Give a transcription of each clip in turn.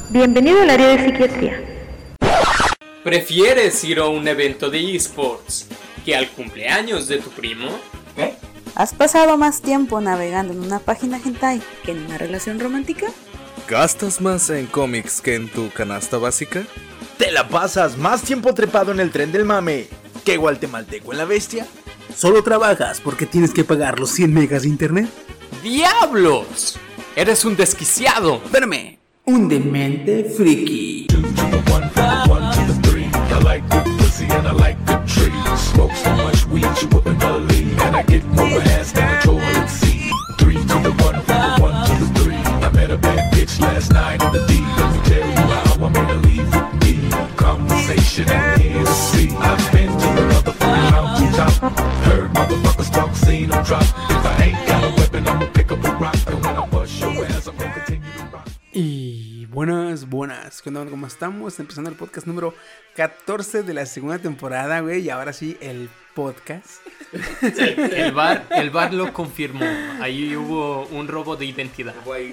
Bienvenido al área de psiquiatría. ¿Prefieres ir a un evento de eSports que al cumpleaños de tu primo? ¿Has pasado más tiempo navegando en una página hentai que en una relación romántica? ¿Gastas más en cómics que en tu canasta básica? ¿Te la pasas más tiempo trepado en el tren del mame que guatemalteco en la bestia? ¿Solo trabajas porque tienes que pagar los 100 megas de internet? ¡Diablos! ¡Eres un desquiciado! Espérame, un demente friki. Y buenas, ¿qué onda? ¿Cómo estamos? Empezando el podcast número 14 de la segunda temporada, güey. Y ahora sí, el podcast. El bar lo confirmó. Ahí hubo un robo de identidad.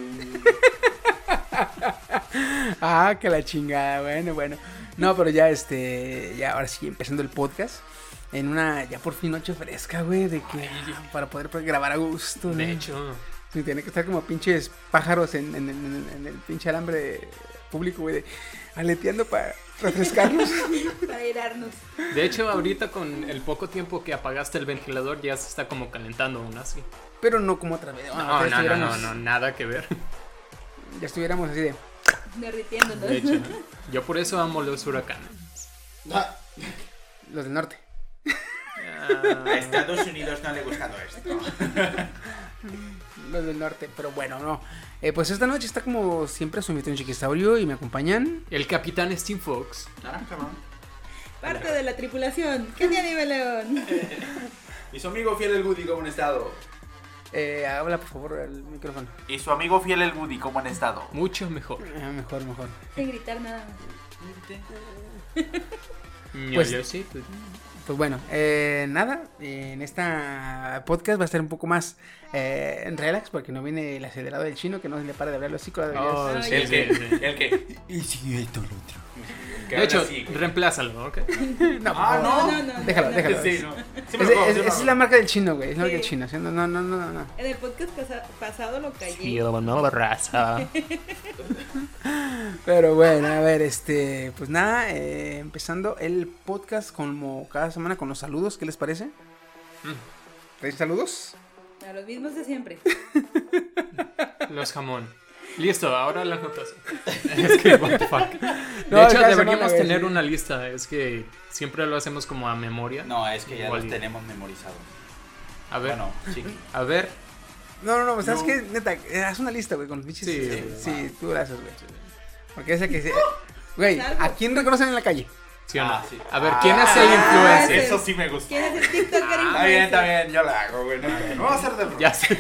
Ah, que la chingada, bueno. No, pero ya ya ahora sí, empezando el podcast. En una, ya por fin noche fresca, güey, de que para poder grabar a gusto, ¿no? De hecho. Sí, tiene que estar como pinches pájaros en el pinche alambre público, güey, aleteando para refrescarnos. Para airarnos. De hecho, ahorita con el poco tiempo que apagaste el ventilador ya se está como calentando aún así. Pero no como otra vez. No, nada que ver. Ya estuviéramos así de... Derritiéndonos. De hecho, yo por eso amo los huracanes. Los del norte. A Estados Unidos no le he gustado esto. Los del norte, pero bueno, no. Pues esta noche está como siempre su anfitrión Chiquisaurio y me acompañan. El capitán Steve Fox. Parte de la tripulación. Kenia Nive León. Y su amigo fiel el Woody, ¿cómo han estado? Habla por favor al micrófono. Y su amigo fiel el Woody, ¿cómo han estado? Mucho mejor. Mejor. Sin gritar nada más. Pues bueno, nada, en esta podcast va a estar un poco más en relax porque no viene el acelerado del chino que no se le para de hablar los hocico. ¿El qué? Y si esto lo otro. De hecho, reemplázalo, ¿ok? No. Déjalo. Sí, no. Esa es la marca del chino, güey. Es la marca del chino. No. En el podcast pasado lo callé. Raza. Pero bueno, a ver, pues nada, empezando el podcast como cada semana con los saludos, ¿qué les parece? ¿Traes saludos? A los mismos de siempre. Los jamón. Listo, ahora las notas. Es que, what the fuck. No, de hecho, cada deberíamos semana, tener sí. una lista. Es que siempre lo hacemos como a memoria. No, es que ya Igual los y- tenemos memorizados. A ver, Bueno, chiqui. a ver. No, ¿sabes qué? Neta, haz una lista, güey, con los bichos. Sí, tú la haces, güey. Porque ese que... Güey, ¿a quién reconocen en la calle? ¿Sí o no? Sí. A ver, ¿quién es el influencer? Eso sí me gusta. ¿Quién es el TikToker Está bien, yo la hago, güey. No va a ser de broma. Ya sé.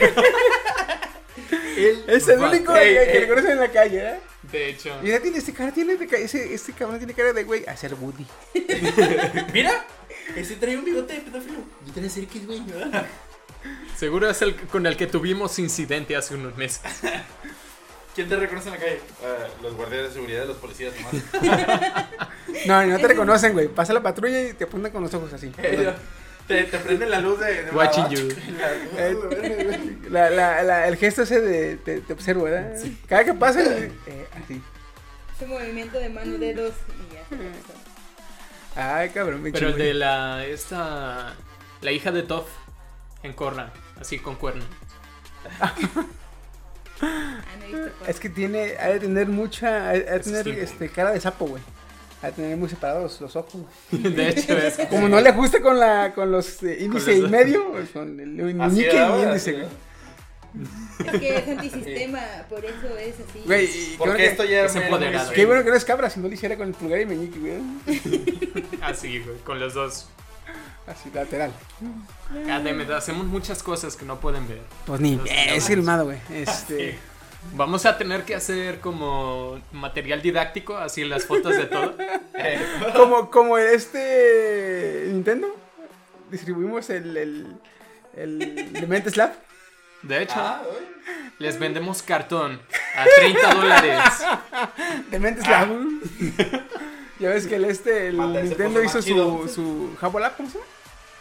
Es el único que reconocen en la calle, ¿eh? De hecho. Mira, tiene este cabrón tiene cara de güey a ser Woody. Mira, ese trae un bigote de pedófilo. Yo te acerques, güey. Seguro es el con el que tuvimos incidente hace unos meses. ¿Quién te reconoce en la calle? Los guardias de seguridad, los policías nomás. No te reconocen, güey. Pasa la patrulla y te apuntan con los ojos así. Te prenden la luz de Watching una you. El gesto ese de te observo, ¿verdad? Sí. Cada que pasa, así. Ese movimiento de mano, dedos y ya. Ay, cabrón, me Pero el chingo. de la hija de Toph en Korra, así con cuerno. No he visto cuál. Es que ha de tener mucha, ha de tener distinto. cara de sapo, güey. Ha de tener muy separados los ojos. De hecho, es Como no le ajusta con los índice y los- medio, pues con el meñique y índice, güey. Es que es antisistema, por eso es así. Güey, y qué bueno Porque que- esto ya es empoderado. qué bueno que no es cabra, si no lo hiciera con el pulgar y meñique, güey. así, güey, con los dos. Así, lateral. Además, hacemos muchas cosas que no pueden ver. Pues ni Los es cabras. filmado, güey. Sí. Vamos a tener que hacer como material didáctico, así las fotos de todo. Como Nintendo. Distribuimos el Dementes Lab. De hecho, les vendemos cartón a $30. Dementes la Ya ves que el Mata, ese Nintendo puso hizo más chido. su Jabolab, ¿cómo se llama?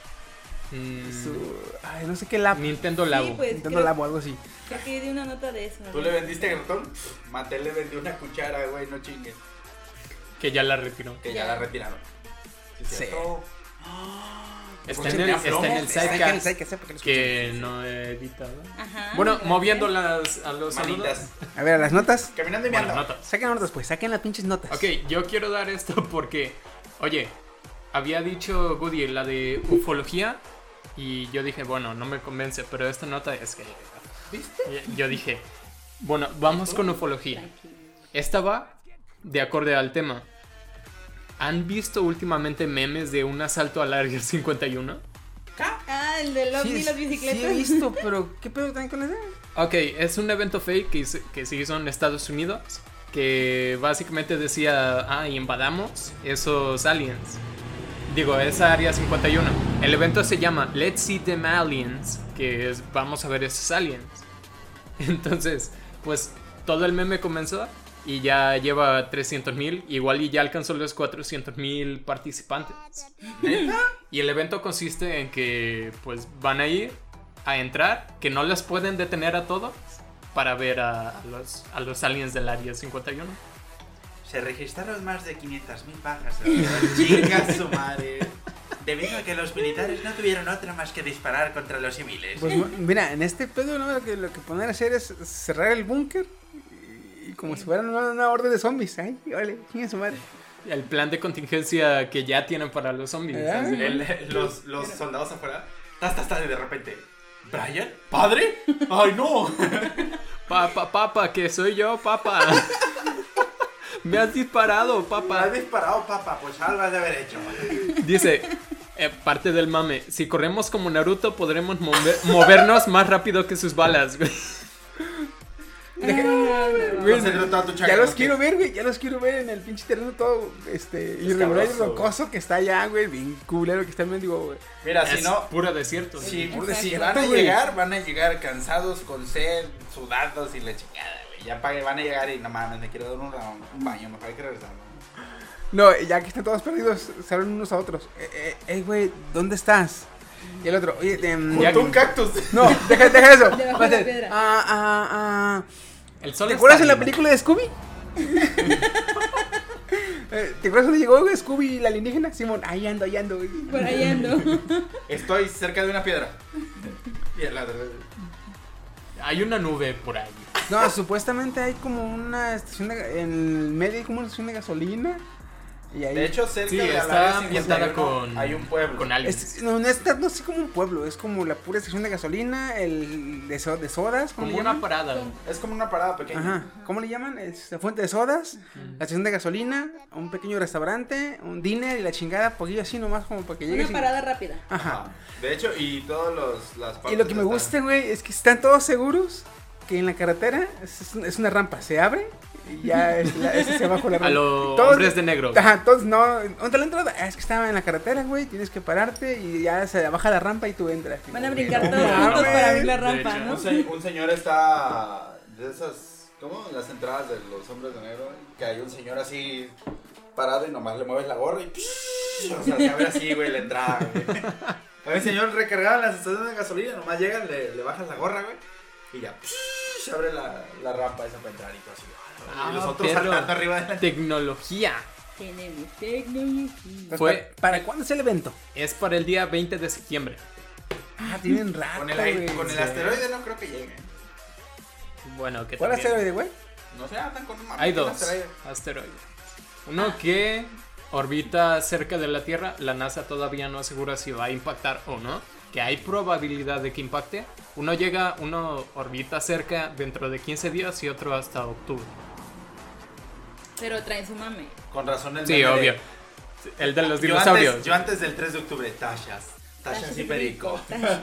Ay, no sé qué lab. Nintendo Labo. Sí, pues, Nintendo creo, Lab o algo así. creo que di una nota de eso. ¿Tú le vendiste cartón? Mattel le vendió una cuchara, güey, no chingues. Que ya la retiró. Que ya Ya. la retiraron. Sí. ¿Cierto? Está en el Sidecast, Sidecast que no he editado. Ajá. Bueno, gracias. moviendo a los Manitas. saludos. A ver, las notas. Caminando y Bueno, meando. notas. Saquen las notas, pues. Saquen las pinches notas. Ok, yo quiero dar esto porque, oye, había dicho Goody la de ufología y yo dije, bueno, no me convence, pero esta nota es que... ¿Viste? Yo dije, bueno, vamos con ufología. Esta va de acorde al tema. ¿Han visto últimamente memes de un asalto al área 51? Ah, el del ovni y las bicicletas. Sí he visto, pero ¿qué pedo también con eso? Ok, es un evento fake que se hizo en Estados Unidos, que básicamente decía, invadamos esos aliens. Digo, esa área 51. El evento se llama Let's See Them Aliens, que es vamos a ver esos aliens. Entonces, pues todo el meme comenzó y ya lleva 300,000, igual y ya alcanzó los 400,000 participantes. Y el evento consiste en que pues van a ir a entrar, que no les pueden detener a todos para ver a los aliens del área 51. Se registraron más de 500.000 bajas. Chicas, su madre. Debido a que los militares no tuvieron otra más que disparar contra los civiles. Pues mira, en este pedo lo que poner a hacer es cerrar el búnker y como si fueran una orden de zombies. Ay, vale, chinga su madre. El plan de contingencia que ya tienen para los zombies. Los soldados afuera. Y de repente. ¿Brian? ¿Padre? ¡Ay, no! Papá, que soy yo, papá. Me has disparado, papá. ¿Has disparado, papá? Pues algo has de haber hecho. Dice, parte del mame, si corremos como Naruto podremos movernos más rápido que sus balas, güey. Güey, ya los quiero ver, güey. Ya los quiero ver en el pinche terreno todo irregular y rocoso que está allá, güey. Bien culero que está el mendigo, güey. Mira, Es si no. puro desierto. Si desierto, van a llegar cansados, con sed, sudados y la chingada, güey. Ya van a llegar y no mames, me quiero dar un baño, mejor hay que regresar. No, ya que están todos perdidos, se hablan unos a otros. Güey, ¿dónde estás? Y el otro, oye, Junto a un cactus. no, deja eso. Debajo Va a de la ser, piedra. El sol ¿Te acuerdas está en la arriba. película de Scooby? ¿Te acuerdas cuando llegó Scooby la alienígena? Simón, ahí ando. Güey. Por ahí ando. Estoy cerca de una piedra. Y el ladrón. Hay una nube por ahí. No, supuestamente hay como una estación en medio hay como una estación de gasolina. Y ahí De hecho, cerca Sí, de la está área ambientada 51 con hay un pueblo. con aliens. no es tanto así como un pueblo, es como la pura estación de gasolina, de sodas, ¿cómo Como le una llaman? parada. Es como una parada pequeña. Ajá, ¿cómo le llaman? Es la fuente de sodas, la estación de gasolina, un pequeño restaurante, un diner y la chingada, poquillo así nomás como para que llegues. Una parada rápida. Ajá. De hecho, y todas las partes Y lo que me están- gusta, güey, es que están todos seguros que en la carretera es una rampa, se abre y ya es hacia abajo la rampa. A los Todos- hombres de negro. Ajá, todos no. ¿Dónde está la entrada? Es que estaba en la carretera, güey. Tienes que pararte y ya se baja la rampa y tú entras. Van a brincar No todos mames. juntos para abrir la De rampa, hecho, ¿no? Un señor está de esas, ¿cómo? Las entradas de los hombres de negro, que hay un señor así parado y nomás le mueves la gorra y o sea, se abre así, güey, la entrada, güey. Hay un señor recargado en las estaciones de gasolina, nomás llegan, le bajas la gorra, güey, y ya se abre la rampa esa para entrar y todo así. Y los otros perro. saltando arriba de la... Tecnología. Tenemos tecnología. Fue- ¿Para cuándo es el evento? Es para el día 20 de septiembre. Ah, tienen rato, Con güey. el asteroide no creo que llegue. Bueno, que ¿Cuál también- asteroide, güey? No sé, andan con un Hay un dos asteroide. asteroides. Uno que orbita cerca de la Tierra. La NASA todavía no asegura si va a impactar o no. Que hay probabilidad de que impacte. Uno orbita cerca dentro de 15 días y otro hasta octubre. Pero trae su mame. Con razón el Sí, meme de- obvio. El de los Yo dinosaurios. yo antes del 3 de octubre, Tachas y Perico.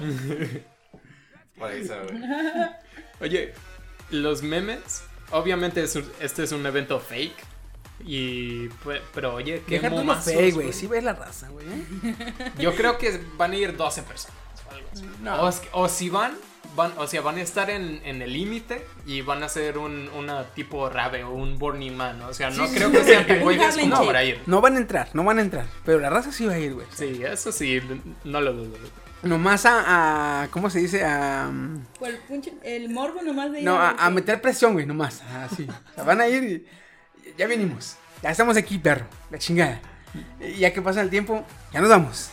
Por eso, güey. Oye, los memes. Obviamente este es un evento fake. Pero oye, qué Deja tú lo momazos, fake, güey. Sí ves la raza, güey. Yo creo que van a ir 12 personas o algo así. No. O si van, van a estar en el límite y van a ser una tipo Rabe o un Burning Man. O sea, no creo que sean tan güeyes Harlem como Shake. para ir. No van a entrar. Pero la raza sí va a ir, güey. Sí, eso sí, no lo dudo. Nomás a ¿cómo se dice? El morbo nomás de ir No, a a meter presión, güey, nomás. Así. O sea, van a ir y ya vinimos. Ya estamos aquí, perro. La chingada. Y ya que pasa el tiempo, ya nos vamos.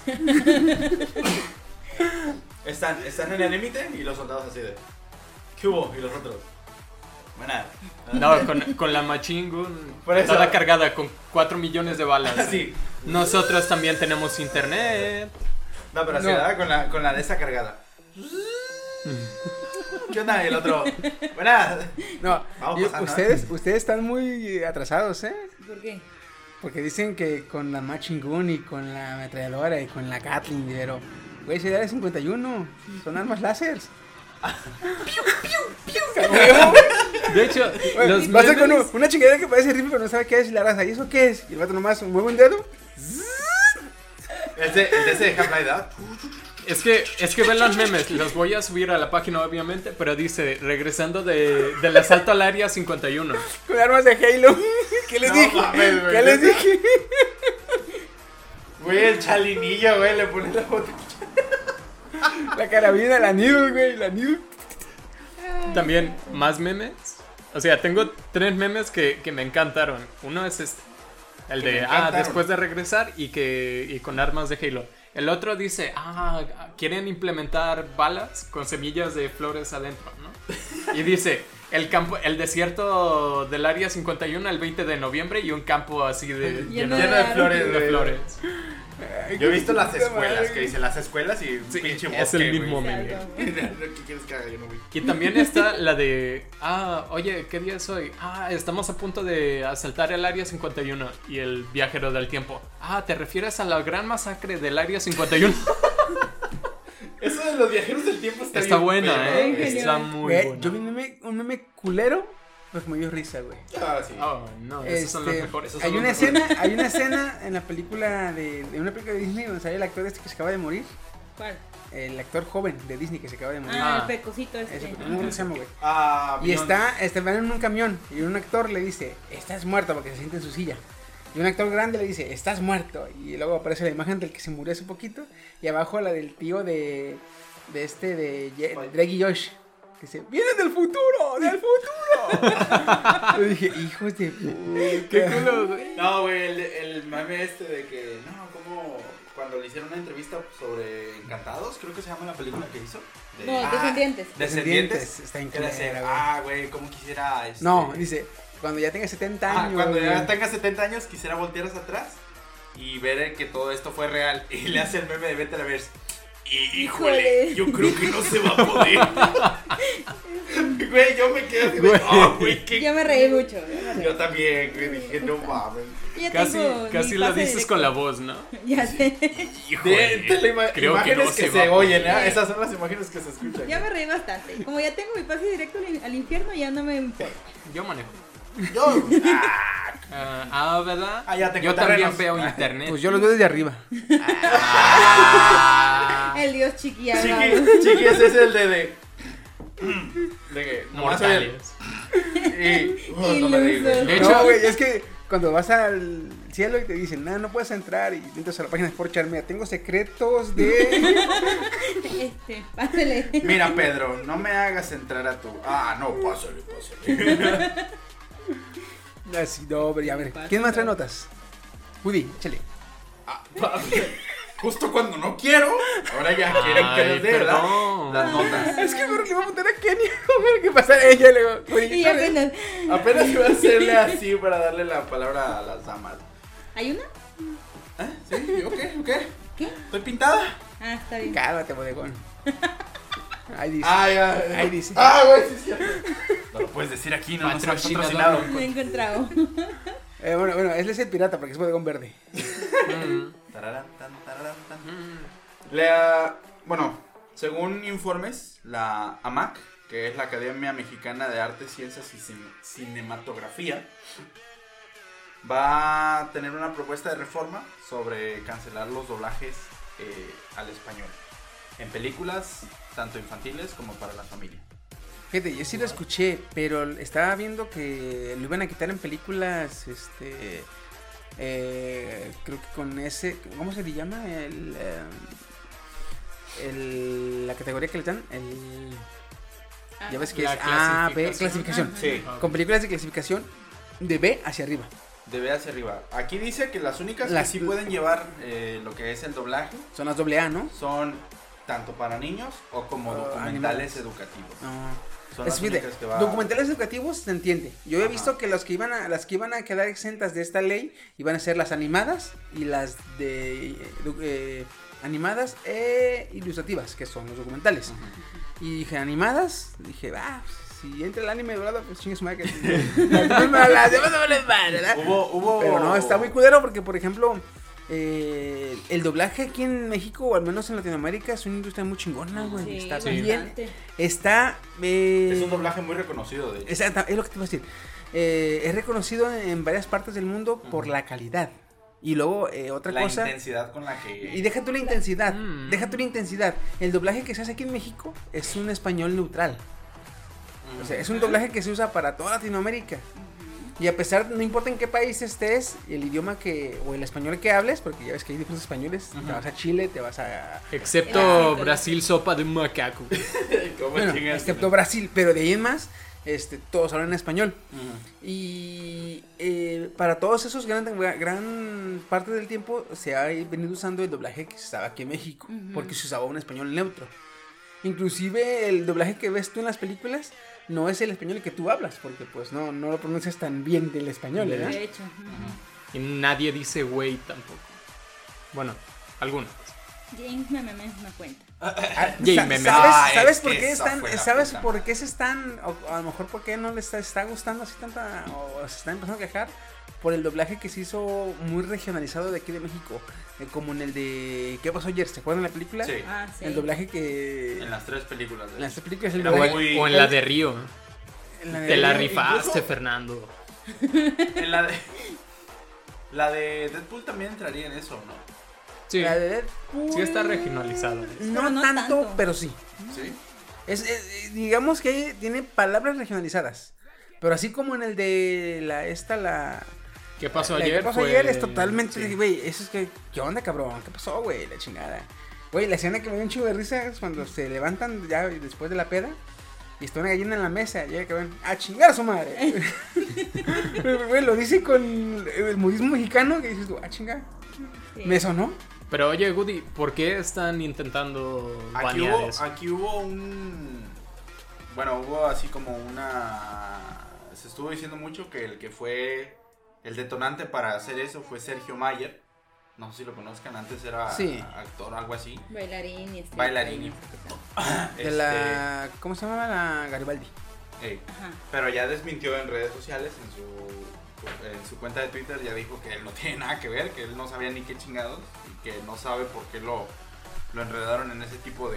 Están en el límite y los soldados así de... ¿Qué hubo? Y los otros... Buena. No, con la Machine Gun Por eso. toda cargada con 4 millones de balas. Sí. Nosotros también tenemos internet. No, pero así, No. ¿verdad? Con la de esa cargada. ¿Qué onda? Y el otro... Buena. No, Vamos pasando, ustedes están muy atrasados, ¿eh? ¿Por qué? Porque dicen que con la Machine Gun y con la ametralladora y con la Gatling, pero, güey, si era 51, son armas láseres. De hecho, los Va a ser con memes- una chingadera que parece rifle, pero no sabe qué es y la raza. ¿Y eso qué es? Y el vato nomás mueve un dedo. El de ese de Half-Life, ¿verdad? Es que ven los memes, los voy a subir a la página obviamente, pero dice, regresando del asalto al área 51. Con armas de Halo. ¿Qué les No dije? mames, güey. ¿Qué les dije? Güey, el chalinillo, güey, le pone la foto. La carabina, la needle, güey, la needle. También, más memes. O sea, tengo 3 memes que me encantaron. Uno es este, el Que me de, encantaron. después de regresar y con armas de Halo. El otro dice, quieren implementar balas con semillas de flores adentro, ¿no? Y dice, el desierto del área 51 el 20 de noviembre y un campo así de Lleno Lleno de flores, de güey. flores. Yo he visto las Puta escuelas, madre. que dicen las escuelas y Sí, pinche es el bosque, mismo güey. meme. ¿Qué quieres que haga? Yo no vi. Y también está la de, oye, ¿qué día es hoy? Estamos a punto de asaltar el área 51 y el viajero del tiempo. ¿Te refieres a la gran masacre del área 51? Eso de los viajeros del tiempo está Está bien buena, perro. Bien genial. Está muy Güey, buena. yo vi un meme culero, pero que me dio risa, güey. Ah, sí. Oh, no, esos son los mejores. esos son Hay los una mejores. hay una escena en la película de una película de Disney donde sale el actor este que se acaba de morir. ¿Cuál? El actor joven de Disney que se acaba de morir. Ah, Ah. el pecosito este. Ese, no me acuerdo cómo se llama, güey. Y Beyond. van en un camión y un actor le dice, estás muerto, porque se siente en su silla. Y un actor grande le dice, estás muerto. Y luego aparece la imagen del que se murió hace poquito. Y abajo la del tío de Drake y Josh. Que dice, viene del futuro, del futuro. Yo dije, hijos de puta. Qué culo, güey. No, güey, el meme este de que, no, como cuando le hicieron una entrevista sobre Encantados, creo que se llama la película que hizo. De- No, Descendientes. Descendientes. Está en Que le hace, culera, güey. güey, cómo quisiera. No, dice, cuando ya tenga 70 años. Cuando ya güey. tenga 70 años, quisiera voltear hacia atrás y ver que todo esto fue real. Y le hace el meme de vete a la verse. Híjole, Híjole. yo creo que no se va a poder. Güey, yo me quedé así de, oh, güey, qué. Yo me reí mucho. Yo también, güey, dije, no mames. Ya Casi, tengo casi mi lo pase dices directo. con la voz, ¿no? Ya sé. Híjole, Creo que creo imágenes no que se va se a oyen, poder. ¿eh? Esas son las imágenes que se escuchan. Ya me reí bastante. Como ya tengo mi pase directo al infierno, ya no me importa. Yo manejo. Yo. ¿Verdad? Ya tengo Yo también terrenos. veo internet. Pues yo los veo desde arriba. El dios chiqui hablado. Chiqui, ese es el de que nomás oye el- Mortales. y no me reí, güey. De No, hecho, güey, es que cuando vas al cielo y te dicen, no puedes entrar, y entras a la página de 4chan, mira, tengo secretos de... Pásale. Mira, Pedro, no me hagas entrar a tu. No, pásale. Así, no, pero ya, a ver, ¿quién más trae notas? Woody, échale. Justo cuando no quiero, ahora ya quieren que les dé, ¿verdad? perdón. Las notas. Es que me le voy a preguntar a Kenia, a ver qué pasa a ella, le digo, Woody, Y échale. apenas. Apenas iba a hacerle así para darle la palabra a las damas. ¿Hay una? ¿Sí? ¿Yo qué? ¿Qué? ¿Estoy pintada? Ah, está bien. Cálmate, bodegón. Ahí dice. Ya. Ahí dice. Güey, sí, sí. No lo puedes decir aquí, no nos han Patrocinador. patrocinado. Me he encontrado. Bueno, él es el pirata porque es bodegón verde. Tararán, tan, tararán, tan. Bueno, según informes, la AMAC, que es la Academia Mexicana de Artes, Ciencias y Cinematografía, va a tener una propuesta de reforma sobre cancelar los doblajes al español. en películas, tanto infantiles como para la familia. Fíjate, yo sí lo escuché, pero estaba viendo que lo iban a quitar en películas, creo que con ese, ¿cómo se le llama? La categoría que le dan, ya ves que es A, B, clasificación. Sí. Con películas de clasificación de B hacia arriba. De B hacia arriba. Aquí dice que las únicas que sí pueden llevar lo que es el doblaje son las AA, ¿no? son tanto para niños o como documentales educativos. Son las únicas que va... Documentales educativos se entiende. Yo he visto que las que iban a quedar exentas de esta ley iban a ser las animadas y las de animadas e ilustrativas, que son los documentales. Y dije, animadas, dije, si entra el anime doblado, pues chingue su madre. Las demás no me les van, ¿verdad? Hubo... Pero no, está muy culero porque, por ejemplo, el doblaje aquí en México, o al menos en Latinoamérica, es una industria muy chingona, güey. Sí, está bastante. bien. Está... es un doblaje muy reconocido, de hecho. Exacto, es lo que te iba a decir. Es reconocido en varias partes del mundo por la calidad. Y luego, otra cosa... La intensidad con la que... Y deja tú la intensidad, El doblaje que se hace aquí en México es un español neutral. O sea, es un doblaje que se usa para toda Latinoamérica. Y a pesar, no importa en qué país estés, el idioma o el español que hables, porque ya ves que hay diferentes españoles, te vas a Chile, te vas a... Excepto Brasil, sopa de macaco. Bueno, excepto Brasil, pero de ahí en más, todos hablan español. Y para todos esos gran parte del tiempo se ha venido usando el doblaje que se usaba aquí en México, porque se usaba un español neutro. Inclusive el doblaje que ves tú en las películas no es el español que tú hablas, porque pues no lo pronuncias tan bien del español, ¿verdad? De hecho. Y nadie dice güey tampoco. Bueno, algunos. James me cuenta. ¿Sabes por que qué esa están? fue la ¿Sabes puta por madre. qué se están? O a lo mejor por qué no les está gustando así tanta, o se están empezando a quejar por el doblaje que se hizo muy regionalizado de aquí de México, como en el de ¿Qué pasó ayer? ¿Se acuerdan de la película? Sí. Sí. El doblaje que En las 3 películas. en las películas el Era doblaje, muy- O en la de Río. en la de- Te la rifaste, incluso- Fernando. En la de Deadpool también entraría en eso, ¿no? Sí, La de Deadpool, sí está regionalizada. No, Pero no tanto, tanto. pero sí. Sí. Digamos que tiene palabras regionalizadas. Pero así como en el de la ¿Qué pasó la ayer? que pasó Fue- ayer es totalmente, sí. güey, eso es que, ¿qué onda, cabrón? ¿Qué pasó, güey? La chingada. Güey, la escena que me dio un chivo de risa es cuando se levantan ya después de la peda y está una gallina en la mesa y ya que ven, ¡a chingar a su madre! Güey, lo dice con el modismo mexicano que dices tú, ¡a chingar! Sí. ¿Me sonó? Pero oye, Goody, ¿por qué están intentando banear eso? Aquí hubo un... Bueno, hubo así como una... Se estuvo diciendo mucho que el que fue el detonante para hacer eso fue Sergio Mayer. No sé si lo conozcan, antes era Sí. actor, algo así. Bailarín y Bailarín. De la... ¿Cómo se llama? La Garibaldi. Ajá. Pero ya desmintió en redes sociales, en su cuenta de Twitter ya dijo que él no tiene nada que ver, que él no sabía ni qué chingados y que no sabe por qué lo enredaron en ese tipo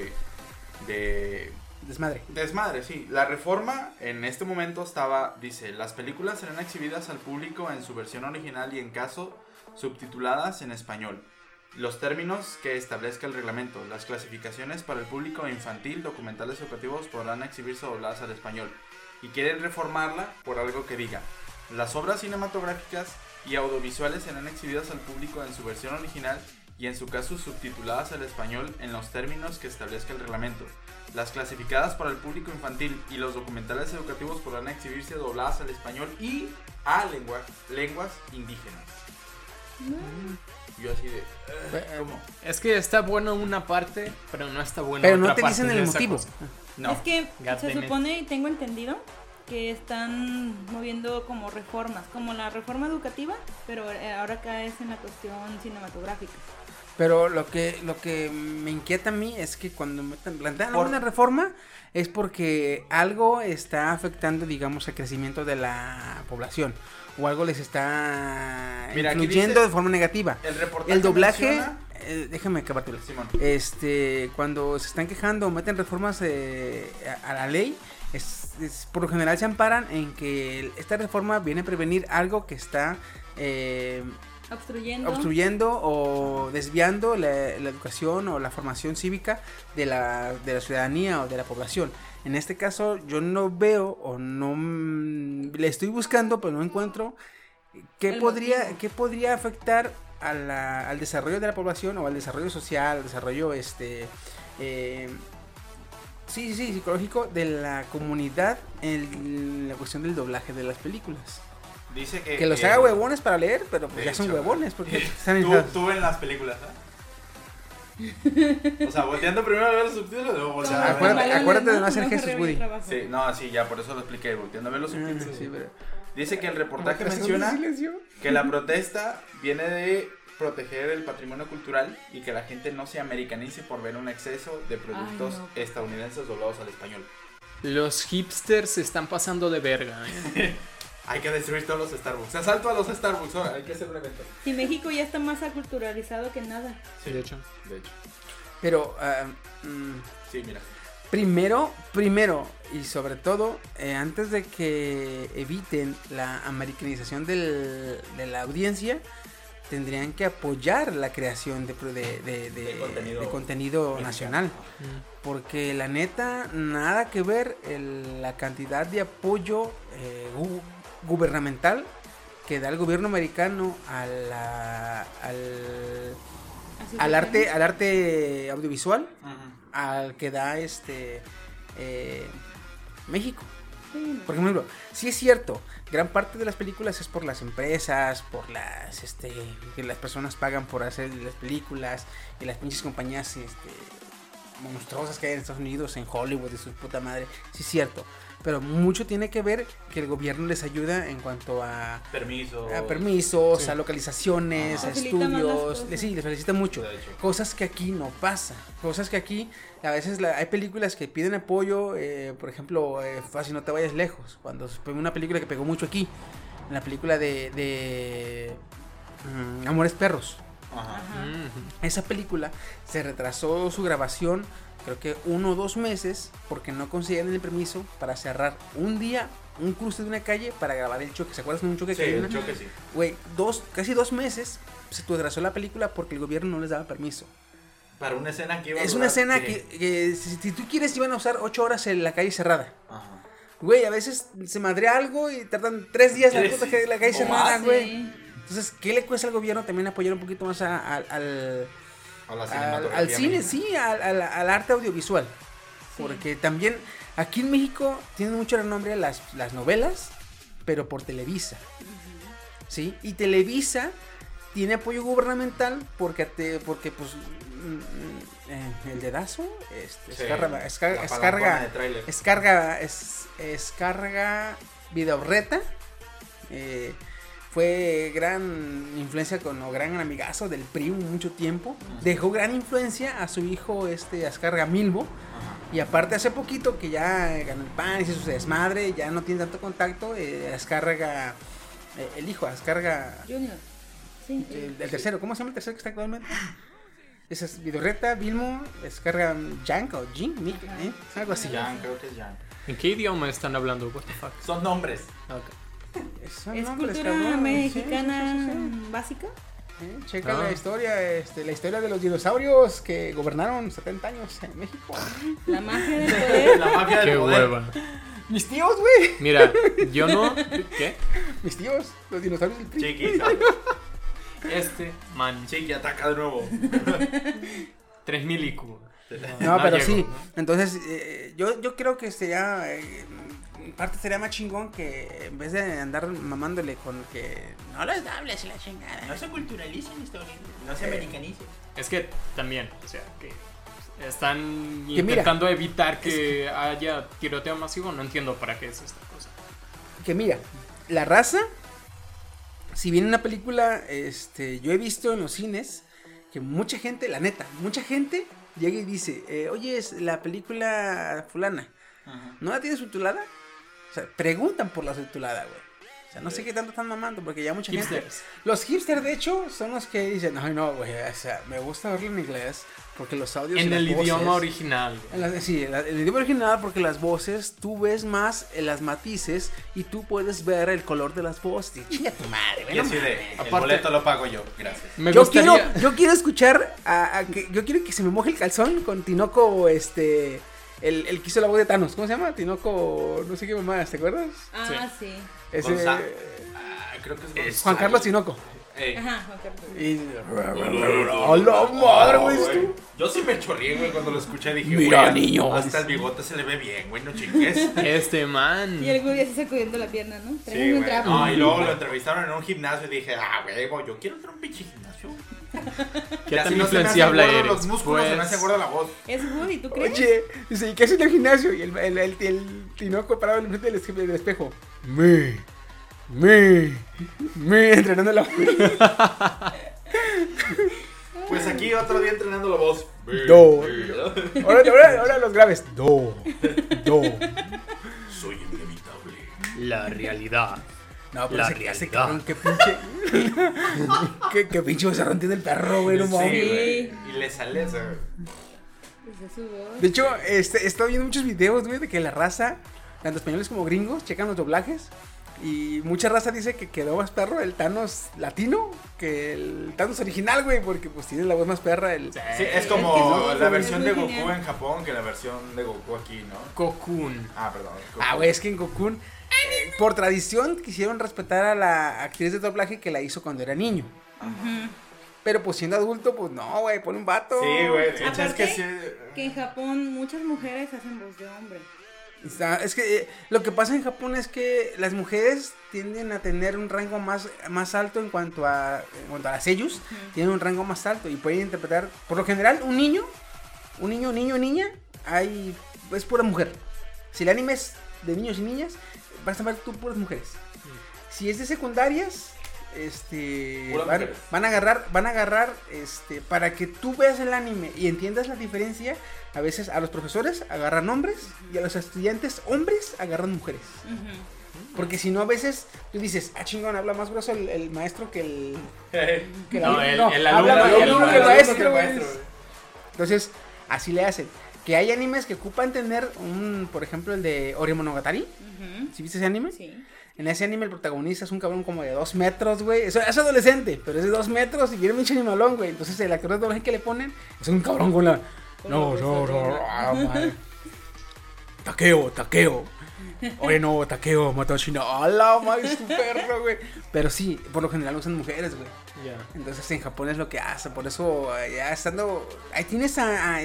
de Desmadre. desmadre, sí. La reforma en este momento dice, las películas serán exhibidas al público en su versión original y en caso subtituladas en español. Los términos que establezca el reglamento, las clasificaciones para el público infantil, documentales educativos podrán exhibirse dobladas al español. Y quieren reformarla por algo que diga, las obras cinematográficas y audiovisuales serán exhibidas al público en su versión original y en su caso subtituladas al español en los términos que establezca el reglamento. Las clasificadas para el público infantil y los documentales educativos podrán exhibirse dobladas al español y a lenguas indígenas. Yo así de... ¿cómo? Es que está bueno una parte, pero no está bueno Pero otra no te parte dicen de el esa motivo. cosa. No. Es que God se damn it. supone y tengo entendido que están moviendo como reformas, como la reforma educativa, pero ahora acá es en la cuestión cinematográfica. Pero lo que me inquieta a mí es que cuando plantean una reforma es porque algo está afectando, digamos, el crecimiento de la población o algo les está Mira, aquí influyendo dice, de forma negativa. el reportaje El doblaje, menciona- déjame acabártelo. Simón. Cuando se están quejando o meten reformas a la ley, por lo general se amparan en que esta reforma viene a prevenir algo que está obstruyendo o desviando la educación o la formación cívica de la ciudadanía o de la población. En este caso yo no veo o no le estoy buscando, pero no encuentro qué podría afectar al desarrollo de la población o al desarrollo social, al desarrollo psicológico de la comunidad en la cuestión del doblaje de las películas. Dice que los haga huevones para leer, pero pues ya son huevones porque están tú en las películas, ¿eh? O sea, volteando primero a ver los subtítulos, luego volteando a ver. Acuérdate de no hacer Jesús Woody. Sí, no, sí, ya por eso lo expliqué, volteando a ver los subtítulos. Sí, pero... Dice que el reportaje menciona que la protesta viene de proteger el patrimonio cultural y que la gente no se americanice por ver un exceso de productos estadounidenses doblados al español. Los hipsters se están pasando de verga, ¿eh? Hay que destruir todos los Starbucks. Asalto a los Starbucks, ahora hay que hacer un evento. Y México ya está más aculturalizado que nada. Sí, de hecho. Pero, sí, mira. Primero, y sobre todo, antes de que eviten la americanización de la audiencia, tendrían que apoyar la creación de contenido nacional. Porque la neta, nada que ver la cantidad de apoyo gubernamental que da el gobierno americano al arte audiovisual, al que da México. Sí. Por ejemplo, sí es cierto, gran parte de las películas es por las empresas, por que las personas pagan por hacer las películas y las pinches compañías monstruosas que hay en Estados Unidos, en Hollywood, de su puta madre. Sí es cierto, pero mucho tiene que ver que el gobierno les ayuda en cuanto a permisos, sí, a localizaciones, a estudios. Sí, les felicita mucho. Cosas que aquí no pasa. Cosas que aquí a veces hay películas que piden apoyo, por ejemplo, Fácil no te vayas lejos. Cuando fue una película que pegó mucho aquí, en la película de Amores Perros. Ajá. Esa película se retrasó su grabación, creo que 1 o 2 meses, porque no consiguieron el permiso para cerrar un día un cruce de una calle para grabar el choque. ¿Se acuerdan de un choque? Sí, el choque, sí. Güey, casi 2 meses se retrasó la película porque el gobierno no les daba permiso. Para una escena que iba a durar, una escena que si tú quieres iban a usar 8 horas en la calle cerrada. Ajá. Güey, a veces se madrea algo y tardan 3 días en la calle cerrada, güey. Sí. Entonces, ¿qué le cuesta al gobierno también apoyar un poquito más al cine, sí, al arte audiovisual? Sí. Porque también aquí en México tienen mucho renombre las novelas, pero por Televisa. ¿Sí? Y Televisa tiene apoyo gubernamental porque pues el dedazo descarga Videorreta. Fue gran influencia o gran amigazo del PRI mucho tiempo. Dejó gran influencia a su hijo Azcárraga Milbo. Y aparte hace poquito que ya ganó el PAN, hizo su desmadre, ya no tiene tanto contacto. Azcárraga, el hijo, Azcárraga Junior. Sí. El tercero, ¿cómo se llama el tercero que está actualmente? Esa es Videorreta, Vilmo, Azcárraga Yank o Jin, algo así. Jan, creo que es Jan. ¿En qué idioma están hablando? What the fuck? Son nombres. Okay. ¿Es cultura mexicana básica? Checa la historia de los dinosaurios que gobernaron 70 años en México. La magia del poder. La magia del poder. Hueva. Mis tíos, güey. Mira, yo no. ¿Qué? Mis tíos, los dinosaurios del PRI. Chiquis. Chiqui ataca de nuevo. 3000 IQ. No, pero llego, sí. ¿No? Entonces, yo creo que sería. Parte sería más chingón que en vez de andar mamándole con que no los hables y la chingada. No se culturalicen, no se americanicen. Es que también, o sea, que están intentando evitar que haya tiroteo masivo. No entiendo para qué es esta cosa. Que mira, la raza, si viene una película, yo he visto en los cines que mucha gente, la neta, mucha gente llega y dice, oye, es la película fulana, ¿no la tienes subtitulada? O sea, preguntan por la subtitulada, güey. O sea, no sé qué tanto están mamando, porque ya mucha gente... Hipsters. Los hipsters, de hecho, son los que dicen, ay, no, güey, o sea, me gusta verlo en inglés, porque los audios y En las el voces- idioma original. Sí, el idioma original, porque las voces, tú ves más las matices y tú puedes ver el color de las voces. Y chinga tu madre, güey. Y no así de, el Aparte- boleto lo pago yo, gracias. Me Yo gustaría... quiero escuchar yo quiero que se me moje el calzón con Tinoco, el que hizo la voz de Thanos. ¿Cómo se llama? Tinoco, no sé qué mamá, ¿te acuerdas? Ah, sí. Ese Creo que es Juan Carlos Tinoco. Ey. Ajá, Juan Carlos. Y ¡a la madre, güey! güey. Yo sí me chorrié, güey, cuando lo escuché. Dije, Mira, güey, niño. hasta el bigote se le ve bien, güey, no chingues. Este man. Y el güey así sacudiendo la pierna, ¿no? Sí, Trayendo un güey. trapo. No, y luego lo entrevistaron en un gimnasio y dije, güey, yo quiero entrar a un pinche gimnasio. ¿Qué Y así tan no se me hace influenciable gordo eres? los músculos, se me hace Pues, gorda la voz. Es Woody, ¿tú crees? Oye, dice, ¿y qué haces en el gimnasio? Y el Tinoco parado en frente del espejo. Entrenando la Pues aquí otro día entrenando la voz. Do. Ahora los graves. Do. Soy inevitable. la realidad. No, pero La ese realidad. cabrón, qué pinche. qué pinche bozarrón tiene el perro, güey, no Sí, mames. güey. Y le sale ese. Pues es su voz. De hecho, he estado viendo muchos videos, güey, de que la raza, tanto españoles como gringos, checan los doblajes. Y mucha raza dice que quedó más perro el Thanos latino que el Thanos original, güey, porque pues tiene la voz más perra. Sí, es Es que como su- la su- versión es de muy Goku genial. en Japón que la versión de Goku aquí, ¿no? Cocoon. Perdón. Ah, güey, es que en Cocoon, por tradición, quisieron respetar a la actriz de doblaje que la hizo cuando era niño. Pero pues siendo adulto, pues no, güey, pone un vato. Sí, güey. de hecho, es que Aparte, sí. que en Japón muchas mujeres hacen voz de hombre. Es que lo que pasa en Japón es que las mujeres tienden a tener un rango más alto en cuanto a las seiyus, tienen un rango más alto y pueden interpretar, por lo general, un niño, niña, es pura mujer. Si el anime es de niños y niñas, vas a ver tú puras mujeres. Si es de secundarias, Puras mujeres. van a agarrar para que tú veas el anime y entiendas la diferencia. A veces a los profesores agarran hombres y a los estudiantes hombres agarran mujeres. Porque si no, a veces tú dices, chingón, habla más grueso el maestro que el. Que No, el habla alumno más que el alumno que el maestro. maestro, güey. Entonces, así le hacen. Que hay animes que ocupan tener por ejemplo, el de Ori Monogatari. ¿Sí viste ese anime? Sí. En ese anime el protagonista es un cabrón como de 2 metros, güey. Es adolescente, pero es de 2 metros y viene un animalón, güey. Entonces el actor de doblaje que le ponen es un cabrón con la... No, madre. Taqueo. Oye, no, Taqueo, mató a China. ¡A la madre, es tu perro, güey! Pero sí, por lo general usan mujeres, güey. Ya. Entonces en Japón es lo que hace. Por eso ya estando... Ahí tienes a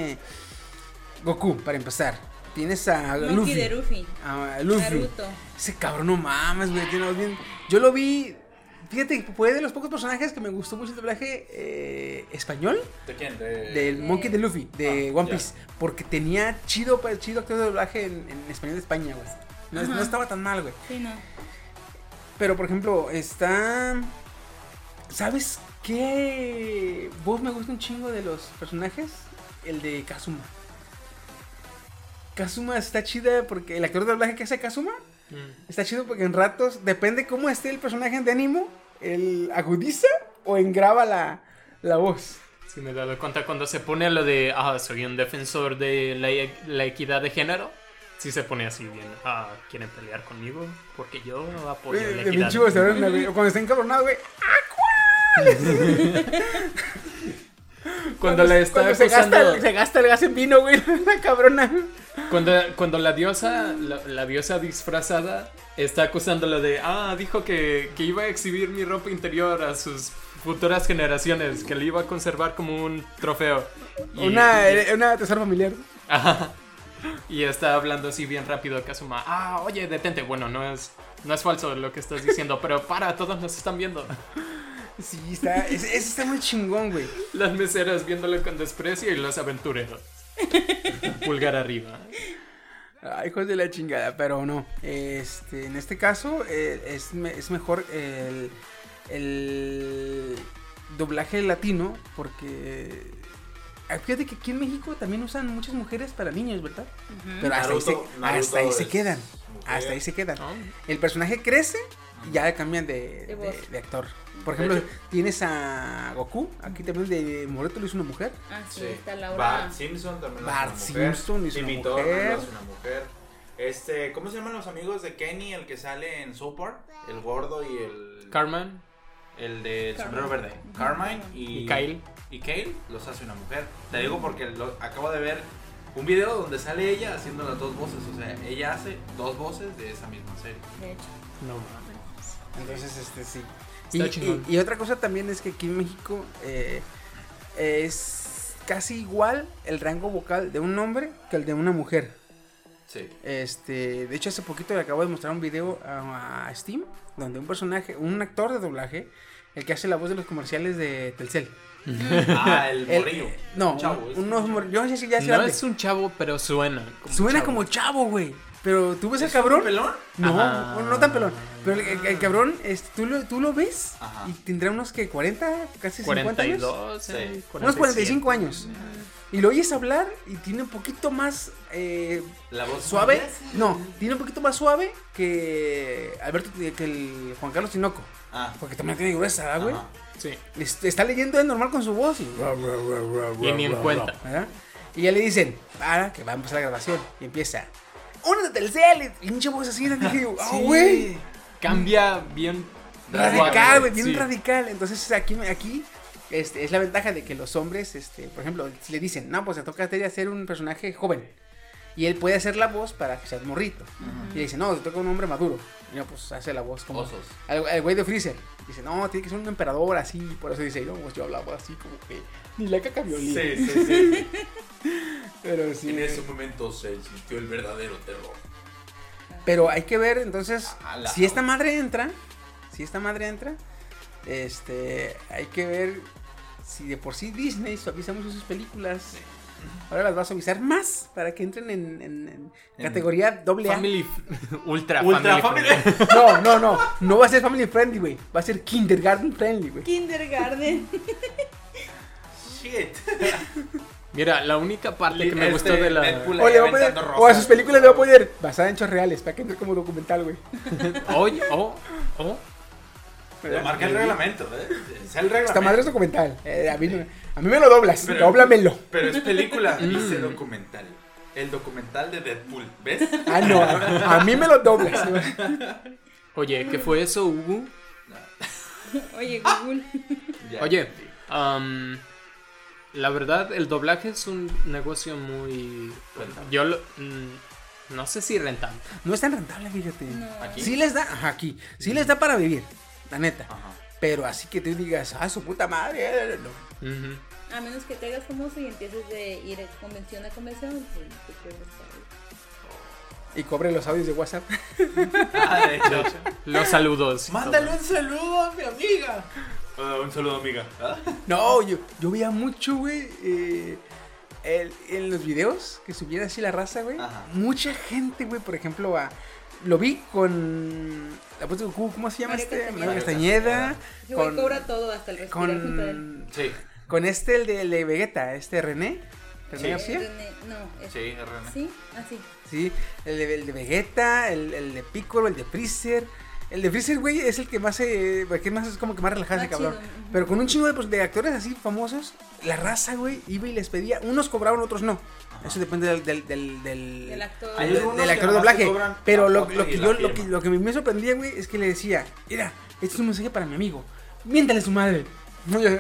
Goku, para empezar. Tienes a Monkey Luffy. de Luffy. A Luffy. Naruto. Ese cabrón, no mames, güey. Tiene voz bien. Yo lo vi. Fíjate, fue de los pocos personajes que me gustó mucho el doblaje español ¿De quién? del Monkey de Luffy, de One Piece. Porque tenía chido actor de doblaje en español de España, güey. No estaba tan mal, güey. Sí, no. Pero, por ejemplo, ¿sabes qué voz me gusta un chingo de los personajes? El de Kazuma. Kazuma está chida porque el actor de doblaje que hace Kazuma está chido porque en ratos, depende cómo esté el personaje de anime, él agudiza o engrava la voz. Sí, me he dado cuenta cuando se pone lo de, soy un defensor de la equidad de género. Sí se pone así bien, ¿quieren pelear conmigo? Porque yo apoyo la De equidad. bien chivo, o cuando está encabronado, güey. Cuando la está se acusando... gasta el gas en vino, güey, la cabrona. Cuando la diosa disfrazada está acusándolo de, dijo que iba a exhibir mi ropa interior a sus futuras generaciones, que le iba a conservar como un trofeo. Una tesoro familiar. Ajá. Y está hablando así bien rápido Kazuma. Oye, detente. Bueno, no es falso lo que estás diciendo, pero todos nos están viendo. Sí, ese está muy chingón, güey. Las meseras viéndolo con desprecio y los aventureros. Pulgar arriba. Ay, hijos de la chingada, pero no. En este caso es mejor el doblaje latino porque Fíjate que aquí en México también usan muchas mujeres para niños, ¿verdad? Ujú. Pero Naruto hasta ahí se es quedan. mujer. Hasta ahí se quedan. Ah. El personaje crece y ya cambian de voz. actor. Por ejemplo, tienes a Goku, aquí también de Moreto lo hizo una mujer. Ah, sí, Sí. está Laura. Bart Simpson también lo Bart hace una mujer. Simpson hizo Timmy una Turner mujer. lo hace una mujer. ¿Cómo se llaman los amigos de Kenny, el que sale en South Park? El gordo y el... Carmen el del Carmine. sombrero verde. Carmine y Kyle. Y Kale los hace una mujer. Te digo porque acabo de ver un video donde sale ella haciendo las dos voces. O sea, ella hace dos voces de esa misma serie. De hecho. No mames. Entonces, sí. Está chingón. Y otra cosa también es que aquí en México es casi igual el rango vocal de un hombre que el de una mujer. Sí. De hecho, hace poquito le acabo de mostrar un video a Steam donde un actor de doblaje, el que hace la voz de los comerciales de Telcel. El morrillo. No, Un chavo. yo no sé si ya se No es un chavo, pero suena. Suena chavo. como chavo, güey. Pero tú ves al ¿Es un cabrón. pelón? No, Ajá. bueno, no tan pelón. Pero el cabrón, tú lo ves Ajá. y tendrá unos que 40, casi 50 años. 42, Sí. 47. Unos 45 años. Y lo oyes hablar y tiene un poquito más La voz suave. No, tiene un poquito más suave que Alberto, que el Juan Carlos Tinoco. Ah. Porque también tiene gruesa, ¿verdad, güey? Ajá. Sí. Está leyendo él normal con su voz y Y ni en cuenta. ¿verdad? Y ya le dicen, que va a empezar la grabación. Y empieza, ¡únete a Telcel! Y pinche voz así, dije yo, ¡ah, güey! Cambia bien Radical, güey, bien Sí. radical. Entonces aquí es la ventaja de que los hombres, por ejemplo, si le dicen, no, pues te toca a ti hacer un personaje joven. Y él puede hacer la voz para que seas morrito. Y le dice, no, te toca un hombre maduro. Y no, pues hace la voz como Osos. el güey de Freezer. Dice, no, tiene que ser un emperador así. Por eso dice, no, pues yo hablaba así como que ni la caca violín. Sí. Pero sí. En ese momento se sintió el verdadero terror. Pero hay que ver, entonces, A la- si esta madre entra, hay que ver si de por sí Disney suaviza mucho sus películas. Ahora las va a suavizar más para que entren en categoría doble A. Family ultra Ultra family. family. No va a ser family friendly, güey. Va a ser kindergarten friendly, güey. Kindergarten. Shit. Mira, la única parte que me gustó de la Deadpool O, ahí le va a poner, aventando o a sus rosas. películas le va a poner basada en hechos reales para que entre como documental, güey. Oye, Lo marca el reglamento, ¿eh? Es el reglamento. Esta madre es documental. A mí me lo doblas, Pero- dóblamelo. Pero es película, dice documental. El documental de Deadpool, ¿ves? Ah, no, a mí me lo doblas. Oye, ¿qué fue eso, Hugo? Oye, Google. Ya. Oye, la verdad, el doblaje es un negocio muy... Yo no sé si rentable. No es tan rentable, fíjate. No. Aquí. Sí les da, aquí. Sí les da para vivir, la neta. Ajá. Pero así que tú digas, su puta madre. No. Ujú. A menos que te hagas famoso y empieces de ir de convención a convención, pues te puedes estar. Y cobre los audios de WhatsApp. Ah, de hecho. Los saludos. y Mándale todo. un saludo a mi amiga. Un saludo, amiga. ¿Ah? No, yo veía mucho, güey. En los videos que subiera así la raza, güey. Ajá. Mucha gente, güey, por ejemplo, lo vi con la voz de Goku, ¿cómo se llama Mario este? Castañeda. Mario Castañeda. Ese güey cobra todo hasta el respirar junto a él. Con, Sí. con el de Vegeta, René. ¿René Sí. García? No, es... Sí, René. ¿Sí? Así. Sí, el de Vegeta, el de Piccolo, el de Freezer. El de Freezer, güey, es el que más es como que más relajado ese Más cabrón. chido, ujú. Pero con un chingo de actores así famosos, la raza, güey, iba y les pedía. Unos cobraban, otros no. Eso depende El actor. Hay del algunos actor que de nomás doblaje. te cobran Pero la lo foto que y yo la firma. lo que me sorprendía, güey, es que le decía, mira, este es un mensaje para mi amigo. Miéntale a su madre. Güey,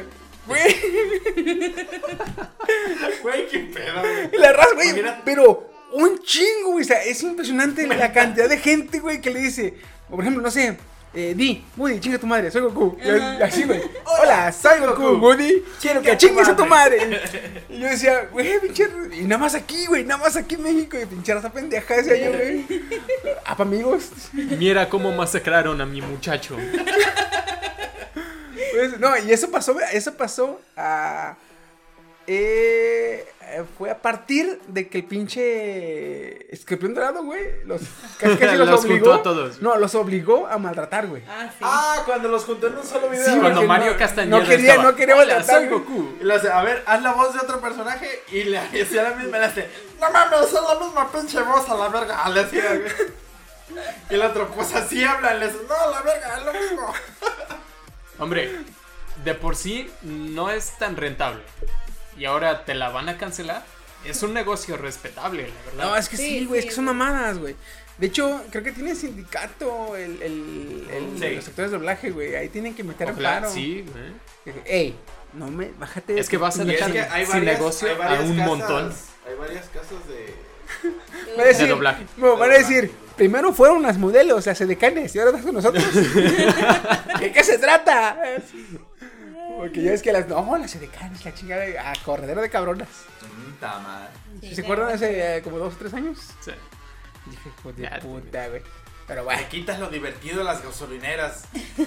Güey, qué pedo, güey. la raza, güey, Mira. pero un chingo, güey. O sea, es impresionante la cantidad de gente, güey, que le dice, o por ejemplo, no sé, Woody, chinga tu madre, soy Goku. Y Ajá. así, güey. Hola, soy Goku, Woody. Quiero que chingues a tu madre. Y yo decía, güey, pinche. Y nada más aquí, güey, nada más aquí en México. Y pinche raza pendeja ese año, güey. Pa' amigos. Mira cómo masacraron a mi muchacho. Pues, no, y eso pasó fue a partir de que el pinche Escorpión Dorado, güey, casi los Los obligó. juntó a todos. No, los obligó a maltratar, güey. Ah, sí. Ah, cuando los juntó en un solo video. Sí, Cuando porque Mario Castañeda no quería Hola, maltratar, soy güey. Goku. Y le hace, a ver, haz la voz de otro personaje y le hacía la misma, le hace, no mames, es la misma pinche voz a la verga, le hacía, güey. Y el otro, pues así habla, le hace, no, a la verga, es lo mismo. Hombre, de por sí no es tan rentable. Y ahora te la van a cancelar. Es un negocio respetable, la verdad. No, es que Sí, sí, güey, sí, es que son mamadas, güey. De hecho, creo que tiene sindicato Sí. los actores de doblaje, güey. Ahí tienen que meter Ojalá, amparo. sí, Ey, no me, bájate. Es que vas a Y es dejar que hay sin varias- negocio hay a varias un casas- montón. Hay varias casas de... Va a decir, de doblaje. no, van a decir, primero fueron las modelos, las edecanes, y ahora estás con nosotros. ¿De qué se trata? Porque ya es que las edecanes, la chingada, a corredero de cabronas. Puta madre. Sí, ¿Se claro. acuerdan hace como 2 o 3 años? Sí. Dije, hijo de Ya, puta, güey. Pero Le bueno. quitas lo divertido a las gasolineras.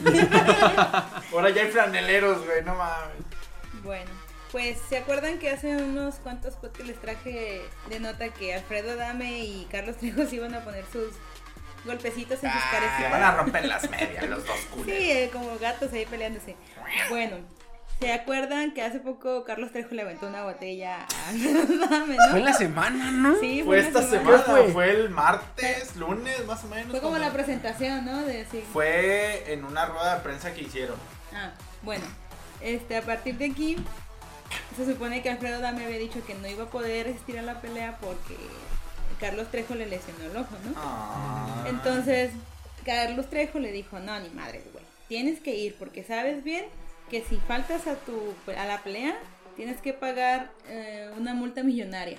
Ahora ya hay flaneleros, güey, no mames. Bueno, pues ¿se acuerdan que hace unos cuantos podcasts les traje de nota que Alfredo Adame y Carlos Trejo se iban a poner sus golpecitos en sus Se carecitas? van a romper las medias los dos culeros. Sí, como gatos ahí peleándose. Bueno, ¿se acuerdan que hace poco Carlos Trejo le aventó una botella a Alfredo Adame, Fue no? en la semana, ¿no? Sí, Fue una esta semana. semana, ¿Qué fue? fue el martes, lunes, más o menos. Fue como cuando- la presentación, ¿no? De sí. Fue en una rueda de prensa que hicieron. Ah, bueno, a partir de aquí se supone que Alfredo Adame había dicho que no iba a poder asistir a la pelea porque Carlos Trejo le lesionó el ojo, ¿no? Ah. Entonces, Carlos Trejo le dijo, no, ni madre, güey, tienes que ir porque sabes bien que si faltas a la pelea, tienes que pagar una multa millonaria.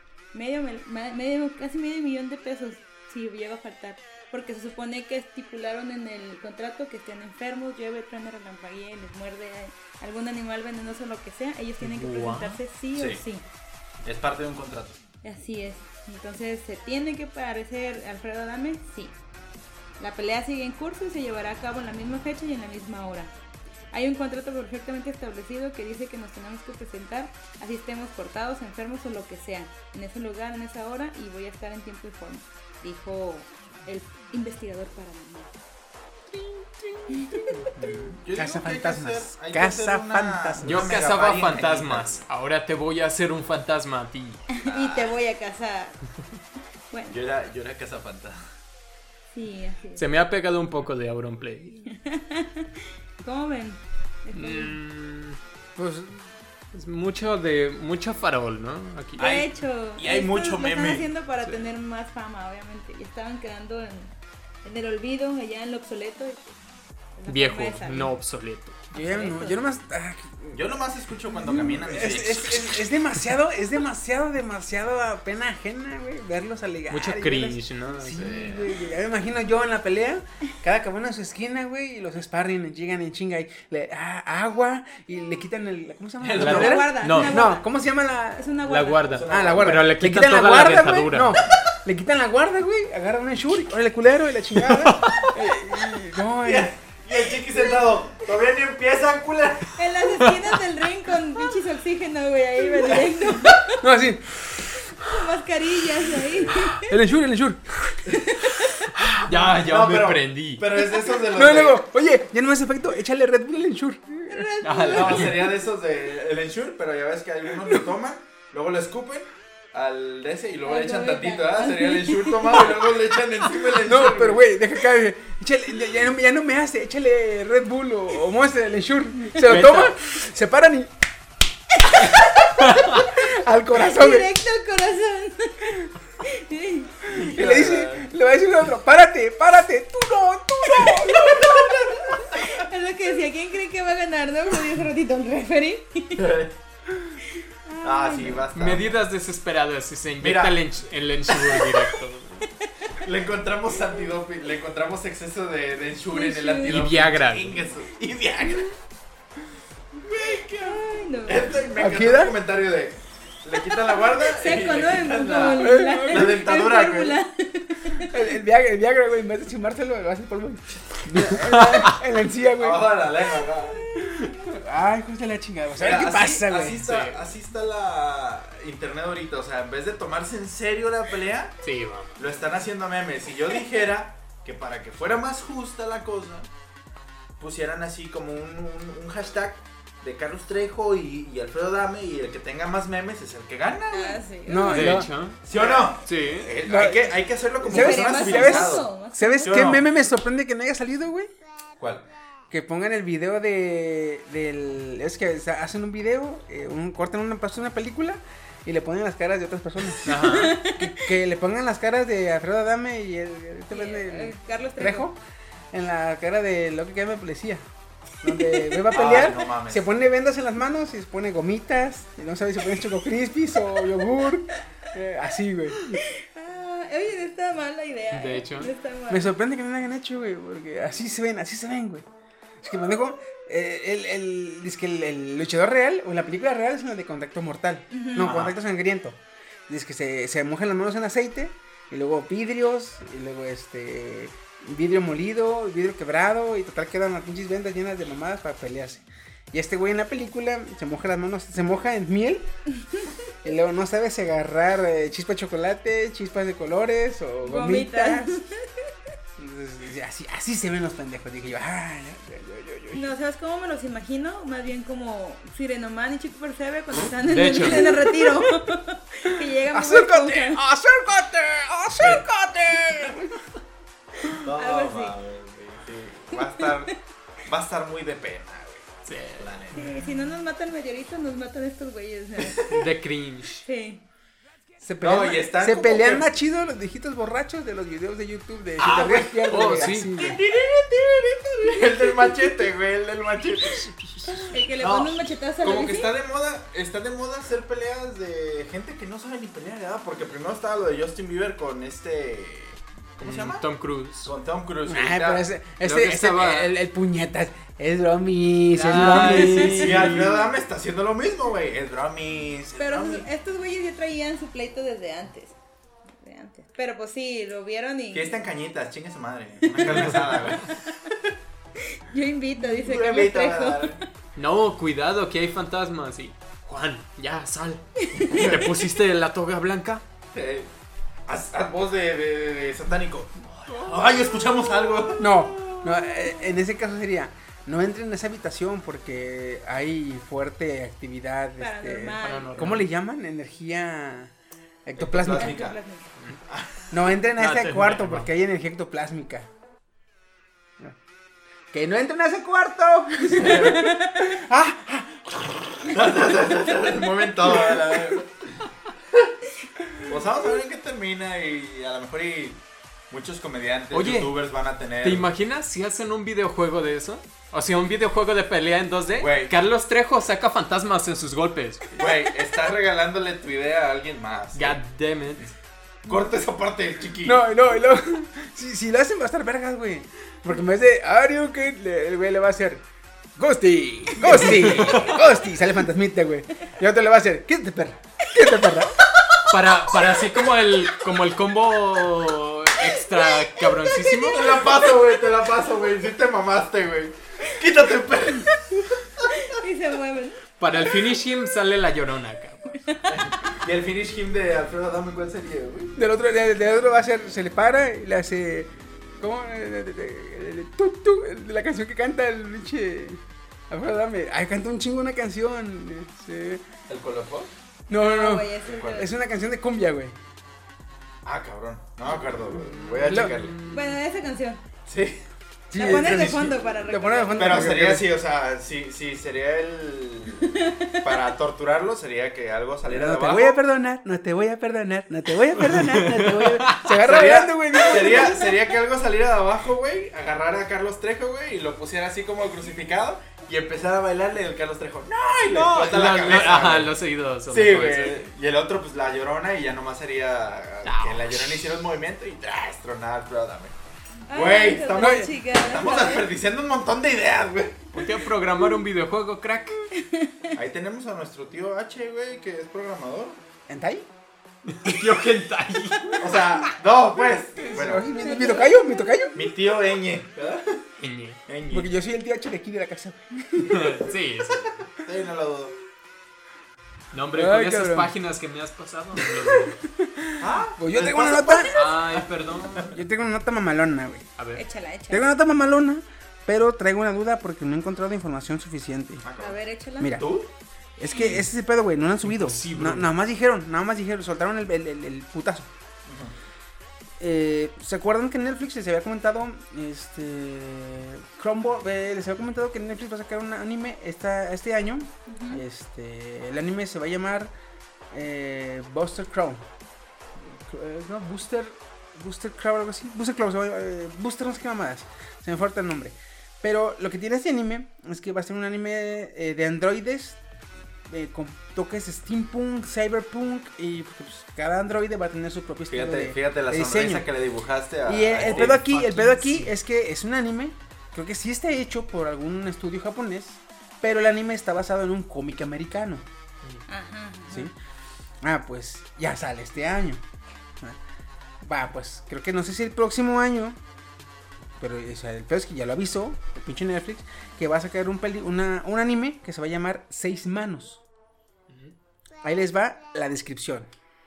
Casi medio millón de pesos si llega a faltar. Porque se supone que estipularon en el contrato que estén enfermos, llueve, truena, relampaguea, les muerde algún animal venenoso, lo que sea, ellos tienen que Guau. presentarse sí o Sí. sí. Es parte de un contrato. Así es. Entonces, ¿se tiene que parecer Alfredo Adame? Sí. La pelea sigue en curso y se llevará a cabo en la misma fecha y en la misma hora. Hay un contrato perfectamente establecido que dice que nos tenemos que presentar, así estemos cortados, enfermos o lo que sea, en ese lugar, en esa hora, y voy a estar en tiempo y forma, dijo el investigador paranormal. Yo digo Casa que hay que fantasmas. hacer- hay que Casa hacer una- fantasmas. Yo una cazaba megaparty fantasmas. Ahora te voy a hacer un fantasma a ti. Y te voy a casar. Bueno, Yo era cazafantasma. sí, así es. Se me ha pegado un poco de Auronplay. ¿Cómo ven? Pues, Es mucho farol, ¿no? Aquí. De Hay- hecho, y hay esto mucho lo están meme. haciendo para tener más fama, obviamente. Y estaban quedando en el olvido, allá en lo obsoleto. y, pues, la Viejo, forma de salir. no obsoleto. yo nomás. Yo nomás escucho cuando caminan. y sí. Es demasiado a pena ajena, güey, verlos alegar. Mucho y cringe, ¿no? verlos- Sí, Sí. güey, ya me imagino yo en la pelea, cada cabrón en su esquina, güey, y los sparring llegan en chinga y agua y le quitan ¿cómo se llama? La Una guarda. guarda, No, una No, guarda. ¿cómo se llama la? Es una La guarda. guarda. Ah, la guarda. Pero le quitan la toda guarda, la güey. dentadura. No, le quitan la guarda, güey, agarran un Ensure, órale culero y la chingada. No, Y el chiqui sentado. Todavía ni empiezan, culera. En las esquinas del ring con pinches oxígeno, güey, ahí va directo. no, así. Con mascarillas ahí. El Ensure. Ya No, me pero- prendí. Pero es de esos de los. No, y de- luego, oye, ya no me hace efecto, échale Red Bull al Ensure. No, sería de esos de el Ensure, pero ya ves que algunos lo toman, luego lo escupen al de ese y luego Al le echan Gobeta. tantito, ¿verdad? Sería el Ensure tomado y luego le echan encima el Ensure. No, pero güey, deja acá, échale, ya no me hace, échale Red Bull o Monster, el Ensure. Se lo Veta. toman, se paran y. al corazón, güey. Directo al corazón. Sí. Y le dice, le va a decir al otro, párate, tú no. Es lo que decía, ¿quién cree que va a ganar? ¿No? Como dijo hace ratito el referee. Ah, sí, basta. Medidas desesperadas si se inyecta Mira. el Ensure directo. Le encontramos antidoping, le encontramos exceso de Ensure en el Y antidoping. Y Viagra. Chingue Y Viagra. Ay, no. Me ¿A encantó qué edad? el comentario de. Le quitan la guarda. y Seco, le ¿no? quitan Como la dentadura, en fórmula. El Viagra, güey, en vez de chumárselo, lo hace polvo. En la encía, güey. Abajo de la lengua, Ay, hijos de la chingada. O sea, Mira, ¿qué así- pasa, güey? Así está la internet ahorita. O sea, en vez de tomarse en serio la pelea, Sí, vamos. lo están haciendo memes. Si yo dijera que para que fuera más justa la cosa, pusieran así como un hashtag de Carlos Trejo y Alfredo Adame, y el que tenga más memes es el que gana. Ah, sí. No, De no. hecho. ¿Sí o no? Sí. Hay que hacerlo como ¿Sabes? personas Más civilizadas. famoso, más ¿Sabes ¿Sí o qué no? meme me sorprende que no haya salido, güey? ¿Cuál? Que pongan el video del... Es que hacen un video, cortan una película y le ponen las caras de otras personas. Ajá. Que le pongan las caras de Alfredo Adame y el Carlos Trejo en la cara de lo que llama policía. Donde güey va a pelear, Ay, no mames. se pone vendas en las manos y se pone gomitas, y no sabe si pone Choco Crispies o yogur, así, güey. Oye, no está mal la idea. De hecho. No está mal. Me sorprende que no lo hayan hecho, güey, porque así se ven, güey. Es que pendejo, dice que el luchador real, o la película real es la de Contacto Mortal, no, Contacto Sangriento. Dice que se mojan las manos en aceite, y luego vidrios, y luego vidrio molido, vidrio quebrado, y total quedan las pinches vendas llenas de mamadas para pelearse. Y este güey en la película se moja las manos, se moja en miel, y luego no sabe si agarrar chispas de chocolate, chispas de colores o gomitas. Entonces, así se ven los pendejos. Dije yo, No, ¿sabes cómo me los imagino? Más bien como Sirenoman y Chico Percebe cuando están en, De hecho. en el retiro. Que llegan ¡acércate! ¡Acércate! ¡Acércate! No, Algo así. mames, sí. Va a estar muy de pena, güey. Sí. La neta. Sí, si no nos matan meteoritos, nos matan estos güeyes. ¿no? De cringe. Sí. Se pelean, No, y están se como pelean que- más chido los viejitos borrachos de los videos de YouTube de Ah, si te ríes, güey. pierdes, Oh, güey, sí. así, güey. El del machete, güey, el del machete. El que le No, pone un machetazo a la Como que bici. está de moda hacer peleas de gente que no sabe ni pelear, ¿verdad? Porque primero estaba lo de Justin Bieber con ¿cómo se llama? Tom Cruise. Con Tom Cruise. Ay, pero Creo que estaba- el puñetas, es bromis, es Ah, bromis. Y Alfredo Adame está haciendo lo mismo, güey. Es bromis. Pero bromis. estos güeyes ya traían su pleito desde antes. Pero pues sí, lo vieron y... Que están cañitas, chingue su madre. Una carne asada, güey. Yo invito, dice Yo Carlos invito, Trejo. ¿verdad? No, cuidado, que hay fantasmas. Y Juan, ya, sal. ¿Te pusiste la toga blanca? Haz voz de satánico. Ay, escuchamos algo. No, en ese caso sería, no entren en esa habitación porque hay fuerte actividad, Paranormal. ¿cómo le llaman? Energía ectoplásmica. Ectoplásmica. No entren a No, ese te cuarto entiendo. porque hay energía ectoplásmica. Que no entren a ese cuarto. Mueven todo, la verdad. Pues vamos a ver en qué termina y a lo mejor muchos comediantes, Oye, youtubers van a tener... ¿Te imaginas si hacen un videojuego de eso? O sea, un videojuego de pelea en 2D. Güey. Carlos Trejo saca fantasmas en sus golpes. Güey, estás regalándole tu idea a alguien más. God damn it. Corta esa parte, chiqui. No, y luego, si lo hacen va a estar vergas, güey. Porque en vez de el güey le va a hacer Ghosty, sale fantasmita, güey. Y otro le va a hacer, quítate perra. Para así como el combo extra cabroncísimo. Te la paso, güey. Sí te mamaste, güey. Quítate, perro. Y se mueven. Para el finish him sale la llorona, cabrón. Y el finish him de Alfredo Adame, ¿cuál sería, güey? Del otro va a hacer, se le para y le hace, ¿cómo? La canción que canta el pinche Alfredo Adame. Ay, canta un chingo una canción. ¿El colofón? No. güey, ese es el- Es una canción de cumbia, güey. Ah, cabrón. No me acuerdo, güey. Voy a Lo- checarle. Bueno, esa canción. Sí. Sí, La pones de sí. fondo para Te pones de fondo. Pero porque- sería así, o sea, sí, sería el... Para torturarlo sería que algo saliera de No te abajo. voy a perdonar, no te voy a perdonar. Se agarra bailando, güey. Sería que algo saliera de abajo, güey, agarrara a Carlos Trejo, güey, y lo pusiera así como crucificado y empezara a bailarle el Carlos Trejo. ¡No! Y le explota la cabeza, Ajá, güey. los oídos. son Sí, mejor, güey. Y el otro, pues la llorona, y ya nomás sería que la llorona hiciera un movimiento y ¡tras! Tronada al programa. Ay, Güey, qué estamos chingada, ¿sabes? desperdiciando un montón de ideas, güey. Ponte a programar un videojuego, crack. Ahí tenemos a nuestro tío H, güey, que es programador. ¿Hentai? Yo hentai. O sea, no, pues. Bueno, ¿Mi tocayo? mi tío Ñ, ¿verdad? Ñe. Porque yo soy el tío H de aquí de la casa. Sí. Sí, no lo dudo. No, hombre, Ay, con esas cabrón. páginas que me has pasado. no lo dudo. Pues yo tengo una nota. Ay, perdón. Yo tengo una nota mamalona, güey. A ver. Échala. Tengo una nota mamalona, pero traigo una duda porque no he encontrado información suficiente. A ver, échala. Mira, ¿Tú? es que ese es el pedo, güey, no lo han subido. Imposible. Nada más dijeron, soltaron el putazo. ¿Se acuerdan que Netflix les había comentado, Chromebook, les había comentado que Netflix va a sacar un anime este año? El anime se va a llamar Buster Crown. No, Booster Crown, algo así. Booster Crown, Booster no sé qué mamadas. Se me falta el nombre. Pero lo que tiene este anime es que va a ser un anime de androides con toques steampunk, cyberpunk y pues, cada androide va a tener su propio estilo Fíjate la de sonrisa diseño. que le dibujaste a... Y el a pedo Steve. aquí es que es un anime, creo que sí está hecho por algún estudio japonés, pero el anime está basado en un cómic americano. Ajá. ¿Sí? Pues ya sale este año. Pues creo que no sé si el próximo año, pero o sea, el pedo es que ya lo avisó el pinche Netflix, que va a sacar un anime que se va a llamar 6 manos. Ahí les va la descripción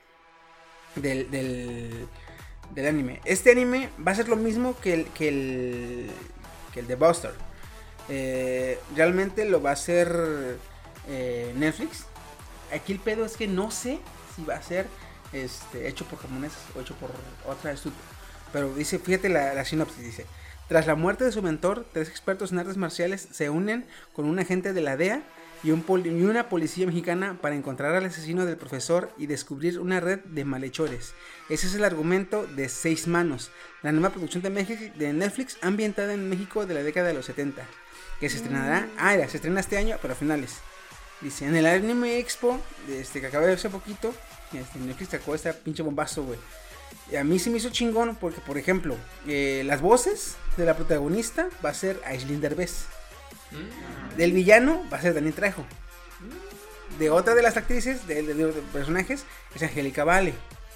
del anime. Este anime va a ser lo mismo que el de Buster. Realmente lo va a hacer Netflix. Aquí el pedo es que no sé si va a ser hecho por japoneses o hecho por otra estudio. Pero dice, fíjate la sinopsis, dice: tras la muerte de su mentor, 3 expertos en artes marciales se unen con un agente de la DEA y una policía mexicana para encontrar al asesino del profesor y descubrir una red de malhechores. Ese es el argumento de 6 manos, la nueva producción de Netflix ambientada en México de la década de los 70, que se estrenará, se estrena este año, pero a finales. Dice, en el Anime Expo, que acaba de hace poquito, Netflix sacó este pinche bombazo, güey. Y a mí se me hizo chingón porque, por ejemplo, las voces de la protagonista va a ser Aisling Derbez. Del villano va a ser Dani Trejo. De otra de las actrices, de personajes, es Angélica Vale.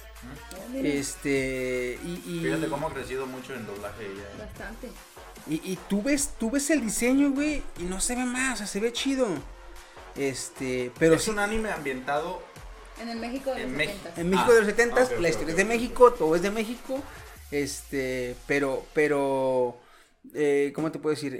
Fíjate cómo ha crecido mucho en doblaje ella. Bastante. Y tú ves el diseño, güey, y no se ve más, o sea, se ve chido. Pero es un anime ambientado en el México de los 70. En México de los 70, okay, la historia es de México, todo es de México. Pero ¿cómo te puedo decir?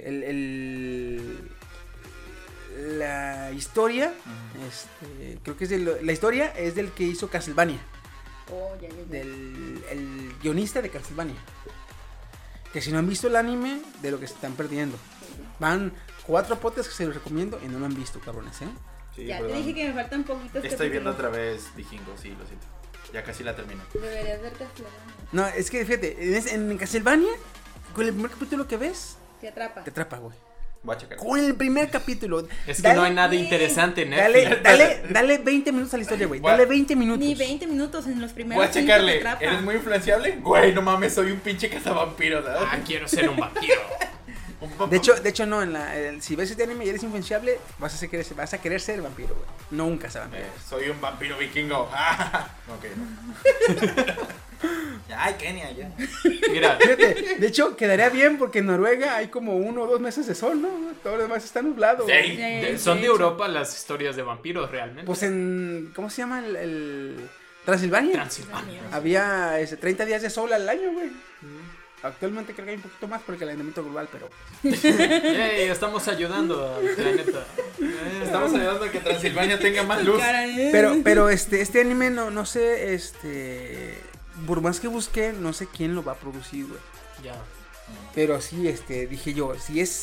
La historia, creo que es la historia es del que hizo Castlevania. Ya. El guionista de Castlevania. Que si no han visto el anime, de lo que se están perdiendo. Van 4 podcasts que se los recomiendo y no lo han visto, cabrones, Sí, ya perdón. te dije que me faltan poquitos. Estoy viendo otra vez Vikingo, sí, lo siento. Ya casi la termino. Deberías ver Castlevania. No, es que fíjate, en Castlevania, con el primer capítulo que ves, Te atrapa. te atrapa, güey. Voy a checar. Con el primer capítulo. Es que no hay nada interesante en Netflix. Dale 20 minutos a la historia, güey. Dale 20 minutos. Ni 20 minutos en los primeros. Voy a 5 te checarle. atrapa. ¿Eres muy influenciable? Güey, no mames, soy un pinche cazavampiro, ¿verdad? Quiero ser un vampiro. De hecho no, si ves este anime y eres influenciable, vas a querer ser vampiro, güey. No un cazavampiro. Soy un vampiro vikingo. Ok, no. Ay, Kenia, ya. Mira, Fíjate, de hecho, quedaría bien porque en Noruega hay como 1 o 2 meses de sol, ¿no? Todo lo demás está nublado. güey. son de Europa las historias de vampiros realmente. Pues ¿cómo se llama el Transilvania? Transilvania. Había 30 días de sol al año, güey. Actualmente creo que hay un poquito más por el calentamiento global, pero... Yay, estamos ayudando al planeta. Estamos ayudando a que Transilvania tenga más luz. Pero este anime no sé, por más que busqué, no sé quién lo va a producir, güey. Ya. Pero sí, dije yo, si es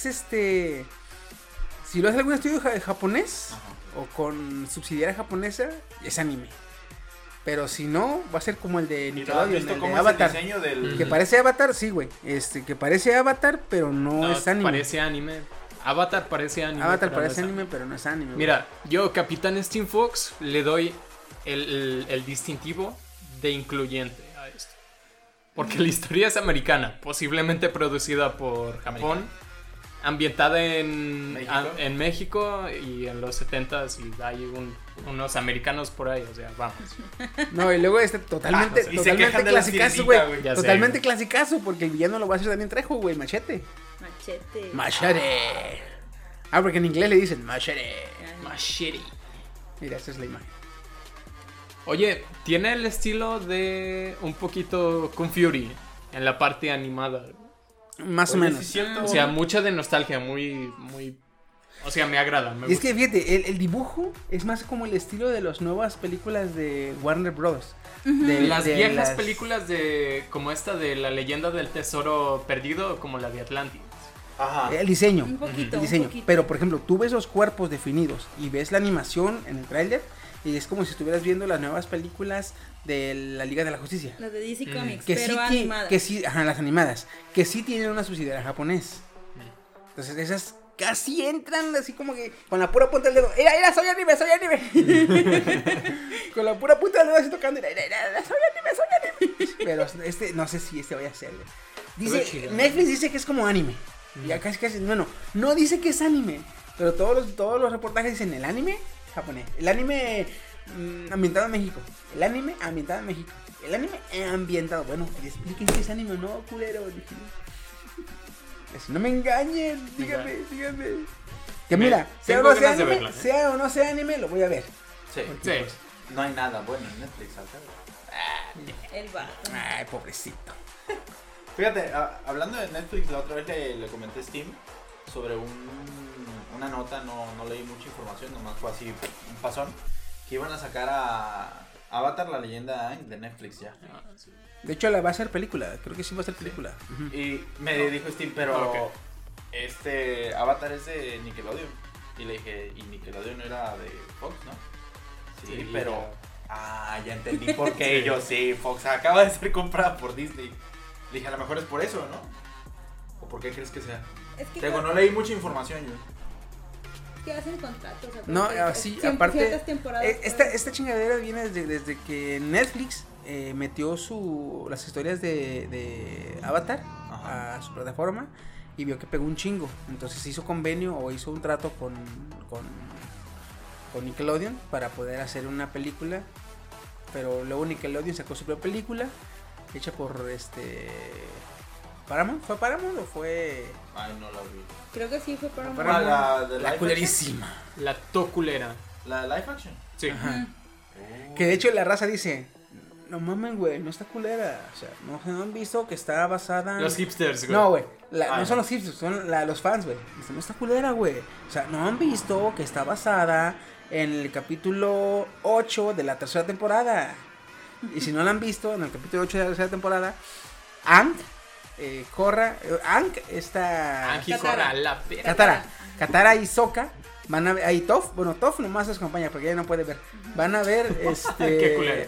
si lo hace algún estudio japonés o con subsidiaria japonesa, es anime. Pero si no, va a ser como el de Nickelodeon, el de Avatar. Es el diseño del... Que parece Avatar, sí, güey. Que parece Avatar, pero no es anime. Parece anime. Avatar parece anime. Avatar pero parece no es anime, pero no es anime. güey. Mira, yo, Capitán Steam Fox, le doy el distintivo de incluyente a esto. Porque la historia es americana, posiblemente producida por Japón, ambientada en México y en los 70s, y hay unos americanos por ahí, o sea, vamos. No, y luego totalmente y se quejan de la clasicazo, sirenita, güey. güey. Ya sé, Totalmente güey. clasicazo, porque el villano lo va a hacer Daniel Trejo, güey, Machete. Machete. Machete. Ah, porque en inglés le dicen machete. Machete. Mira, esta es la imagen. Oye, tiene el estilo de un poquito Kung Fury en la parte animada. Más o Oye, menos. sí es cierto. O sea, mucha de nostalgia, muy... O sea, me agrada, me Y es gusta. que fíjate, el dibujo es más como el estilo de las nuevas películas de Warner Bros. Las de viejas las- películas de como esta de la leyenda del tesoro perdido, como la de Atlantis. Ajá. El diseño. Un poquito, El diseño. un poquito. Pero, por ejemplo, tú ves los cuerpos definidos y ves la animación en el tráiler y es como si estuvieras viendo las nuevas películas de la Liga de la Justicia. Las de DC Comics, Que pero sí, animadas. que sí, ajá, las animadas, que sí tienen una subsidiaria japonés. Entonces esas casi entran así como que con la pura punta del dedo. ¡Mira, soy anime, soy anime! Con la pura punta del dedo así tocando. ¡Mira, soy anime, soy anime! Pero no sé si vaya a ser. Ve chido, ¿no? Netflix dice que es como anime. Ya casi, bueno, no dice que es anime, pero todos los reportajes dicen el anime japonés. El anime ambientado en México. El anime ambientado en México. El anime ambientado. Bueno, expliquen si es anime o no, culero. Dije. Así, no me engañen, díganme. Que mira, sea o tengo no sea ganas de anime, verla, ¿eh? sea o no sea anime, lo voy a ver. Sí. Sí. No hay nada bueno en Netflix, ¿sabes? El vato. Ay, pobrecito. Fíjate, hablando de Netflix, la otra vez le comenté a Steam sobre una nota, no leí mucha información, nomás fue así un pasón, que iban a sacar a Avatar, la leyenda de Aang, de Netflix ya. De hecho, la va a ser película, creo que sí va a ser película. Ujú. Y me dijo Steam, pero Ok. Avatar es de Nickelodeon. Y le dije, y Nickelodeon era de Fox, ¿no? Sí, Sí, pero... ya. ya entendí por qué. Yo sí, Fox acaba de ser comprada por Disney. Le dije, a lo mejor es por eso, ¿no? ¿O por qué crees que sea? Es que, Te digo, no leí mucha información yo. que hacen contratos. o sea, No, porque así, siempre aparte, ciertas temporadas, esta chingadera viene desde que Netflix metió las historias de Avatar Ajá. a su plataforma y vio que pegó un chingo. Entonces hizo convenio o hizo un trato con Nickelodeon para poder hacer una película. Pero luego Nickelodeon sacó su propia película hecha por Paramount. ¿Fue Paramount o fue...? Ay, no la vi. creo que sí fue para un Paramount. la de La live culerísima. La toculera. action. La de live action. Sí. Ajá. Que de hecho la raza dice, no mamen, güey, no está culera. O sea, no han visto que está basada en... Los hipsters, güey. No, güey, Ah, no son no. los hipsters, son los fans, güey. Dicen, no está culera, güey. O sea, no han visto que está basada en el capítulo 8 de la tercera temporada. Y si no la han visto, en el capítulo 8 de la tercera temporada, Aang, Korra, Aang, esta... Angie Korra, la pera. Katara y Sokka van a ver, ahí Toph, bueno, Toph nomás es compañía porque ella no puede ver. Van a ver Qué culero.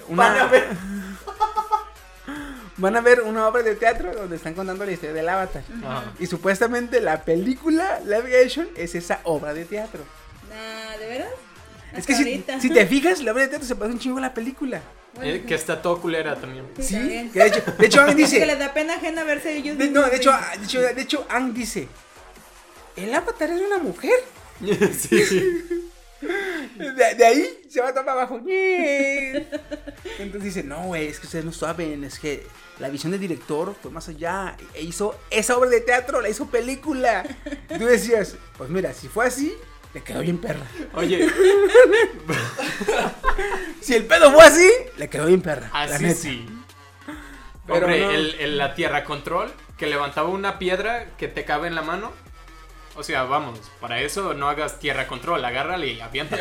Van a ver una obra de teatro donde están contando la historia del Avatar. Ajá. Y supuestamente la película live action es esa obra de teatro. Nah, ¿de veras? Es Hasta que ahorita. si te fijas, la obra de teatro se parece un chingo a la película. Bueno, Que está todo culera también. sí, Sí, también. que de hecho Aang Que dice, les da pena ajena verse ellos de mismos, de hecho Aang dice, el Avatar es una mujer. Sí. De ahí se va a tomar abajo. Entonces dice, no, güey, es que ustedes no saben, es que la visión del director fue más allá. E hizo esa obra de teatro, la hizo película. Y tú decías, pues mira, si fue así, le quedó bien perra. Oye, Si el pedo fue así, le quedó bien perra. la así neta. sí. Pero Hombre, no. la tierra control que levantaba una piedra que te cabe en la mano. O sea, vamos, para eso no hagas tierra control, agárrale y aviéntala.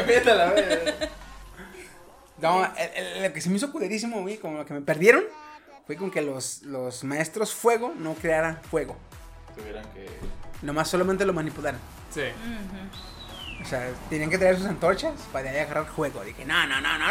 No, lo que se me hizo culerísimo, güey, como lo que me perdieron, fue con que los maestros fuego no crearan fuego. Tuvieran que... Nomás solamente lo manipularan. Sí. O sea, tenían que traer sus antorchas para de ahí agarrar fuego. Dije, no.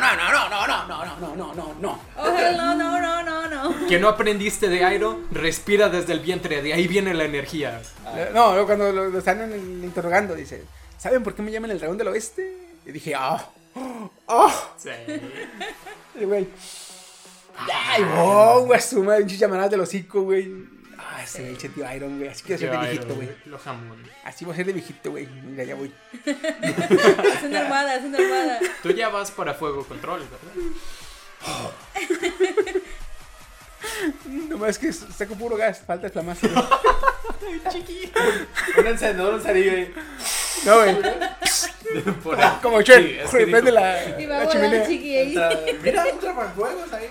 Ojalá, no. Que no aprendiste de Airo, respira desde el vientre, de ahí viene la energía. No, cuando lo están interrogando, dice, ¿saben por qué me llaman el dragón del oeste? Y dije, Sí. Y güey, ay, güey, su madre, un chichamanas del hocico, güey. Ese güey, ese tío Iron, güey, así quiero ser de viejito, güey. Lo jamón. Así voy a ser de viejito, güey. Mira, ya voy. Es una armada. Tú ya vas para fuego control, ¿verdad? Nomás que saco puro gas, falta el flamastro. Un encendedor, un cerillo ahí. No, güey. Por ahí. Como Cher, Sí, es que prende dijo- la, Y va a la volar chimenea. Chiqui ahí. Mira, un trapajuegos ahí.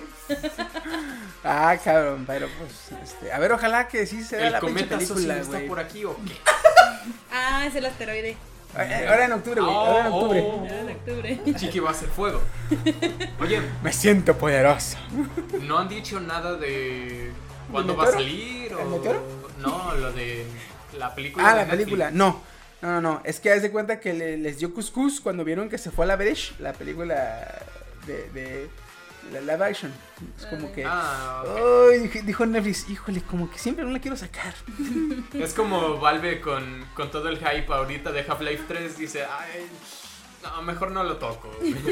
Ah, cabrón, pero pues, a ver, ojalá que sí se vea ¿El la pinche cometa Sosin película, está güey. por aquí o qué? Ah, es el asteroide. Ahora en octubre, güey, ahora en octubre. Ahora en octubre. Chiqui va a hacer fuego. Oye, Me siento poderoso. ¿no han dicho nada de cuándo ¿El va a meteoro? salir? ¿El O... meteoro? No, lo de la película. Ah, de la Netflix. película, no. Es que haz de cuenta que les dio cuscús cuando vieron que se fue a la British, la película de la live action. Es como que. Ah, ok. Ay, dijo Netflix, híjole, como que siempre no la quiero sacar. Es como Valve con todo el hype ahorita de Half-Life 3. Dice, ay, no, mejor no lo toco.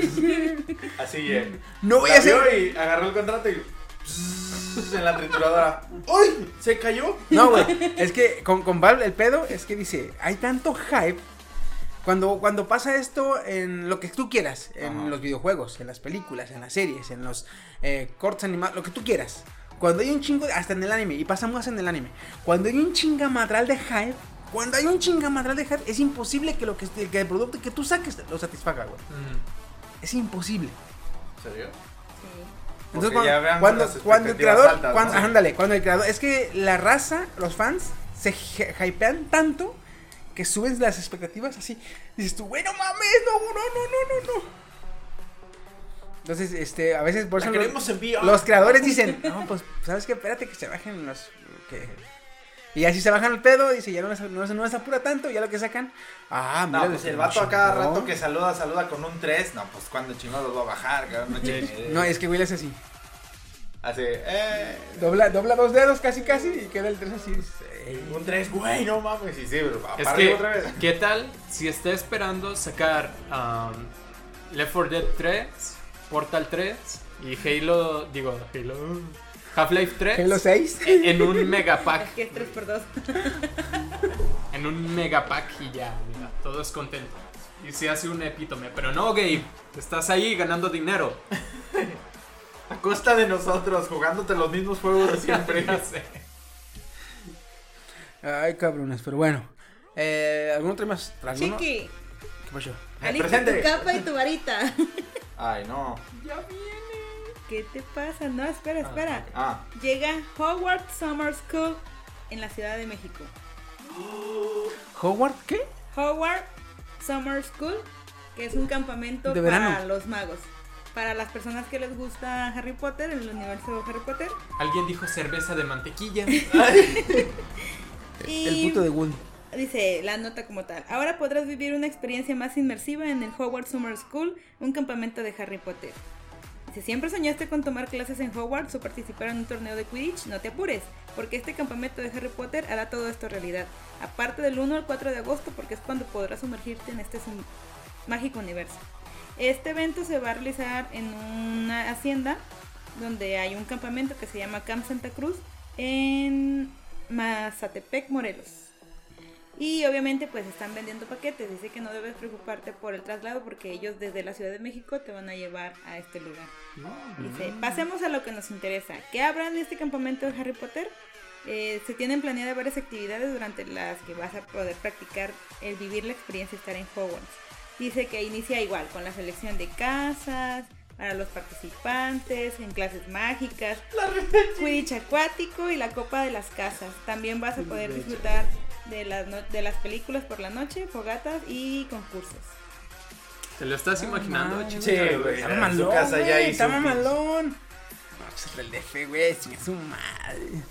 Así, No voy la a hacer. vio y agarró el contrato y. En la trituradora. ¡Uy! ¿Se cayó? No, güey. Es que con Valve el pedo es que dice, hay tanto hype. Cuando pasa esto en lo que tú quieras, en los videojuegos, en las películas, en las series, en los cortos animados, lo que tú quieras. Cuando hay un chingo, hasta en el anime, y pasa más en el anime. Cuando hay un chingamadral de hype, es imposible que el producto que tú saques lo satisfaga, güey. Es imposible. ¿En serio? Sí. Entonces, Porque ya vean cuando las el expectativas creador, altas, ¿no? ándale, cuando el creador, es que la raza, los fans, se hypean tanto que suben las expectativas así. Dices tú, bueno mames, no. Entonces, a veces por La eso queremos en VR. los creadores dicen, no, pues, ¿sabes qué? Espérate que se bajen los... Y así se bajan el pedo, dice, ya no les apura tanto, ya lo que sacan, No, mira, pues el vato a cada chingón. rato que saluda con un 3. No, pues cuando chingón los va a bajar, cabrón. No, es que Will es así. Así, Dobla 2 dedos casi y queda el 3 así. un 3, güey, no mames. Sí, pero Es para que, arriba otra vez. ¿qué tal si está esperando sacar Left 4 Dead 3, Portal 3 y Half-Life 3 Halo 6. en un megapack? Aquí es 3x2. En un megapack y ya, mira, todos contentos. Y se hace un epítome, pero no, Gabe, estás ahí ganando dinero. A costa de nosotros, jugándote los mismos juegos de siempre. Ya sé. Ay, cabrones, pero bueno. ¿Algún otro más? ¿Alguno? Chiqui, ¿Qué pasó? alista presente. tu capa y tu varita. Ay, no. ¿Qué te pasa? No, espera. Ah, Llega Howard Summer School en la Ciudad de México. ¿Howard qué? Howard Summer School, que es un campamento De para verano. los magos. Para las personas que les gusta Harry Potter, el universo de Harry Potter. Alguien dijo cerveza de mantequilla. Y El puto de Wood. dice la nota como tal. Ahora podrás vivir una experiencia más inmersiva en el Howard Summer School, un campamento de Harry Potter. Si siempre soñaste con tomar clases en Hogwarts o participar en un torneo de Quidditch, no te apures, porque este campamento de Harry Potter hará todo esto realidad. Aparte del 1 al 4 de agosto, porque es cuando podrás sumergirte en este mágico universo. Este evento se va a realizar en una hacienda donde hay un campamento que se llama Camp Santa Cruz en Mazatepec, Morelos. Y obviamente pues están vendiendo paquetes. Dice que no debes preocuparte por el traslado porque ellos desde la Ciudad de México te van a llevar a este lugar. Dice, pasemos a lo que nos interesa. ¿Qué habrá en este campamento de Harry Potter? Se tienen planeadas varias actividades durante las que vas a poder practicar el vivir la experiencia de estar en Hogwarts. Dice que inicia igual con la selección de casas para los participantes, en clases mágicas, Quidditch acuático y la copa de las casas. También vas a poder disfrutar de las películas por la noche, fogatas y concursos. ¿Te lo estás imaginando, chico? sí, güey. Está En su mamalón, casa ya güey, hizo está un mamalón. No, pues el DF, güey, sin su madre.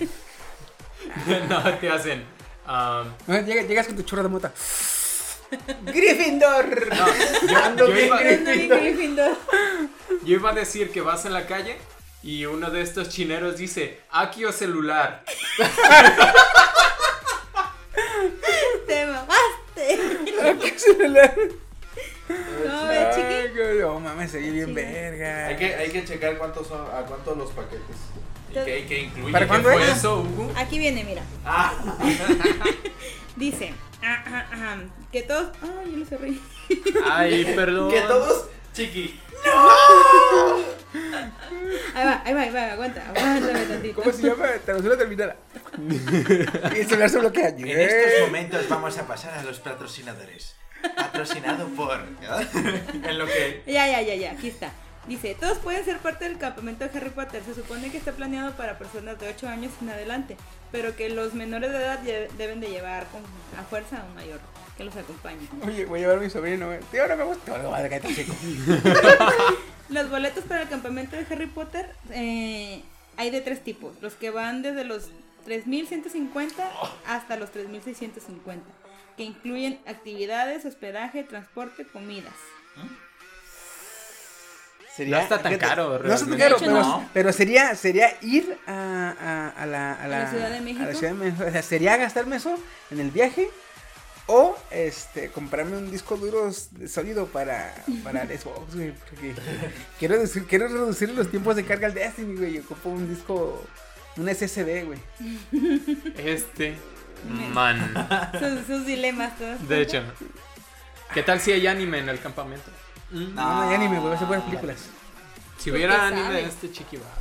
No, te hacen. No, llegas con tu churro de mota. ¡Gryffindor! No, Gryffindor. yo iba a decir que vas en la calle y uno de estos chineros dice, aquí o celular. ¡Te mamaste! ¿Qué celular? No, es chiqui. No mames, se oye bien Sí. verga. Hay que checar cuántos son, a cuántos los paquetes. ¿Y qué incluye? ¿Para ¿Qué cuándo fue es? eso, Hugo? Aquí viene, mira. Ah, Dice que todos. Ay, yo lo cerré. Ay, perdón. que todos, chiqui. Ahí va, aguántame tantito. ¿Cómo se llama? Traducción terminada. Y el celular se bloquea. En estos momentos vamos a pasar a los patrocinadores. Patrocinado por... En lo que... Ya, aquí está. Dice, todos pueden ser parte del campamento de Harry Potter. Se supone que está planeado para personas de 8 años en adelante, pero que los menores de edad deben de llevar a fuerza a un mayor que los acompañe. Oye, voy a llevar a mi sobrino, güey. Tío, no me gusta. Madre, cállate, chico. Los boletos para el campamento de Harry Potter hay de 3 tipos. Los que van desde los 3.150 hasta los 3.650, que incluyen actividades, hospedaje, transporte, comidas. No está tan caro, No está tan realmente. caro, De hecho, pero sería ir a la Ciudad de México. A la Ciudad de México. O sea, sería gastarme eso en el viaje o comprarme un disco duro sólido para el Xbox, güey, porque quiero reducir los tiempos de carga al Destiny, güey. Yo ocupo un disco, un SSD, güey. Man. Sus dilemas todos. De hecho. ¿Qué tal si hay anime en el campamento? No hay anime, güey, va a ser buenas películas. Si hubiera qué anime, sabes? Chiqui va.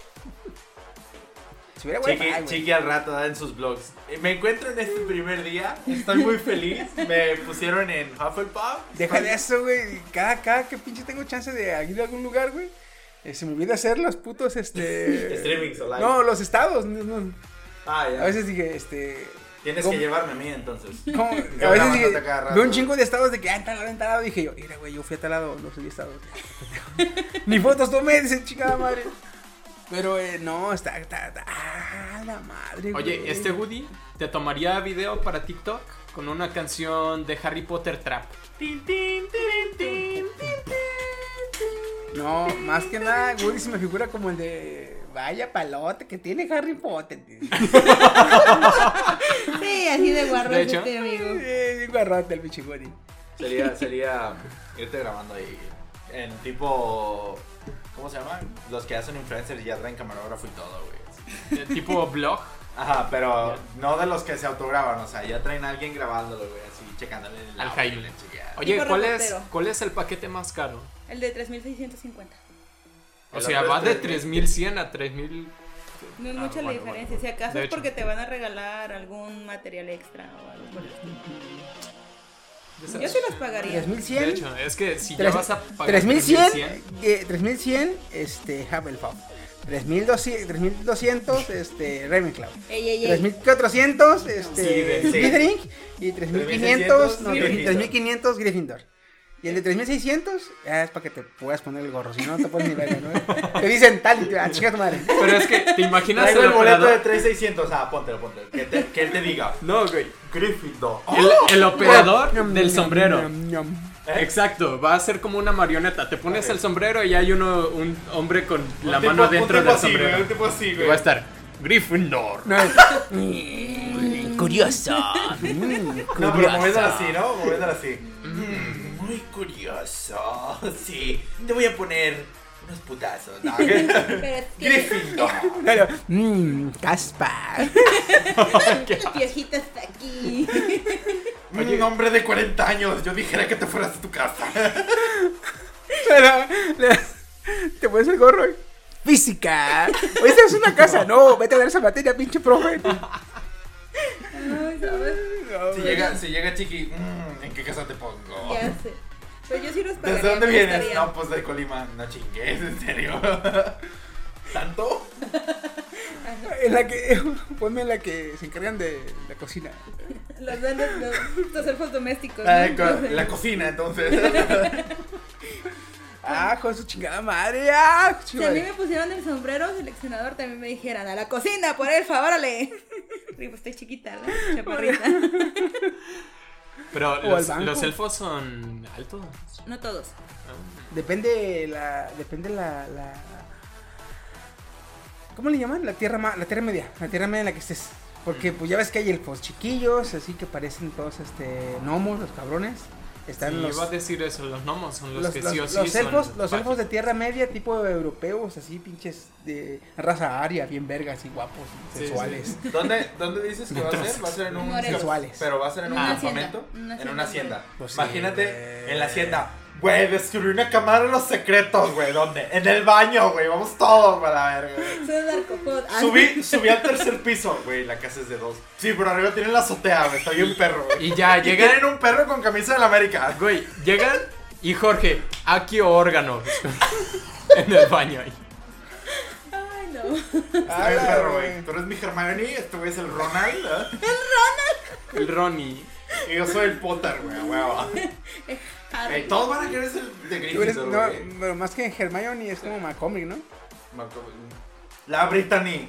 Si hubiera wifi, Chiqui al rato da en sus blogs. Me encuentro en este primer día, estoy muy feliz. Me pusieron en Hufflepuff. Deja de eso, güey. Cada que pinche tengo chance de ir a algún lugar, güey. Se me olvida hacer los putos, Streamings o live. No, los estados. No. Ah, ya. A veces dije, Tienes ¿cómo? que llevarme a mí entonces. ¿Cómo? A Yo veces grabándote dije, cada rato. veo un chingo de estados de que, en tal lado, dije yo, mira, güey, yo fui a tal lado, no subí estados. Ni fotos tomé, dice, chingada madre. Pero, no, está, la madre, güey. Oye, Woody te tomaría video para TikTok con una canción de Harry Potter Trap. Tin, tin, tin, tin, tin, tin. No, más que nada, Woody se me figura como el de, vaya palote que tiene Harry Potter. Sí, así de guarro De es hecho. este amigo. Bien guarrote el pinche Woody. Sería irte grabando ahí en tipo... ¿Cómo se llama? Los que hacen influencers y ya traen camarógrafo y todo, güey. Tipo vlog. Ajá, pero no de los que se autograban, o sea, ya traen a alguien grabándolo, güey, así checándole el Al audio, Jaime. la chingada. Oye, Tipo reportero. ¿cuál es el paquete más caro? El de 3.650. O El sea, otro va es de 3100 a 3.000. No es Ah, mucha la bueno, diferencia. bueno. Si acaso De es hecho. porque te van a regalar algún material extra o algo por el estilo. Yo sí los pagaría. 3100. De hecho, es que si ya vas a pagar 3100, 3100, Hufflepuff. 3200, Ravenclaw. Ey. 3400, sí. Slytherin. Y 3500, no, Gryffindor. 3500, Gryffindor. Y el de 3600, es para que te puedas poner el gorro, si no, no te pones ni verga, ¿no? Te dicen tal y te chinga tu madre. Pero es que te imaginas Traigo el boleto de operador. 3600, póntelo. Que él te diga, No, güey. Gryffindor. El operador Ñam, del ñam, sombrero. ñam, ñam. Exacto, va a ser como una marioneta. Te pones el sombrero y hay un hombre con la Un tipo- mano un dentro tipo del así, sombrero. güey, un tipo así, Y güey. va a estar Gryffindor. No, curioso. No, pero moviéndolo así, ¿no? Moviéndolo así. Muy curioso. Sí, te voy a poner unos putazos. ¿No? Pero es que Gryffindor. Claro, Caspar. Piojito está aquí. Un hombre de 40 años. Yo dijera que te fueras a tu casa. Te pones el gorro. Física. Oye, esta es una casa. No, vete a ver esa materia, pinche profe. Ay, ¿sabes? Si llega Chiqui, ¿en qué casa te pongo? Ya sé. Pero yo sí los pagaría. ¿Desde dónde me vienes? gustaría. No, pues de Colima. No chingues, en serio. ¿Tanto? En la que. Ponme en la que se encargan de la cocina. Los duendes, los elfos domésticos. ¿no? La cocina, entonces. Con su chingada madre. Si a mí me pusieron el sombrero seleccionador, también me dijeran a la cocina, por el favor, órale. Pues estoy chiquita, ¿no? Chaparrita. Pero O al banco. los elfos son altos. No todos. Depende la. ¿Cómo le llaman? La tierra media. La tierra media en la que estés. Porque pues ya ves que hay elfos chiquillos, así que parecen todos gnomos, los cabrones. Están Sí, los. iba a decir eso, los gnomos son los que Los, sí o sí los elfos, son los elfos de mágicos. tierra media, tipo europeos, así pinches de raza aria, bien vergas y guapos y Sí, sensuales. ¿Dónde dices que va a ser? ¿Va a ser en un Morelos. Sensuales. Pero va a ser en un Una campamento? hacienda. Una En una hacienda. hacienda. Pues sí, Imagínate güey. en la hacienda. Güey, descubrí una cámara de los secretos, güey. ¿Dónde? En el baño, güey. Vamos todos, güey, a la verga. Soy narcopod. Subí al tercer piso, güey. La casa es de 2. Sí, pero arriba tienen la azotea, güey. Está bien perro, güey. Y ya, llegan, Tienen un perro con camisa de la América. güey, llegan y Jorge, aquí órgano. En el baño ahí. Ay, no. Está bien perro, güey. Tú eres mi Hermione, este güey es el Ronald, ¿eh? El Ronnie. Y yo soy el Potter, güey, a huevo. Ey, todos van a querer ser de Tú eres, Gryffindor, no, güey. pero más que Hermione es como McCormick, ¿no? La Brittany.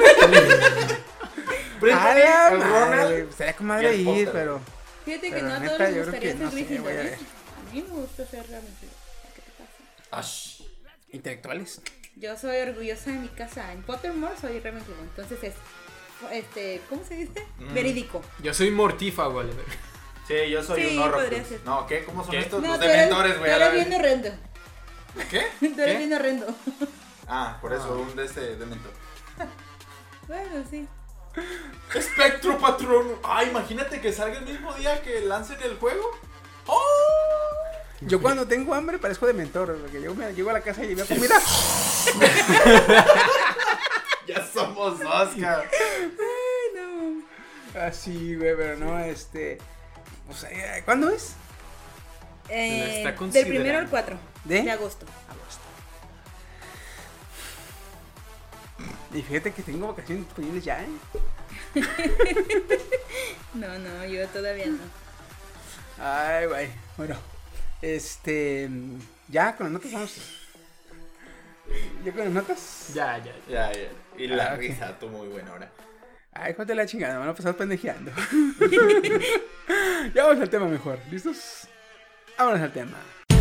Ah, el Ronald. Sería con y madre el ir, Potter. pero... Fíjate que Pero no a neta, todos les yo creo gustaría que ser no sé, Gryffindor, güey. ¿eh? A mí me gusta ser Ravenclaw. ¿Qué te pasa? Ash. Intelectuales. Yo soy orgullosa de mi casa. En Pottermore soy Ravenclaw. Entonces es, ¿cómo se dice? Verídico. Yo soy mortífago, güey. Sí, yo soy Sí, un horror. podría ser. No, ¿qué? ¿Cómo son ¿Qué? estos? No, Los tú eres, dementores, güey. tú a la eres bien vez. horrendo. ¿Qué? Tú eres bien horrendo. Ah, por eso, un de este dementor. Bueno, sí. Espectro Patrón. Ah, imagínate que salga el mismo día que lancen el juego. ¡Oh! Yo cuando tengo hambre parezco de mentor, porque llego a la casa y veo comida. Ya somos Oscar. Ay, no. Así, güey, pero no, O sea, ¿cuándo es? está Del considerando. 1 al 4 ¿De? de agosto. Y fíjate que tengo vacaciones disponibles ya, ¿eh? No, yo todavía no. Ay, güey. Bueno, ya con las notas vamos. ¿Ya con las notas? Ya. Ya. Y la ok. risa, tú muy buena ahora. Ay, cuánto la chingada, me van a pasar pendejeando. Ya vamos al tema mejor, ¿listos? Vámonos al tema.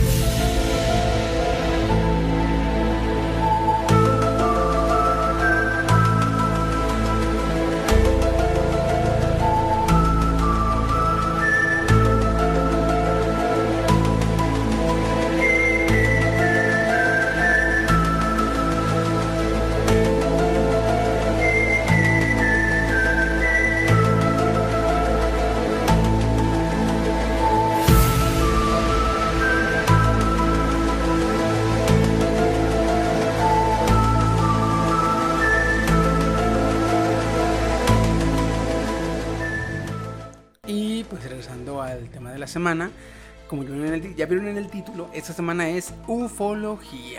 Y pues regresando al tema de la semana, como ya vieron en el título, esta semana es ufología.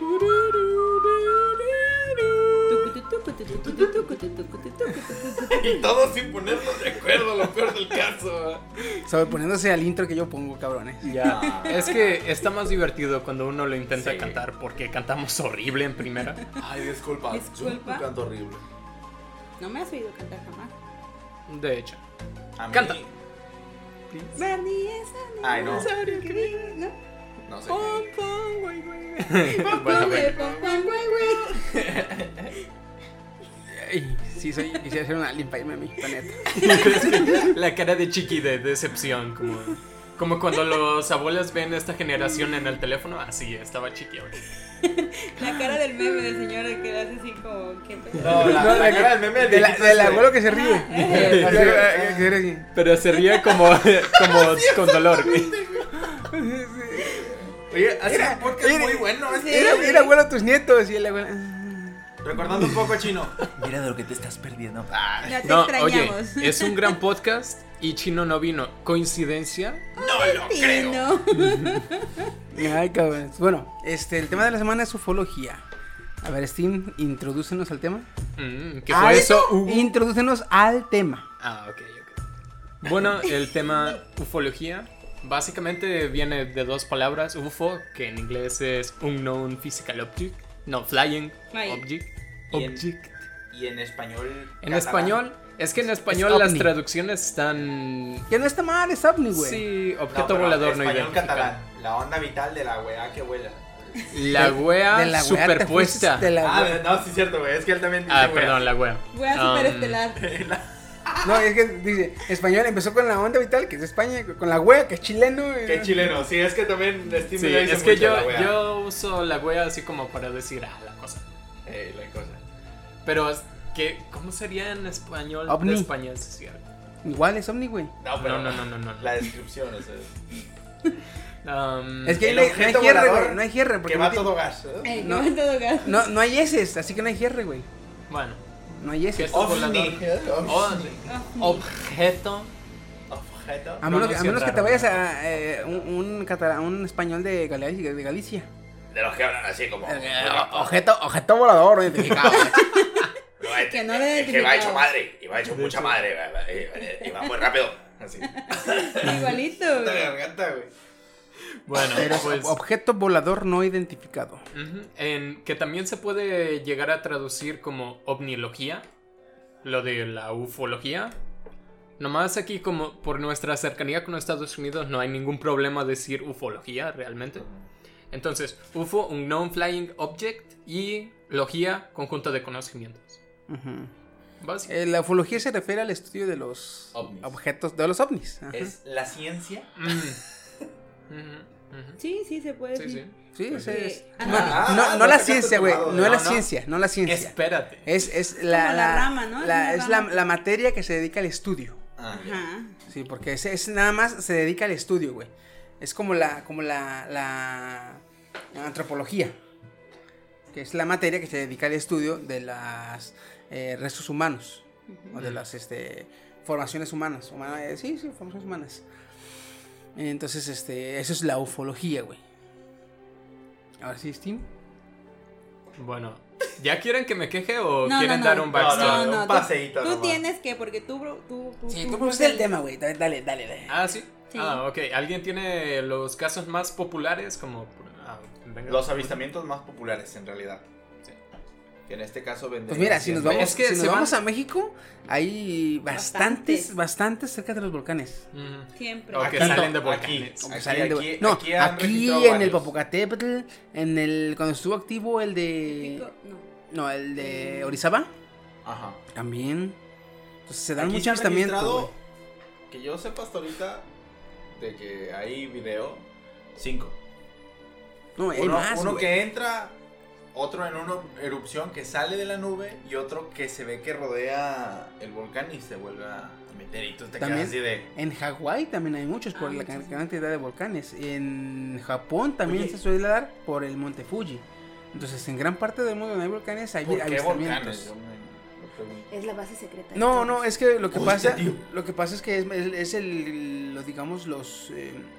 Y todos sin ponernos de acuerdo, lo peor del caso. Sobreponiéndose al intro que yo pongo, cabrones. Ya. Es que está más divertido cuando uno lo intenta Sí. cantar porque cantamos horrible en primera. Ay, disculpa. Disculpa. Yo canto horrible. No me has oído cantar jamás. De hecho. A mí, Canta. Barney es Ay, no. sobre el crimen, ¿no? No sé. Bueno, a ver. Ay, sí, quisiera ser un alien para irme a mi planeta. La cara de Chiqui de decepción, como cuando los abuelos ven esta generación en el teléfono. Así estaba Chiqui ahora. La cara del meme del señor que le hace así como que No, la cara del meme Del abuelo que se ríe. Ah, Que se ríe así. Pero se ríe como con dolor. Oye, hace un podcast muy bueno. Era abuelo a tus nietos y el abuelo. Recordando un poco chino. Mira de lo que te estás perdiendo. Ya te No, oye, extrañamos. es un gran podcast y Chino no vino. ¿Coincidencia? No lo creo. Ay, cabrón. Bueno, el tema de la semana es ufología. A ver, Steam, introdúcenos al tema. ¿Qué fue eso? Introdúcenos al tema. Ok. Bueno, el tema ufología básicamente viene de dos palabras. UFO, que en inglés es Unknown Physical Object. No, Flying Object. Y en- Object. Y en español. En catalán. español, es que en español Es las ovni. traducciones están... Que no está mal, es ovni, güey. Sí, No, objeto pero volador no español identificado. catalán. La onda vital de la weá que vuela. La wea De la wea te superpuesta. fuiste de la wea. No, sí es cierto, güey. Es que él también dice, güey. Perdón, la wea. Wea superestelar. No, es que dice, español empezó con la onda vital, que es de España, con la wea, que es chileno. Qué chileno. Sí, es que también Steam Sí, me dice es que mucho la wea. yo uso la wea así como para decir, la cosa. La cosa. Pero, ¿cómo sería en español Ovni. de España? Es cierto. Igual es ovni, güey. No, pero No. la descripción, o sea. Es que El no hay objeto GR, volador güey. No hay GR. Porque que no va tiene- todo gas. No. En todo caso. No hay S, así que no hay GR, güey. Bueno, No hay ¿qué S. es Ovni. volador? Objeto. Objeto. A menos que Pronuncia te raro, vayas ¿no? a un español de Galicia. De los que hablan así como. Objeto volador no identificado. Que no le Es que va hecho identificado. madre. Y va hecho mucha madre. Y va muy rápido. Así. Igualito, Puta güey. garganta, güey. Bueno, Pero es pues objeto volador no identificado. que también se puede llegar a traducir como ovnilogía, lo de la ufología. Nomás aquí como por nuestra cercanía con Estados Unidos no hay ningún problema decir ufología realmente. Entonces, UFO, un Known Flying Object, y logía, conjunto de conocimientos. Básico. La ufología se refiere al estudio de los Ovnis. objetos, de los ovnis. Ajá. Es la ciencia. Sí, sí, se puede Sí, decir. sí. Sí, es. Ajá. No no la sacaste ciencia, tu güey. lado, No es la no, no. ciencia, no la ciencia. Espérate. Es Como la rama, ¿no? Es una rama. la materia que se dedica al estudio. Ajá. Sí, porque es nada más se dedica al estudio, güey. Es como la antropología, que es la materia que se dedica al estudio de las restos humanos o de las formaciones humanas. Sí, formaciones humanas. Entonces, eso es la ufología, güey. Ahora sí, Steam. Bueno, ¿ya quieren que me queje o No, quieren no, dar no. un backstory? No, un paseíto Tú nomás. tienes que, porque tú Sí, tú pusiste el tema, güey. Dale. Ah, ¿sí? Sí. Ah, ok. ¿Alguien tiene los casos más populares? Como... venga. Los avistamientos más populares, en realidad. Sí. Que en este caso venden. Pues mira, si nos vamos, Es que si nos se vamos van- a México, hay bastantes cerca de los volcanes. Siempre. O que Aquí, salen de aquí. volcanes. Como Aquí, salen de- aquí- no, aquí han aquí registrado en el varios. Popocatépetl, cuando estuvo activo el de, No. el de Orizaba, Ajá. también. Entonces se dan Aquí mucho se han avistamiento, registrado, güey. que yo sepa hasta ahorita, de que hay video, 5. No, hay Uno, más, uno güey. que entra, otro en una erupción que sale de la nube y otro que se ve que rodea el volcán y se vuelve a meter y tú te También quedas así de... En Hawái también hay muchos por la muchísimo. cantidad de volcanes. En Japón también Oye. se suele dar por el monte Fuji. Entonces, en gran parte del mundo donde hay volcanes hay ¿Por qué avistamientos. volcanes? Yo me pregunto. Es la base secreta. de No, todos. no, es que lo que Uy, pasa, tío. lo que pasa es que es los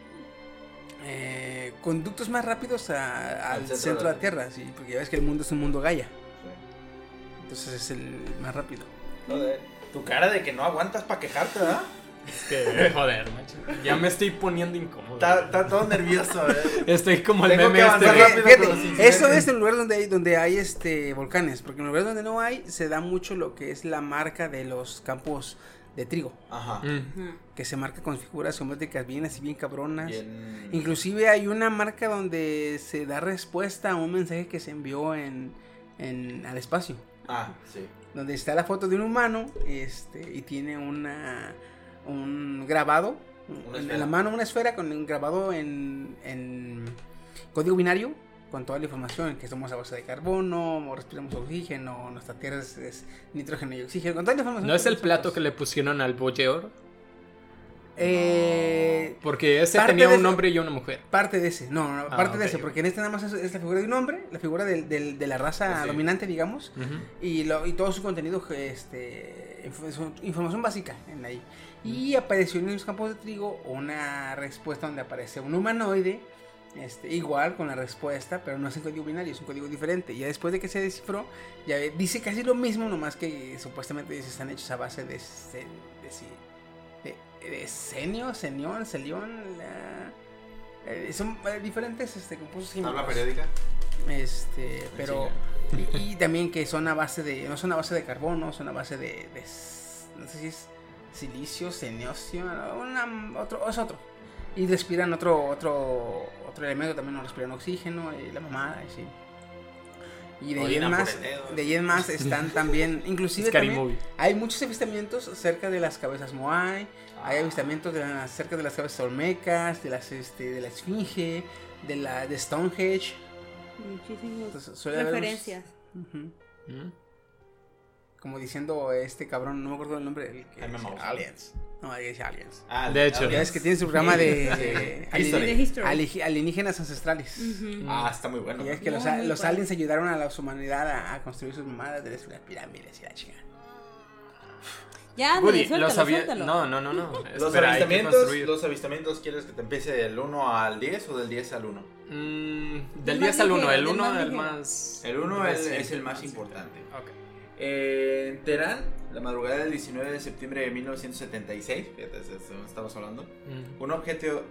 conductos más rápidos al centro de la Tierra, sí, porque ya ves que el mundo es un mundo Gaia, entonces es el más rápido. Joder, tu cara de que no aguantas para quejarte, ¿verdad? Que, joder, macho. Ya me estoy poniendo incómodo. Está todo nervioso, Estoy como el Tengo meme que este. avanzar de- rápido. Fíjate, con los eso incidentes. es en lugares donde hay volcanes, porque en lugares donde no hay se da mucho lo que es la marca de los campos de trigo, Ajá. Ajá. que se marca con figuras geométricas bien así bien cabronas. Bien... Inclusive hay una marca donde se da respuesta a un mensaje que se envió al espacio. Ah, sí. Donde está la foto de un humano y tiene un grabado Una en esfera. la mano, una esfera con un grabado en código binario con toda la información, que somos a base de carbono, respiramos oxígeno, nuestra tierra es nitrógeno y oxígeno, con toda la información. ¿No es el plato que le pusieron al Voyeur? Porque ese Parte tenía de un eso- hombre y una mujer. Parte de ese, parte de ok, ese, porque en este nada más es la figura de un hombre, la figura de la raza Sí. dominante, digamos, Ujú. y todo su contenido, información básica en ahí. Y apareció en los campos de trigo una respuesta donde aparece un humanoide, igual con la respuesta, pero no es en código binario, es un código diferente. Ya después de que se descifró, dice casi lo mismo, nomás que supuestamente están hechos a base de senio, celión, son diferentes compuestos químicos. Tabla periódica. Pero y también que son a base de, no son a base de carbono, son a base de no sé si es silicio, ceneocio, es otro. Y respiran otro elemento, también no respiran oxígeno, y la mamada, y sí. Y de ahí en Orinan por más, el dedo. de ahí en más están también, inclusive Scary también, movie. hay muchos avistamientos cerca de las cabezas Moai, hay avistamientos cerca de las cabezas olmecas, de la esfinge, de Stonehenge. Muchísimas Entonces, suele haber referencias. Ujú. ¿Mm? como diciendo este cabrón, no me acuerdo del nombre, el que dice Aliens. No, ahí dice Aliens. De hecho. Ya es que tiene su programa de History. alienígenas ancestrales. Está muy bueno. Y es que los aliens ayudaron a la humanidad a construir sus mamadas de las pirámides y la chingada. Ya, Woody, suéltalo. No. Los Espera, hay que construir. los avistamientos, ¿quieres que te empiece del 1 al 10 o del 10 al 1? Del 10 al 1. El 1 más es el ligero. más... El 1 es el más importante. Ok. En Teherán, la madrugada del 19 de septiembre de 1976, fíjate, es de donde estamos hablando, un objeto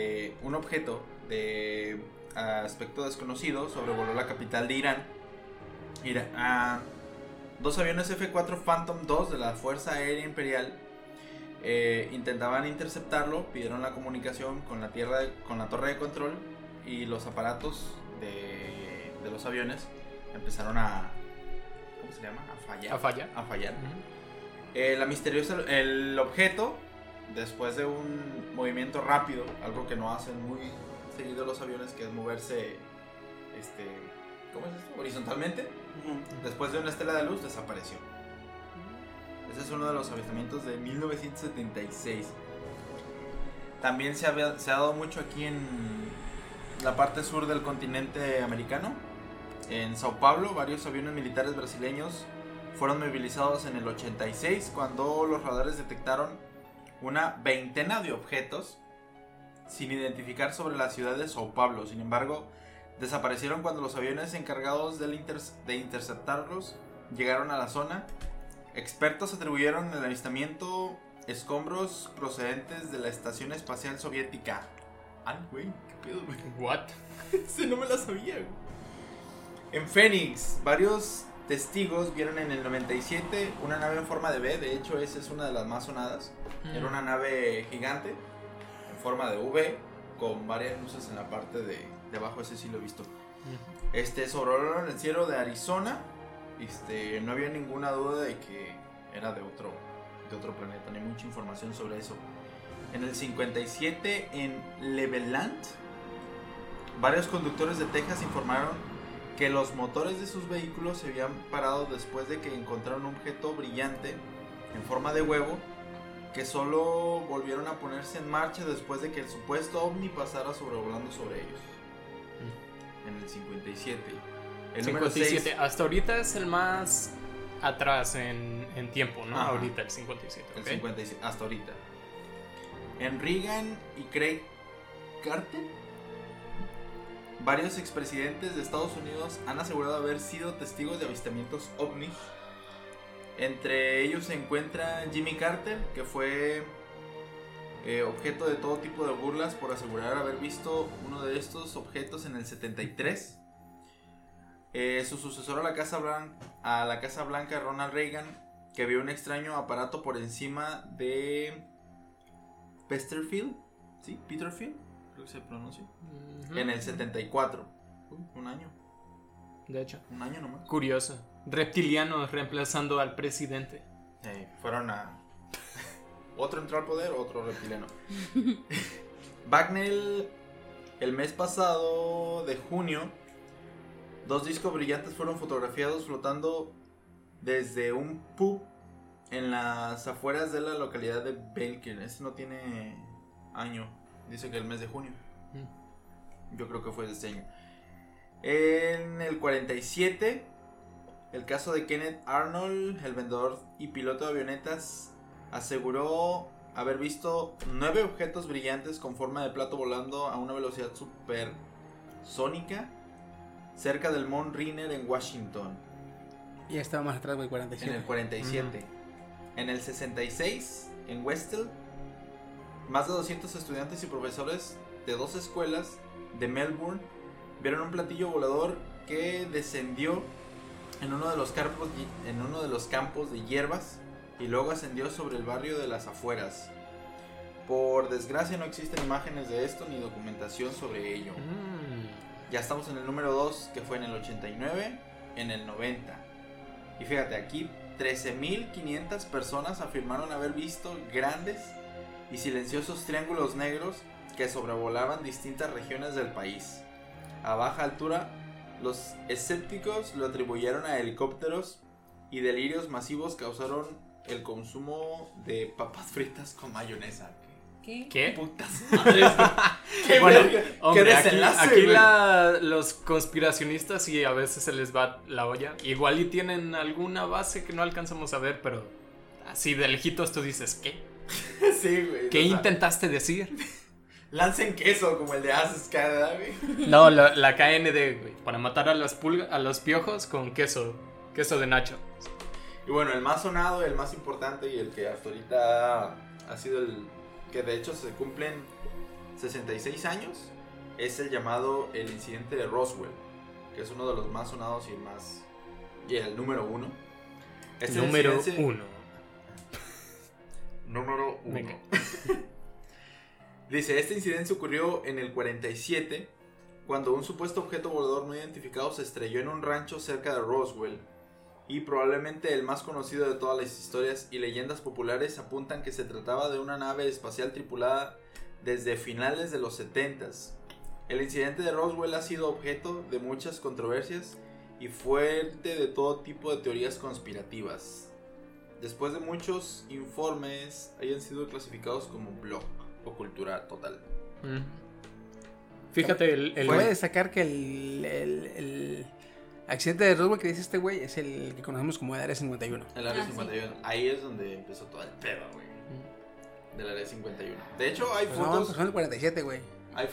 de aspecto desconocido sobrevoló la capital de Irán. Dos aviones F-4 Phantom II de la Fuerza Aérea Imperial intentaban interceptarlo, pidieron la comunicación con la torre de control y los aparatos de los aviones empezaron a... ¿Cómo se llama? A fallar. El objeto, después de un movimiento rápido, algo que no hacen muy seguido los aviones, que es moverse ¿cómo es esto? Horizontalmente, después de una estela de luz desapareció. Ese es uno de los avistamientos de 1976. También se ha dado mucho aquí en la parte sur del continente americano. En Sao Paulo, varios aviones militares brasileños fueron movilizados en el 86 cuando los radares detectaron una veintena de objetos sin identificar sobre la ciudad de Sao Paulo. Sin embargo, desaparecieron cuando los aviones encargados de interceptarlos llegaron a la zona. Expertos atribuyeron el avistamiento escombros procedentes de la estación espacial soviética. Ay, güey, qué pedo, güey. What? Ese no me la sabía, güey. En Phoenix, varios testigos vieron en el 97 una nave en forma de V. De hecho, esa es una de las más sonadas. Era una nave gigante en forma de V con varias luces en la parte de abajo. Ese sí lo he visto. Sobrevoló en el cielo de Arizona. No había ninguna duda de que era de otro planeta. No hay mucha información sobre eso. En el 57 en Cleveland, varios conductores de Texas informaron que los motores de sus vehículos se habían parado después de que encontraron un objeto brillante en forma de huevo que solo volvieron a ponerse en marcha después de que el supuesto ovni pasara sobrevolando sobre ellos. En el 57. El 57. 6, hasta ahorita es el más atrás en tiempo, ¿no? Ajá. Ahorita el 57. el ¿ok? 57, hasta ahorita. En Reagan y Craig Carter, varios expresidentes de Estados Unidos han asegurado haber sido testigos de avistamientos ovnis. Entre ellos se encuentra Jimmy Carter, que fue objeto de todo tipo de burlas por asegurar haber visto uno de estos objetos en el 73. Su sucesor a la Casa Blanca, Ronald Reagan, que vio un extraño aparato por encima de Peterfield, ¿sí? Peterfield, creo que se pronuncia. En el 74. Un año. De hecho. Un año nomás. Curioso. Reptilianos reemplazando al presidente. Fueron a... Otro entró al poder, otro reptiliano. Bagnell, el mes pasado de junio, 2 discos brillantes fueron fotografiados flotando desde un pub en las afueras de la localidad de Belkin. Este no tiene año. Dice que el mes de junio. Yo creo que fue de este año. En el 47, el caso de Kenneth Arnold, el vendedor y piloto de avionetas, aseguró haber visto 9 objetos brillantes con forma de plato volando a una velocidad supersónica cerca del Mount Rainier en Washington. Ya estaba más atrás, güey, 47. En el 47. En el 66, en Westell, más de 200 estudiantes y profesores de 2 escuelas de Melbourne vieron un platillo volador que descendió en uno de los campos de hierbas y luego ascendió sobre el barrio de las afueras. Por desgracia no existen imágenes de esto ni documentación sobre ello. Ya estamos en el número 2, que fue en el 89, en el 90. Y fíjate, aquí 13.500 personas afirmaron haber visto grandes y silenciosos triángulos negros que sobrevolaban distintas regiones del país. A baja altura, los escépticos lo atribuyeron a helicópteros y delirios masivos causaron el consumo de papas fritas con mayonesa. ¿Qué? Putas madres. Qué Bueno, verga, hombre, qué aquí desenlace, güey. los conspiracionistas sí a veces se les va la olla. Igual y tienen alguna base que no alcanzamos a ver, pero así de lejitos tú dices, ¿qué? Sí, güey. ¿Qué intentaste decir? Lancen queso como el de Asus cada, güey. No, la KND, güey, para matar a los piojos con queso de Nacho. Y bueno, el más sonado, el más importante y el que hasta ahorita ha sido el que de hecho se cumplen 66 años, es el llamado el incidente de Roswell, que es uno de los más sonados y el número uno. Este Número incidente- uno. Número uno. Venga. Dice, este incidente ocurrió en el 47, cuando un supuesto objeto volador no identificado se estrelló en un rancho cerca de Roswell. Y probablemente el más conocido de todas las historias y leyendas populares apuntan que se trataba de una nave espacial tripulada desde finales de los 70s. El incidente de Roswell ha sido objeto de muchas controversias y fuente de todo tipo de teorías conspirativas. Después de muchos informes, hayan sido clasificados como blog o cultura total. Fíjate, Puede destacar que el accidente de Roswell que dice este güey es el que conocemos como el Área 51. El área Ah, 51. Sí. Ahí es donde empezó todo el pedo, güey. Del área 51. De hecho, hay Pues fotos. no, pues son el 47, güey. Hay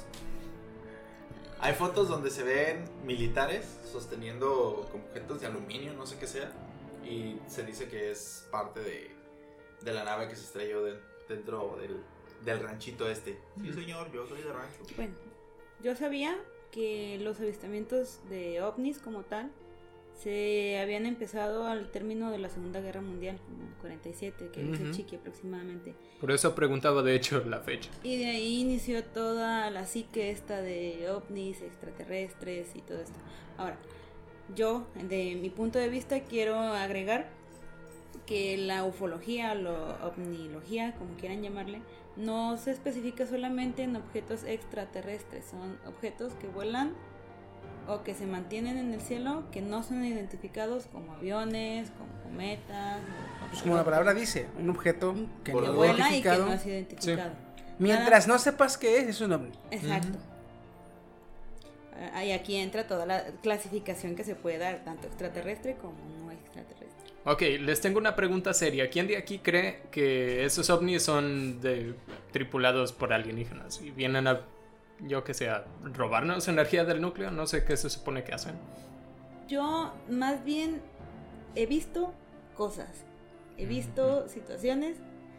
fotos donde se ven militares sosteniendo como objetos de aluminio, no sé qué sea. Y se dice que es parte de la nave que se estrelló dentro del ranchito este. Sí, señor, yo soy de rancho. Bueno, yo sabía que los avistamientos de ovnis como tal se habían empezado al término de la Segunda Guerra Mundial, como en 47, que dice Chiqui aproximadamente. Por eso preguntaba de hecho la fecha. Y de ahí inició toda la psique esta de ovnis, extraterrestres y todo esto. Ahora, yo, de mi punto de vista, quiero agregar que la ufología o ovnilogía, como quieran llamarle, no se especifica solamente en objetos extraterrestres, son objetos que vuelan o que se mantienen en el cielo, que no son identificados como aviones, como cometas. Pues como la palabra dice, un objeto que que no es vuela y que identificado. no es identificado. Mientras no sepas qué es un ovni. Exacto. Y aquí entra toda la clasificación que se puede dar, tanto extraterrestre como no extraterrestre. Ok, les tengo una pregunta seria. ¿Quién de aquí cree que esos ovnis son tripulados por alienígenas y vienen a, yo que sé, a robarnos energía del núcleo? No sé qué se supone que hacen. Yo más bien he visto cosas, he visto situaciones.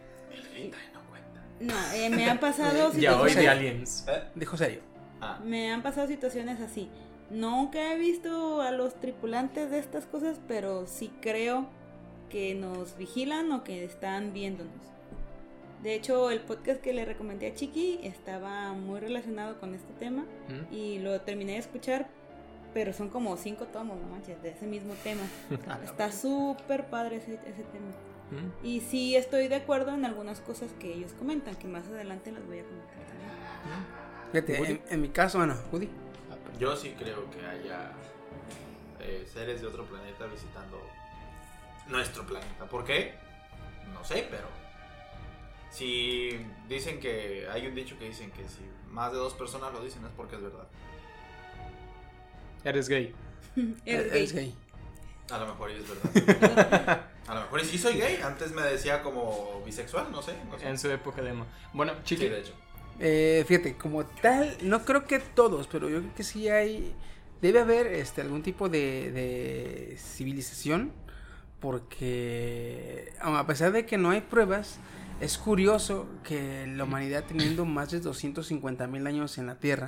No, me han pasado Ya hoy situaciones. de aliens. Dijo serio. Me han pasado situaciones así. Nunca he visto a los tripulantes de estas cosas, pero sí creo que nos vigilan o que están viéndonos. De hecho, el podcast que le recomendé a Chiqui estaba muy relacionado con este tema y lo terminé de escuchar, pero son como 5 tomos, no manches, de ese mismo tema. Está súper padre ese tema. Y sí estoy de acuerdo en algunas cosas que ellos comentan, que más adelante las voy a comentar también. Fíjate, en mi caso, bueno, Woody. Yo sí creo que haya seres de otro planeta visitando nuestro planeta. ¿Por qué? No sé, pero si dicen que hay un dicho que dicen que si más de 2 personas lo dicen es porque es verdad. Eres gay. Eres gay. A lo mejor y es verdad. A lo mejor y sí soy gay. Antes me decía como bisexual, no sé. En su época de emo. Bueno, Chiqui. Sí, de hecho. Fíjate, como tal, no creo que todos, pero yo creo que sí debe haber algún tipo de civilización, porque a pesar de que no hay pruebas, es curioso que la humanidad, teniendo más de 250,000 años en la Tierra,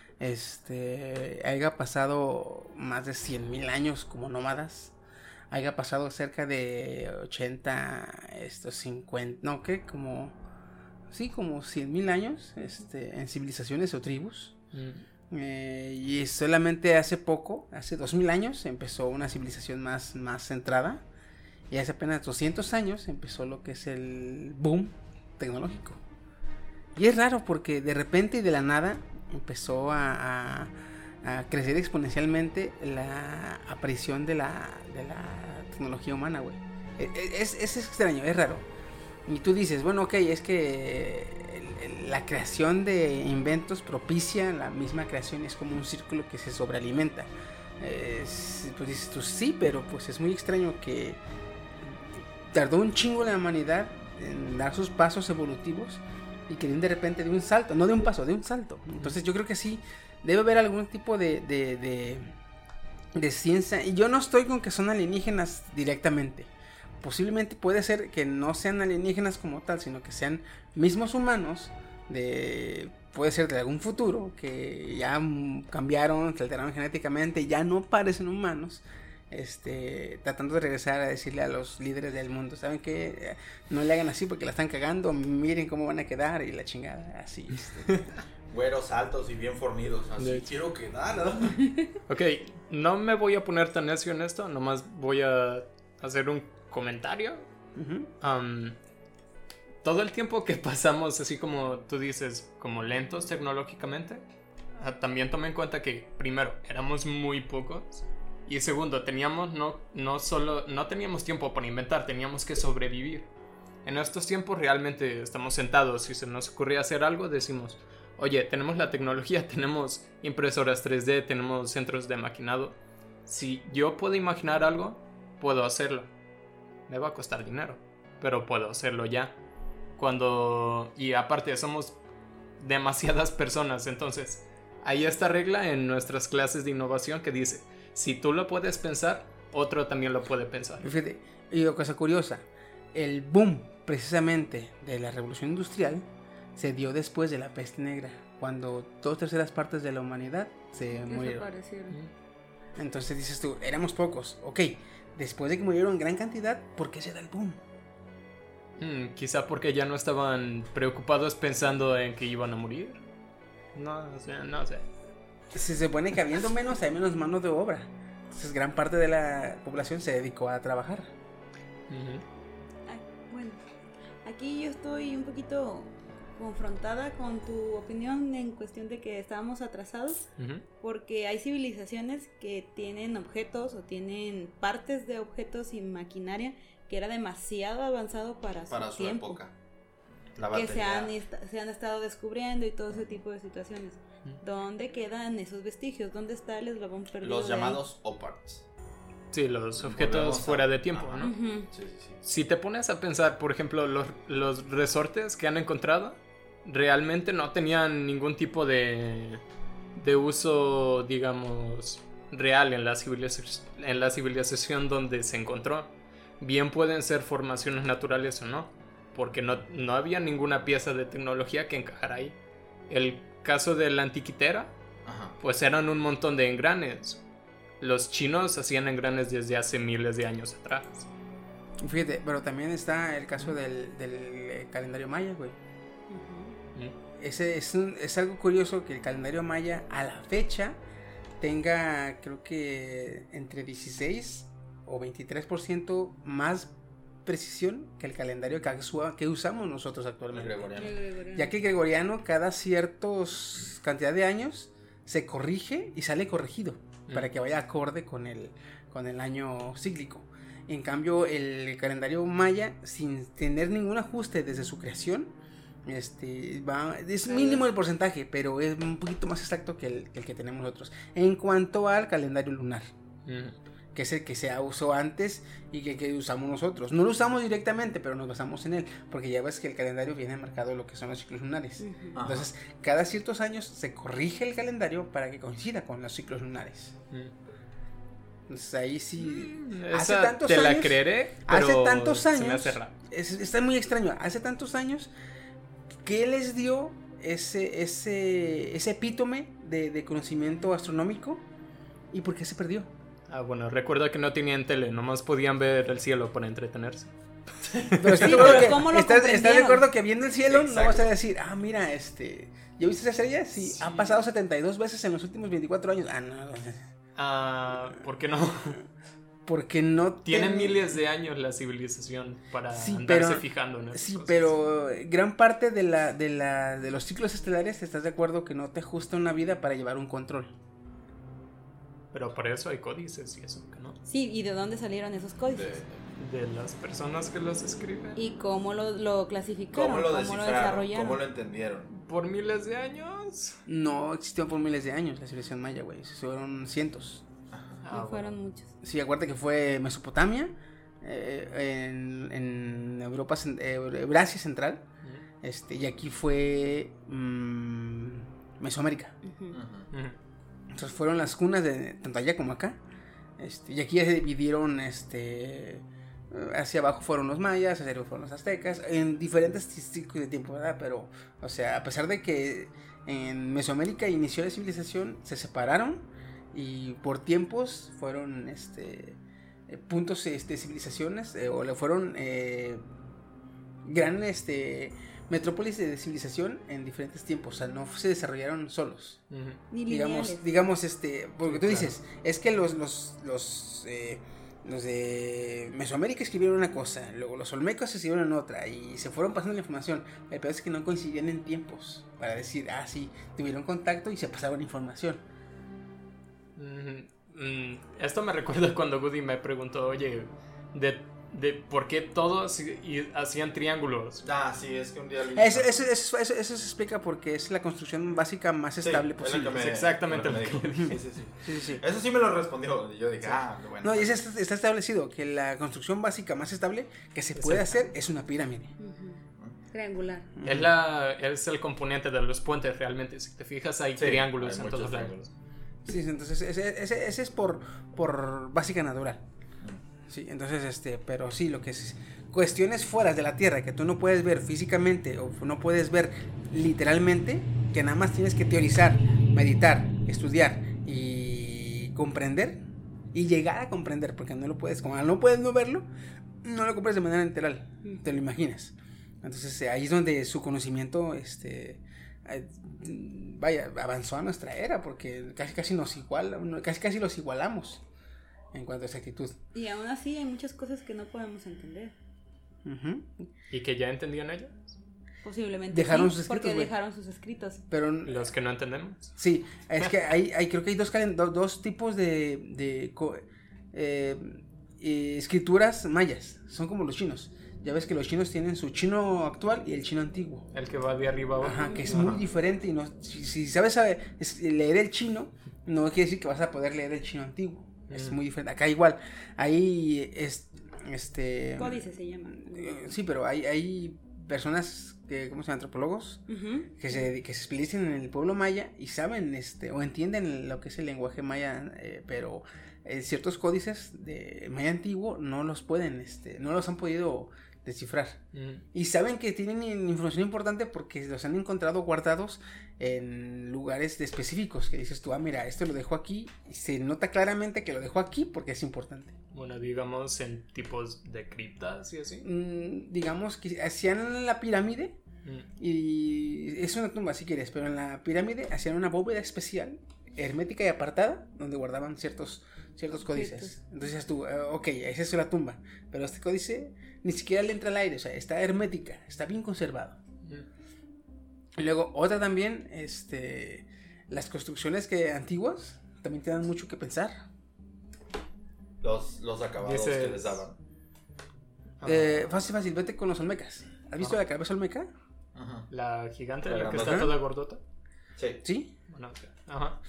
haya pasado más de 100,000 años como nómadas, haya pasado cerca de 80, 50, no, ¿qué? Como 100,000 años en civilizaciones o tribus. Y solamente hace poco, hace 2,000 años, empezó una civilización más centrada. Y hace apenas 200 años empezó lo que es el boom tecnológico. Y es raro porque de repente y de la nada empezó a crecer exponencialmente la aparición de la tecnología humana, güey. Es extraño, es raro. Y tú dices, bueno, ok, es que la creación de inventos propicia la misma creación, es como un círculo que se sobrealimenta. Pues dices tú, sí, pero pues es muy extraño que tardó un chingo la humanidad en dar sus pasos evolutivos y que de repente de un salto, no de un paso, de un salto. Entonces yo creo que sí, debe haber algún tipo de ciencia. Y yo no estoy con que son alienígenas directamente. Posiblemente puede ser que no sean alienígenas como tal, sino que sean mismos humanos, puede ser de algún futuro, que ya cambiaron, se alteraron genéticamente, ya no parecen humanos, tratando de regresar a decirle a los líderes del mundo, ¿saben qué? No le hagan así porque la están cagando, miren cómo van a quedar y la chingada, así. Güeros altos y bien fornidos, así quiero quedar, ¿no? Ok, no me voy a poner tan necio en esto, nomás voy a hacer un comentario. Todo el tiempo que pasamos, así como tú dices, como lentos tecnológicamente, también toma en cuenta que primero éramos muy pocos y segundo teníamos no teníamos tiempo para inventar, teníamos que sobrevivir. En estos tiempos realmente estamos sentados, si se nos ocurría hacer algo decimos, oye, tenemos la tecnología, tenemos impresoras 3D, tenemos centros de maquinado, si yo puedo imaginar algo, puedo hacerlo. Me va a costar dinero, pero puedo hacerlo ya. Y aparte somos demasiadas personas, entonces hay esta regla en nuestras clases de innovación que dice, si tú lo puedes pensar, otro también lo puede pensar. Fíjate, y una cosa curiosa, el boom precisamente de la revolución industrial se dio después de la peste negra, cuando 2/3 partes de la humanidad se murieron. Entonces dices tú, éramos pocos, ok. Después de que murieron en gran cantidad, ¿por qué se da el boom? Quizá porque ya no estaban preocupados pensando en que iban a morir. No sé. Se supone que habiendo menos, hay menos mano de obra. Entonces gran parte de la población se dedicó a trabajar. Bueno, aquí yo estoy un poquito confrontada con tu opinión en cuestión de que estábamos atrasados, porque hay civilizaciones que tienen objetos o tienen partes de objetos y maquinaria que era demasiado avanzado para su tiempo, época. Que se han estado descubriendo y todo ese tipo de situaciones. ¿Dónde quedan esos vestigios? ¿Dónde está el eslabón perdido? Los llamados OPARTs. Sí, los objetos fuera de tiempo, ¿no? Sí. Si te pones a pensar, por ejemplo, los resortes que han encontrado realmente no tenían ningún tipo de uso, digamos, real en la civilización donde se encontró. Bien pueden ser formaciones naturales o no, porque no había ninguna pieza de tecnología que encajara ahí. El caso de la antiquitera, pues eran un montón de engranes. Los chinos hacían engranes desde hace miles de años atrás. Fíjate, pero también está el caso del calendario maya, güey. Es algo curioso que el calendario maya a la fecha tenga, creo que entre 16 o 23% más precisión que el calendario que usamos nosotros actualmente. Ya que el gregoriano cada ciertos cantidad de años se corrige y sale corregido para que vaya acorde con el año cíclico. En cambio el calendario maya, sin tener ningún ajuste desde su creación, es mínimo el porcentaje, pero es un poquito más exacto que el que tenemos nosotros. En cuanto al calendario lunar, que es el que se usó antes y que usamos nosotros. No lo usamos directamente, pero nos basamos en él, porque ya ves que el calendario viene marcado lo que son los ciclos lunares. Entonces, cada ciertos años se corrige el calendario para que coincida con los ciclos lunares. Entonces ahí sí. Hace tantos te años, la creeré, pero hace tantos años. Se me hace raro. Está muy extraño. Hace tantos años, ¿qué les dio ese epítome de conocimiento astronómico? ¿Y por qué se perdió? Bueno, recuerda que no tenían tele, nomás podían ver el cielo para entretenerse. Pero sí, ¿cómo lo ¿estás de comprendieron? acuerdo que viendo el cielo Exacto. no vas a decir, mira, ¿ya viste esa estrella? Sí, ha pasado 72 veces en los últimos 24 años. No. ¿Por qué no? Porque no tienen miles de años la civilización para andarse pero, fijando en esas cosas. Pero gran parte de los ciclos estelares, ¿estás de acuerdo que no te ajusta una vida para llevar un control? Pero por eso hay códices y eso, ¿no? Sí, ¿y de dónde salieron esos códices? De las personas que los escriben. ¿Y cómo lo clasificaron? ¿Cómo lo descifraron? desarrollaron? ¿Cómo lo entendieron? Por miles de años. No existió por miles de años la civilización maya, güey. Fueron cientos. No fueron muchos. Sí, acuérdate que fue Mesopotamia, en Europa, Eurasia Central, y aquí fue Mesoamérica. Entonces fueron las cunas de tanto allá como acá. Y aquí ya se dividieron, hacia abajo fueron los mayas, hacia arriba fueron los aztecas, en diferentes ciclos de tiempo, ¿verdad? Pero, o sea, a pesar de que en Mesoamérica inició la civilización, se separaron y por tiempos fueron, puntos de civilizaciones, o le fueron gran, metrópolis de civilización en diferentes tiempos, o sea, no se desarrollaron solos. Ni digamos, porque tú dices, es que los de Mesoamérica escribieron una cosa, luego los olmecos escribieron otra, y se fueron pasando la información. El peor es que no coincidían en tiempos, para decir, sí, tuvieron contacto y se pasaban información. Esto me recuerda cuando Woody me preguntó, oye, de por qué todos hacían triángulos. Sí, es que un día... Eso se explica porque es la construcción básica más estable posible. Es exactamente lo que me dijo. Sí. Eso sí me lo respondió. Y yo dije, bueno. No, y está establecido que la construcción básica más estable que se puede hacer es una pirámide. Triangular. Es el componente de los puentes realmente. Si te fijas, hay triángulos en todos lados. Sí, entonces ese es por básica natural. Sí, entonces, pero sí, lo que es cuestiones fuera de la Tierra que tú no puedes ver físicamente o no puedes ver literalmente, que nada más tienes que teorizar, meditar, estudiar y comprender y llegar a comprender, porque no lo puedes, como no puedes no verlo, no lo comprendes de manera literal, te lo imaginas. Entonces ahí es donde su conocimiento, avanzó a nuestra era, porque casi los igualamos en cuanto a exactitud. Y aún así hay muchas cosas que no podemos entender. ¿Y que ya entendían ellos? Posiblemente dejaron sí, sus escritos, porque dejaron sus escritos. Pero los que no entendemos. Sí, es que creo que hay dos tipos de escrituras mayas. Son como los chinos. Ya ves que los chinos tienen su chino actual y el chino antiguo. El que va de arriba abajo. Que es muy diferente. Y si sabes leer el chino, no quiere decir que vas a poder leer el chino antiguo. Es muy diferente. Acá igual. Ahí códice se llama. Sí, pero hay personas ¿cómo se llama? Antropólogos que se especializan en el pueblo maya y saben o entienden lo que es el lenguaje maya, pero ciertos códices de maya antiguo no los pueden, no los han podido descifrar. Y saben que tienen información importante porque los han encontrado guardados en lugares específicos que dices tú, mira, esto lo dejó aquí y se nota claramente que lo dejó aquí porque es importante. Bueno, digamos en tipos de criptas y así. Digamos que hacían la pirámide y es una tumba si quieres, pero en la pirámide hacían una bóveda especial, hermética y apartada, donde guardaban ciertos códices. Entonces tú, esa es la tumba, pero este códice ni siquiera le entra el aire, o sea, está hermética, está bien conservado. Y luego otra también, las construcciones antiguas también te dan mucho que pensar. Los acabados que les daban. Fácil, vete con los olmecas. ¿Has visto la cabeza olmeca? La gigante, la que está toda gordota. Sí. Bueno, ajá.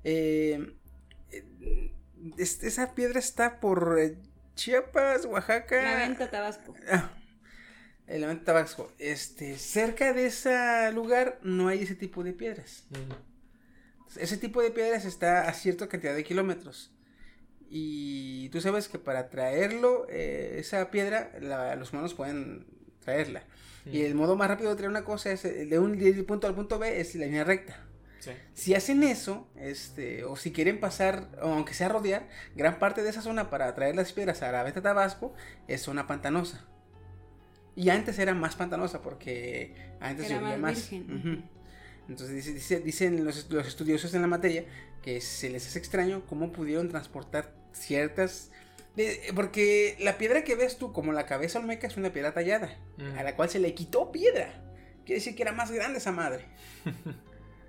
Esa piedra está por Chiapas, Oaxaca. La Venta, Tabasco. El Venta, Tabasco. Cerca de ese lugar no hay ese tipo de piedras. Ese tipo de piedras está a cierta cantidad de kilómetros. Y tú sabes que para traerlo, esa piedra, los humanos pueden traerla. Y el modo más rápido de traer una cosa es del punto A al punto B es la línea recta. Sí. Si hacen eso, o si quieren pasar, o aunque sea rodear, gran parte de esa zona para traer las piedras a la Venta Tabasco es zona pantanosa. Y antes era más pantanosa porque antes llovía más. Entonces dicen los estudiosos en la materia que se les hace extraño cómo pudieron transportar ciertas... porque la piedra que ves tú como la cabeza olmeca es una piedra tallada, a la cual se le quitó piedra. Quiere decir que era más grande esa madre.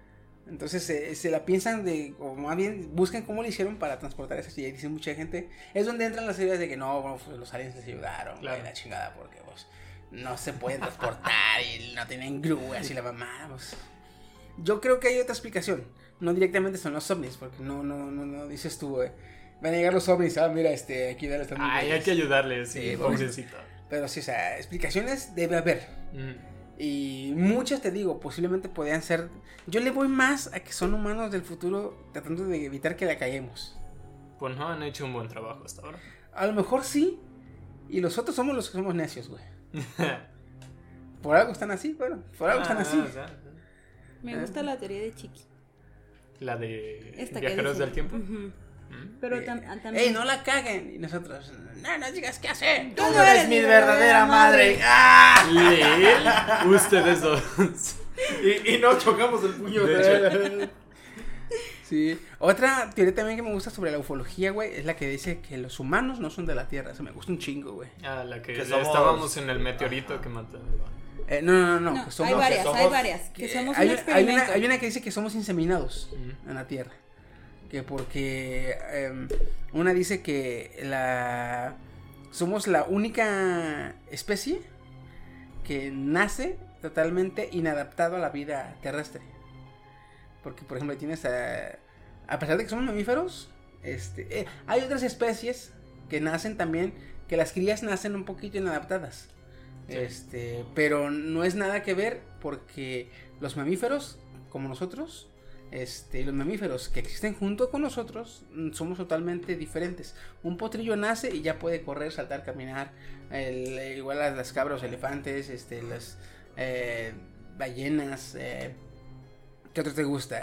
Entonces se la piensan o más bien buscan cómo le hicieron para transportar esa silla. Y dice mucha gente, es donde entran las ideas de que no, bueno, pues, los aliens les ayudaron, Claro. la chingada, porque pues no se pueden transportar y no tienen grúas y la mamá, pues. Yo creo que hay otra explicación. No directamente son los ovnis, porque no dices tú, van a llegar los ovnis, mira, aquí dale están. Ay, hay que ayudarle, sí, Sí, pobrecito. Pero sí, o sea, explicaciones debe haber. Y muchas, te digo, posiblemente podrían ser. Yo le voy más a que son humanos del futuro tratando de evitar que la caguemos. Pues no han hecho un buen trabajo hasta ahora. A lo mejor sí. Y los otros somos los que somos necios, güey. Por algo están así, bueno, por algo están así. O sea, Me gusta la teoría de Chiqui. la de Esta que viajeros dice. del tiempo. Ujú. Pero también. ¡Ey, no la caguen! Y nosotros, no digas qué hacer. Tú no eres mi verdadera madre. ¡Ah! Leel, ustedes dos. Y no chocamos el puño. De Sí. Otra teoría también que me gusta sobre la ufología, güey, es la que dice que los humanos no son de la Tierra. Eso me gusta un chingo, güey. La que Que somos- estábamos en el meteorito que mató. No, No, que somos, hay varias, somos- hay varias. Que somos un hay experimento. hay una que dice que somos inseminados Ujú. en la Tierra. Que porque una dice que somos la única especie que nace totalmente inadaptado a la vida terrestre. Porque, por ejemplo, tienes a pesar de que somos mamíferos, hay otras especies que nacen también, que las crías nacen un poquito inadaptadas. Sí. Pero no es nada que ver porque los mamíferos, como nosotros, los mamíferos que existen junto con nosotros, somos totalmente diferentes. Un potrillo nace y ya puede correr, saltar, caminar, igual las cabras, los elefantes, las ballenas, ¿qué otro te gusta?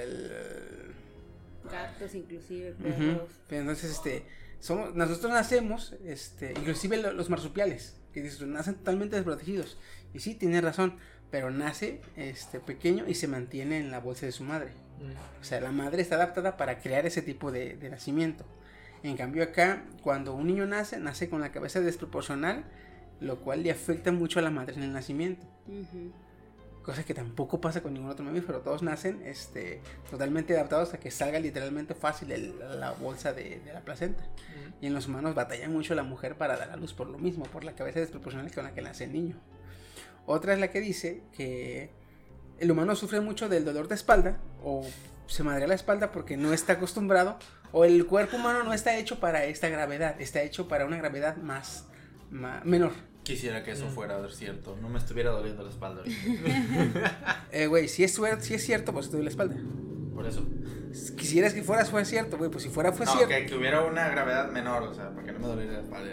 Gatos, inclusive, Ujú. perros. Pero entonces, nosotros nacemos, inclusive los marsupiales, que dices, nacen totalmente desprotegidos. Y sí, tienes razón, pero nace pequeño y se mantiene en la bolsa de su madre. O sea, la madre está adaptada para crear ese tipo de nacimiento. En cambio acá, cuando un niño nace con la cabeza desproporcional, lo cual le afecta mucho a la madre en el nacimiento. Ujú. Cosa que tampoco pasa con ningún otro mamífero. Todos nacen totalmente adaptados a que salga literalmente fácil la bolsa de la placenta. Y en los humanos batalla mucho la mujer para dar a luz por lo mismo, por la cabeza desproporcional con la que nace el niño. Otra es la que dice que el humano sufre mucho del dolor de espalda, o se madrea la espalda porque no está acostumbrado, o el cuerpo humano no está hecho para esta gravedad, está hecho para una gravedad menor. Quisiera que eso fuera cierto. No me estuviera doliendo la espalda ahorita. Güey, si es cierto, pues te duele la espalda. Por eso. Quisieras que fuera cierto, güey, pues si fue No, cierto. que hubiera una gravedad menor, o sea, para que no me doliera la espalda.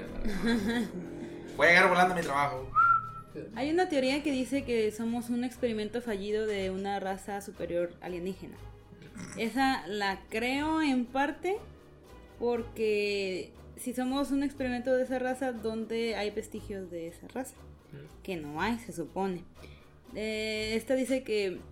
Voy a llegar volando a mi trabajo. Hay una teoría que dice que somos un experimento fallido de una raza superior alienígena. Esa la creo en parte porque si somos un experimento de esa raza, ¿dónde hay vestigios de esa raza? Que no hay, se supone. Esta dice que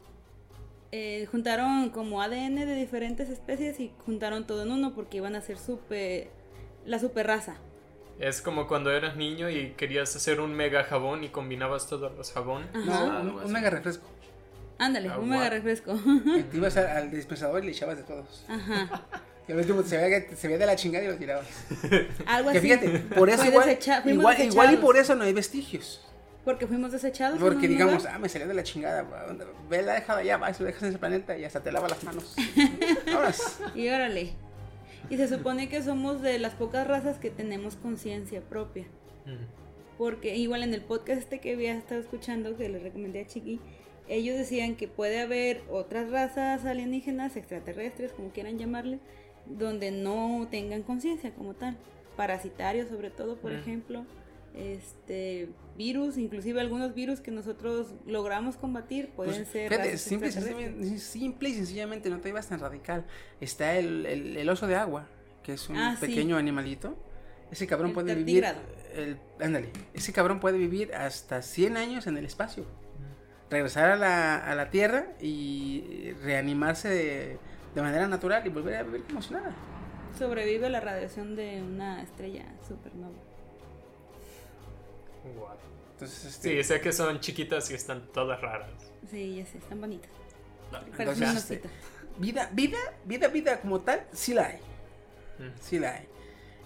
juntaron como ADN de diferentes especies y juntaron todo en uno porque iban a ser la super raza. Es como cuando eras niño y querías hacer un mega jabón y combinabas todos los jabones. Ajá. No, un mega refresco. Ándale, un mega refresco. Y te ibas al dispensador y le echabas de todos. Ajá. Y al último se veía de la chingada y lo tirabas. Algo Que así. fíjate, por eso Fuimos igual y desechados. por eso no hay vestigios. Porque fuimos desechados. Porque en un digamos, lugar. me salió de la chingada. Ve la dejada allá, vas, lo dejas en ese planeta y hasta te lava las manos. Vámonos. Y órale. Y se supone que somos de las pocas razas que tenemos conciencia propia. Porque igual en el podcast que había estado escuchando, que le recomendé a Chiqui, ellos decían que puede haber otras razas alienígenas, extraterrestres, como quieran llamarle, donde no tengan conciencia como tal. Parasitarios sobre todo, por ejemplo. Virus, inclusive algunos virus que nosotros logramos combatir pueden Pues, ser fíjate, razas simple y sencillamente, no te ibas tan radical. Está el oso de agua, que es un Sí. pequeño animalito. Ese cabrón El puede vivir. tardígrado. Ándale, ese cabrón puede vivir hasta 100 años en el espacio. Regresar a la Tierra y reanimarse de manera natural y volver a vivir como si nada. Sobrevive a la radiación de una estrella supernova. Entonces, Sí, sé que son chiquitas y están todas raras. Sí, ya sé, están bonitas. Parece Entonces, un osito. vida como tal, sí la hay. Mm. Sí la hay.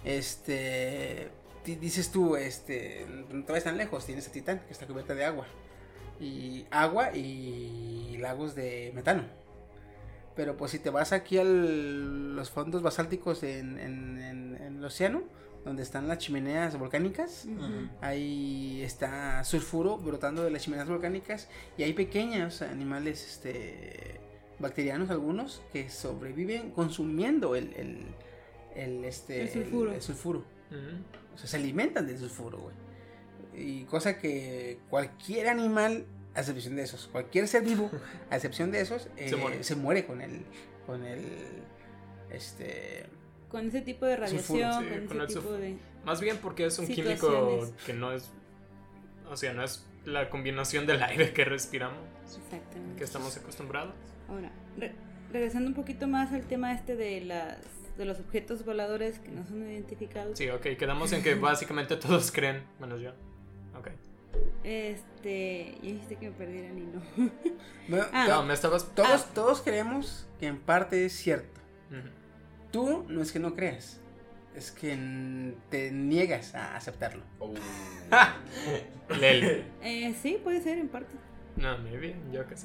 Dices tú, no te vayas tan lejos, tienes a Titán, que está cubierta de agua. Y lagos de metano. Pero pues si te vas aquí a los fondos basálticos en el océano, donde están las chimeneas volcánicas, ahí está sulfuro brotando de las chimeneas volcánicas y hay pequeños animales bacterianos algunos que sobreviven consumiendo el sulfuro. el sulfuro. Ujú. O sea, se alimentan del sulfuro, güey. Y cosa que cualquier animal, a excepción de esos, cualquier ser vivo, a excepción de esos, se muere con Con ese tipo de radiación, Sí, con con ese el tipo de... Más bien porque es un químico Situaciones. que no es. O sea, no es la combinación del aire que respiramos, Exactamente. que estamos acostumbrados. Ahora, regresando un poquito más al tema de los objetos voladores que no son identificados. Sí, ok, quedamos en que básicamente todos creen, menos yo. Ok. Ya dijiste que me perdieran y no. Bueno, No, me estabas. todos creemos que en parte es cierto. Ujú. Tú no es que no creas, es que te niegas a aceptarlo. Lele. Sí, puede ser en parte. No, maybe, yo qué sé.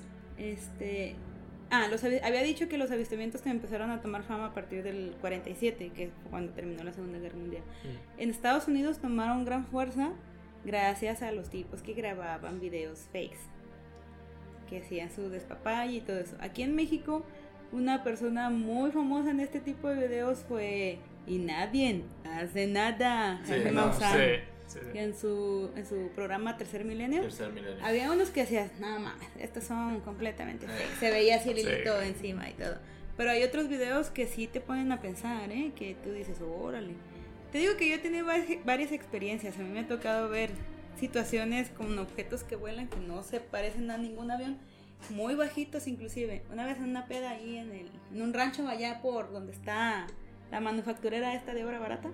Había dicho que los avistamientos que empezaron a tomar fama a partir del 47, que fue cuando terminó la Segunda Guerra Mundial. En Estados Unidos tomaron gran fuerza gracias a los tipos que grababan videos fakes, que hacían su despapalle y todo eso. Aquí en México, una persona muy famosa en este tipo de videos fue Y nadie hace nada. Jaime Maussan. Sí. Que en su programa Tercer Milenio. Tercer milenio. Había unos que hacían, no mames, estos son completamente fake. Se veía así el hilito encima y todo. Pero hay otros videos que sí te ponen a pensar, que tú dices, órale. Te digo que yo he tenido varias experiencias. A mí me ha tocado ver situaciones con objetos que vuelan que no se parecen a ningún avión. Muy bajitos inclusive. Una vez en una peda ahí en un rancho allá por donde está la manufacturera esta de obra barata.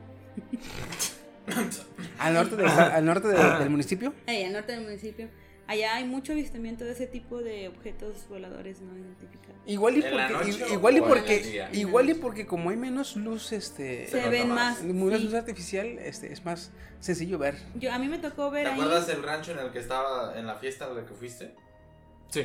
Al norte del municipio. Al norte del municipio. Allá hay mucho avistamiento de ese tipo de objetos voladores no identificados. Igual y porque como hay menos luz, se ven más. Menos luz artificial, es más sencillo ver. A mí me tocó ver ¿Te ahí. acuerdas del rancho en el que estaba en la fiesta a la que fuiste? Sí.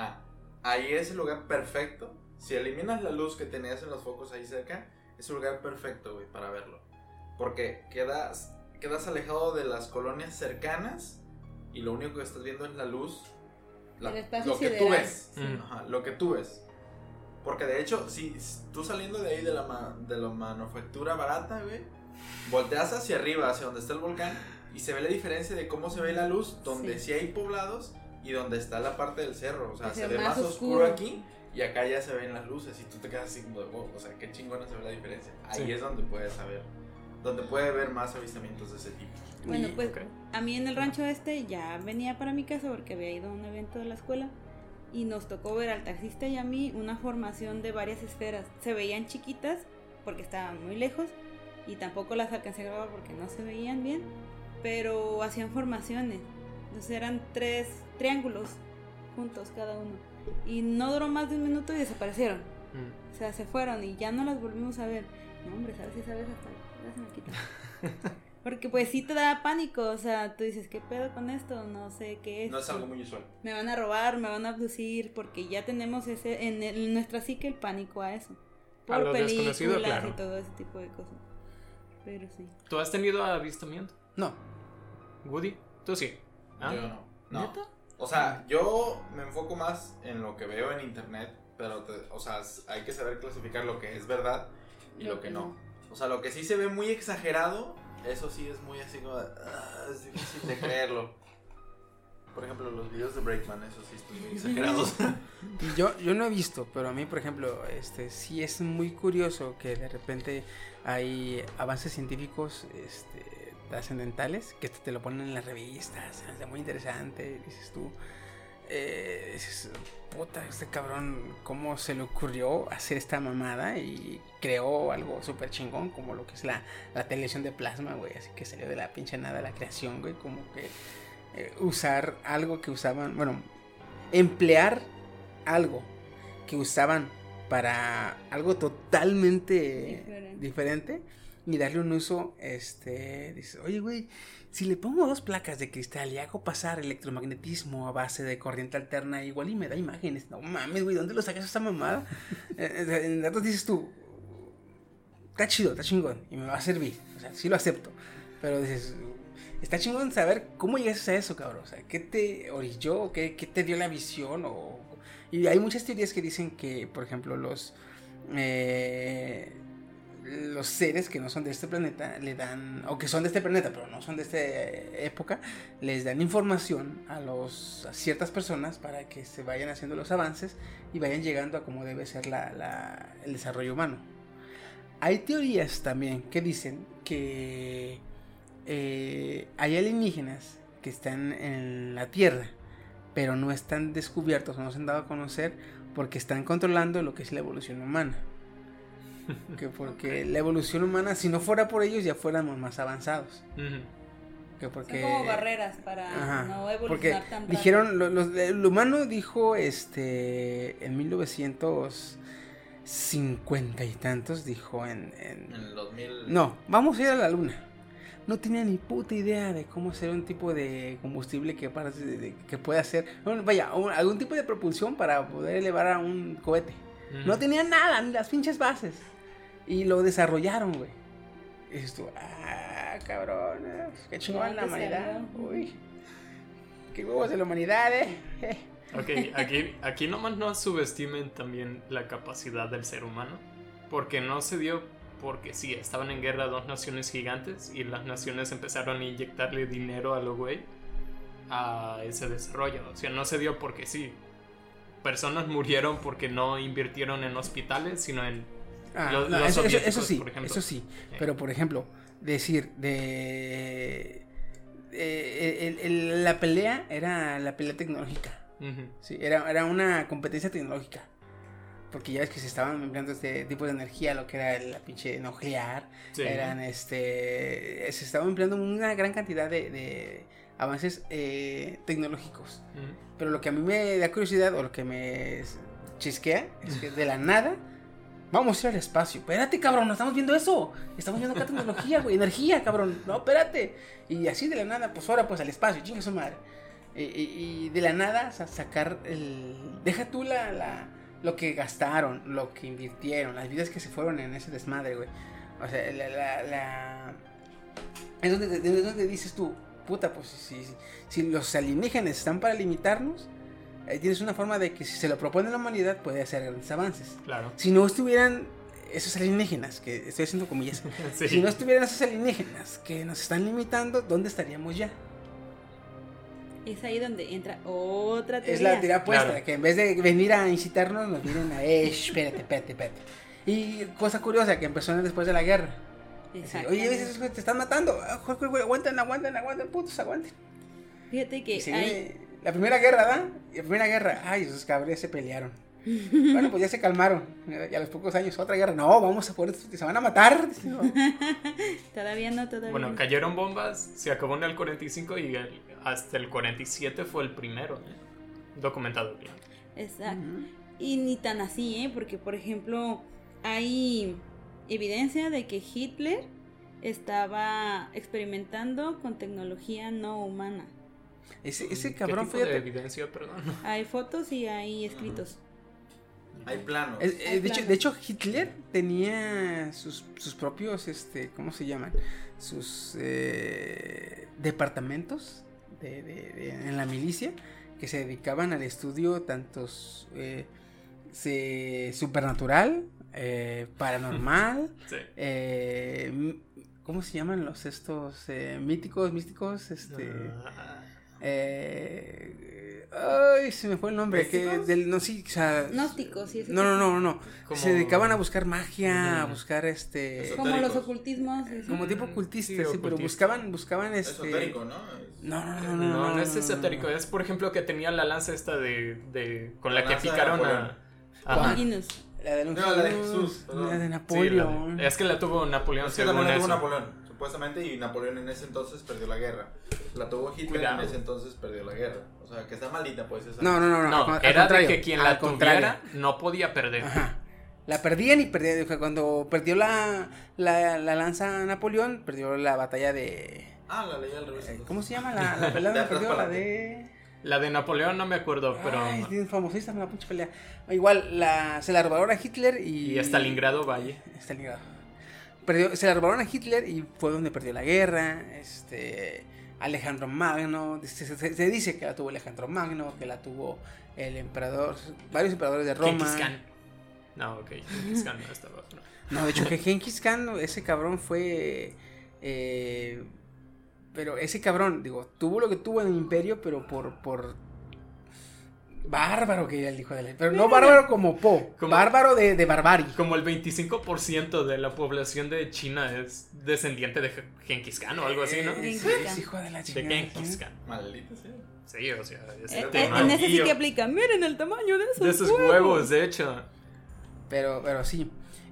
Ahí es el lugar perfecto. Si eliminas la luz que tenías en los focos ahí cerca, es un lugar perfecto, güey, para verlo. Porque quedas alejado de las colonias cercanas y lo único que estás viendo es la luz, El espacio lo que sideral. tú ves. Ajá, lo que tú ves. Porque de hecho, si tú saliendo de ahí de la manufactura barata, güey, volteas hacia arriba, hacia donde está el volcán, y se ve la diferencia de cómo se ve la luz, donde sí hay poblados y donde está la parte del cerro. O sea, se ve más oscuro aquí y acá ya se ven las luces y tú te quedas así como de wow, o sea, qué chingona se ve la diferencia. Ahí es donde puedes saber, donde puede haber más avistamientos de ese tipo. Bueno, pues a mí en el rancho ya venía para mi casa porque había ido a un evento de la escuela y nos tocó ver al taxista y a mí una formación de varias esferas. Se veían chiquitas porque estaban muy lejos y tampoco las alcancé a grabar porque no se veían bien, pero hacían formaciones. Entonces eran 3 triángulos juntos cada uno y no duró más de 1 minuto y desaparecieron. O sea, se fueron y ya no las volvimos a ver. No, hombre, sabes hasta ya se me quita. Porque pues sí te da pánico, o sea, tú dices, ¿qué pedo con esto? No sé qué es. No es algo muy usual. Me van a robar, me van a abducir, porque ya tenemos en nuestra psique el pánico a eso. Por A lo películas desconocido, claro. y todo ese tipo de cosas. Pero sí. ¿Tú has tenido avistamiento? No. ¿Woody? ¿Tú sí? Yo no. ¿Neta? O sea, yo me enfoco más en lo que veo en internet, pero o sea, hay que saber clasificar lo que es verdad y lo que no. O sea, lo que sí se ve muy exagerado, eso sí es muy así como es difícil de creerlo. Por ejemplo, los videos de Breakman, eso sí están muy exagerados. Yo no he visto, pero a mí, por ejemplo, sí es muy curioso que de repente hay avances científicos trascendentales que te lo ponen en las revistas, es muy interesante, dices tú, puta, este cabrón, ¿cómo se le ocurrió hacer esta mamada? Y creó algo súper chingón, como lo que es la televisión de plasma, güey, así que salió de la pinche nada la creación, güey, como que usar algo que usaban, bueno, emplear algo que usaban para algo totalmente diferente y darle un uso, dices, oye, güey, si le pongo 2 placas de cristal y hago pasar electromagnetismo a base de corriente alterna, igual y me da imágenes. No mames, güey, ¿dónde lo sacas esa mamada? En datos dices tú, está chido, está chingón y me va a servir, o sea, sí lo acepto, pero dices, está chingón saber cómo llegaste a eso, cabrón, o sea, ¿qué te orilló? ¿Qué te dio la visión? Y hay muchas teorías que dicen que, por ejemplo, los seres que no son de este planeta le dan, o que son de este planeta pero no son de esta época, les dan información a ciertas personas para que se vayan haciendo los avances y vayan llegando a cómo debe ser el desarrollo humano. Hay teorías también que dicen que hay alienígenas que están en la Tierra pero no están descubiertos o no se han dado a conocer porque están controlando lo que es la evolución humana. Que porque la evolución humana, si no fuera por ellos, ya fuéramos más avanzados. Que porque, son como barreras para no evolucionar porque tan rápido. Dijeron, el humano dijo en 1950 y tantos, dijo en el 2000. No, vamos a ir a la luna. No tenía ni puta idea de cómo hacer un tipo de combustible que pueda hacer, algún tipo de propulsión para poder elevar a un cohete. No tenía nada, ni las pinches bases. Y lo desarrollaron, güey. Y dices tú, cabrón, qué chingón la humanidad. Uy, qué huevos de la humanidad, Ok, aquí nomás no subestimen también la capacidad del ser humano. Porque no se dio porque sí, estaban en guerra 2 naciones gigantes y las naciones empezaron a inyectarle dinero a lo güey a ese desarrollo. O sea, no se dio porque sí. Personas murieron porque no invirtieron en hospitales, sino en los soviéticos, eso sí, por ejemplo. Eso sí, pero por ejemplo, decir la pelea era la pelea tecnológica. Sí, era una competencia tecnológica. Porque ya ves que se estaban empleando este tipo de energía, lo que era la pinche nuclear. Sí. Se estaban empleando una gran cantidad de avances tecnológicos. Pero lo que a mí me da curiosidad o lo que me chisquea es que de la nada vamos a ir al espacio. Espérate, cabrón, no estamos viendo eso. Estamos viendo acá tecnología, güey, energía, cabrón. No, espérate. Y así de la nada, pues ahora pues al espacio, chinga su madre. Y de la nada sacar deja tú lo que gastaron, lo que invirtieron, las vidas que se fueron en ese desmadre, güey. O sea, es donde dices tú, puta, pues si los alienígenas están para limitarnos, tienes una forma de que si se lo propone la humanidad puede hacer grandes avances. Claro. Si no estuvieran esos alienígenas, que estoy haciendo comillas, sí. Si no estuvieran esos alienígenas que nos están limitando, ¿dónde estaríamos ya? Es ahí donde entra otra teoría. Es la teoría puesta, claro. Que en vez de venir a incitarnos, nos vienen a espérate. Y cosa curiosa, que empezó después de la guerra. Exacto. Oye, te están matando. Aguanten, putos, aguanten. Fíjate que la primera guerra, ¿verdad? La primera guerra, esos cabrones se pelearon. Bueno, pues ya se calmaron. Y a los pocos años, otra guerra. No, vamos a poder, se van a matar. Todavía no. Bueno, cayeron bombas, se acabó en el 45 y hasta el 47 fue el primero documentado. Exacto. Y ni tan así, porque por ejemplo, hay evidencia de que Hitler estaba experimentando con tecnología no humana. Ese cabrón, ¿qué tipo de evidencia, perdón? Hay fotos y hay escritos. Hay planos. De hecho, Hitler tenía sus propios, ¿cómo se llaman? Sus departamentos en la milicia que se dedicaban al estudio tantos supernatural, paranormal, sí. ¿Cómo se llaman los estos místicos? Ay, se me fue el nombre. Gnósticos, sí. No. Se dedicaban a buscar magia, a buscar como los ocultismos. Como tipo ocultistas, sí, pero buscaban esotérico, ¿no? No es esotérico. Es, por ejemplo, que tenía la lanza esta con la que picaron a Longinus. La de Jesús. La de Napoleón. Sí, es que la tuvo Napoleón. Es que también la tuvo Napoleón. supuestamente, y Napoleón en ese entonces perdió la guerra. La tuvo Hitler Cuidado. en ese entonces perdió la guerra. O sea, que está maldita, pues. Esa. No, No, al era de contrario, que quien al la contrario. tuviera no podía perder. Ajá. La perdían y perdían. Cuando perdió la lanza Napoleón, perdió la batalla de... Ah, la leí al revés. entonces. ¿Cómo se llama la pelea De donde atrás perdió? para La de... La de Napoleón no me acuerdo, pero... Ay, es famosísima la pinche pelea. Igual, se la robaron a Hitler y... Y Stalingrado, vaya. Stalingrado. Se la robaron a Hitler y fue donde perdió la guerra. Alejandro Magno. Se dice que la tuvo Alejandro Magno, que la tuvo el emperador, varios emperadores de Roma. Genghis Khan. No, ok, Genghis Khan no estaba. No, de hecho, que Genghis Khan, ese cabrón fue... pero ese cabrón, digo, tuvo lo que tuvo en el imperio, pero por bárbaro que era el hijo de la... Pero no bárbaro como Po, Como- bárbaro de barbarie. Como el 25% de la población de China es descendiente de Genghis Khan o algo así, ¿no? Genghis Es Khan. hijo de la De chingada. Genghis Khan. Maldita sea. Sí, o sea, es En tema. ese sí Y- que aplica. Miren el tamaño de esos, de esos huevos, de hecho. Pero sí.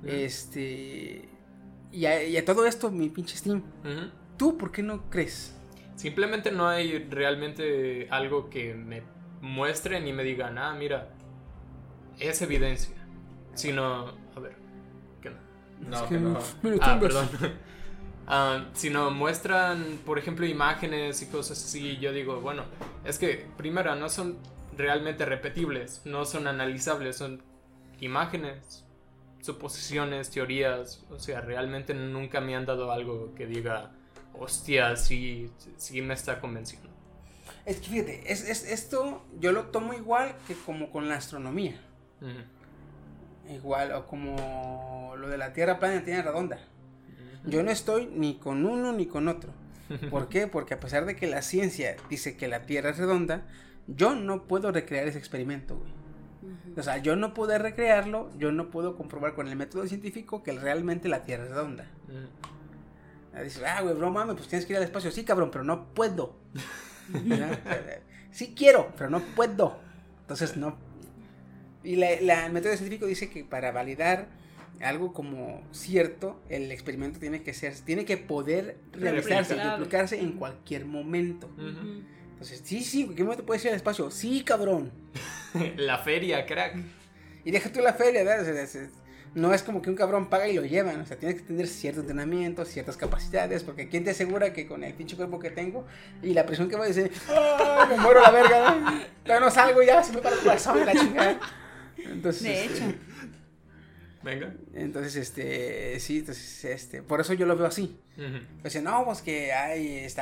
Y a todo esto, mi pinche Steam, Ujú. ¿tú por qué no crees? Simplemente no hay realmente algo que me muestren y me digan, ah, mira, es evidencia. Sino, a ver, ¿qué no? No, Es que no. me lo Ah, tumbas. perdón. Sino muestran, por ejemplo, imágenes y cosas así. Yo digo, bueno, es que primero no son realmente repetibles, no son analizables, son imágenes, suposiciones, teorías. O sea, realmente nunca me han dado algo que diga, hostia, sí me está convenciendo. Es que fíjate, esto yo lo tomo igual que como con la astronomía. Ujú. Igual, o como lo de la Tierra plana y la Tierra redonda. Yo no estoy ni con uno ni con otro. ¿Por qué? Porque a pesar de que la ciencia dice que la Tierra es redonda, yo no puedo recrear ese experimento, güey. O sea, yo no puedo recrearlo, yo no puedo comprobar con el método científico que realmente la Tierra es redonda. Dices, güey, bro, mames, pues tienes que ir al espacio. Sí, cabrón, pero no puedo. Sí quiero, pero no puedo. Entonces, no. Y el método científico dice que para validar algo como cierto, el experimento tiene que poder realizarse y Replicable. duplicarse en cualquier momento. Ujú. Entonces, sí, ¿en qué momento puedes ir al espacio? Sí, cabrón. La feria, crack. Y deja tú la feria, ¿verdad? O sea, no es como que un cabrón paga y lo llevan. O sea, tienes que tener cierto entrenamiento, ciertas capacidades. Porque ¿quién te asegura que con el pinche cuerpo que tengo y la presión que voy a decir, ¡ay, me muero la verga! ¿no? Todavía no salgo ya, se me para el corazón, la chingada. Entonces, De hecho. Venga. Entonces, sí, entonces, por eso yo lo veo así. Ujú. Pues no, pues que ahí está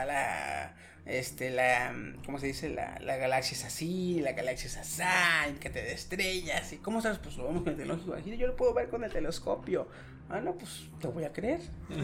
¿cómo se dice? La galaxia es así, la galaxia es así, que te de estrellas. ¿Y cómo sabes? Pues lo vemos con el telescopio. Aquí yo lo puedo ver con el telescopio. Ah, no, pues te voy a creer.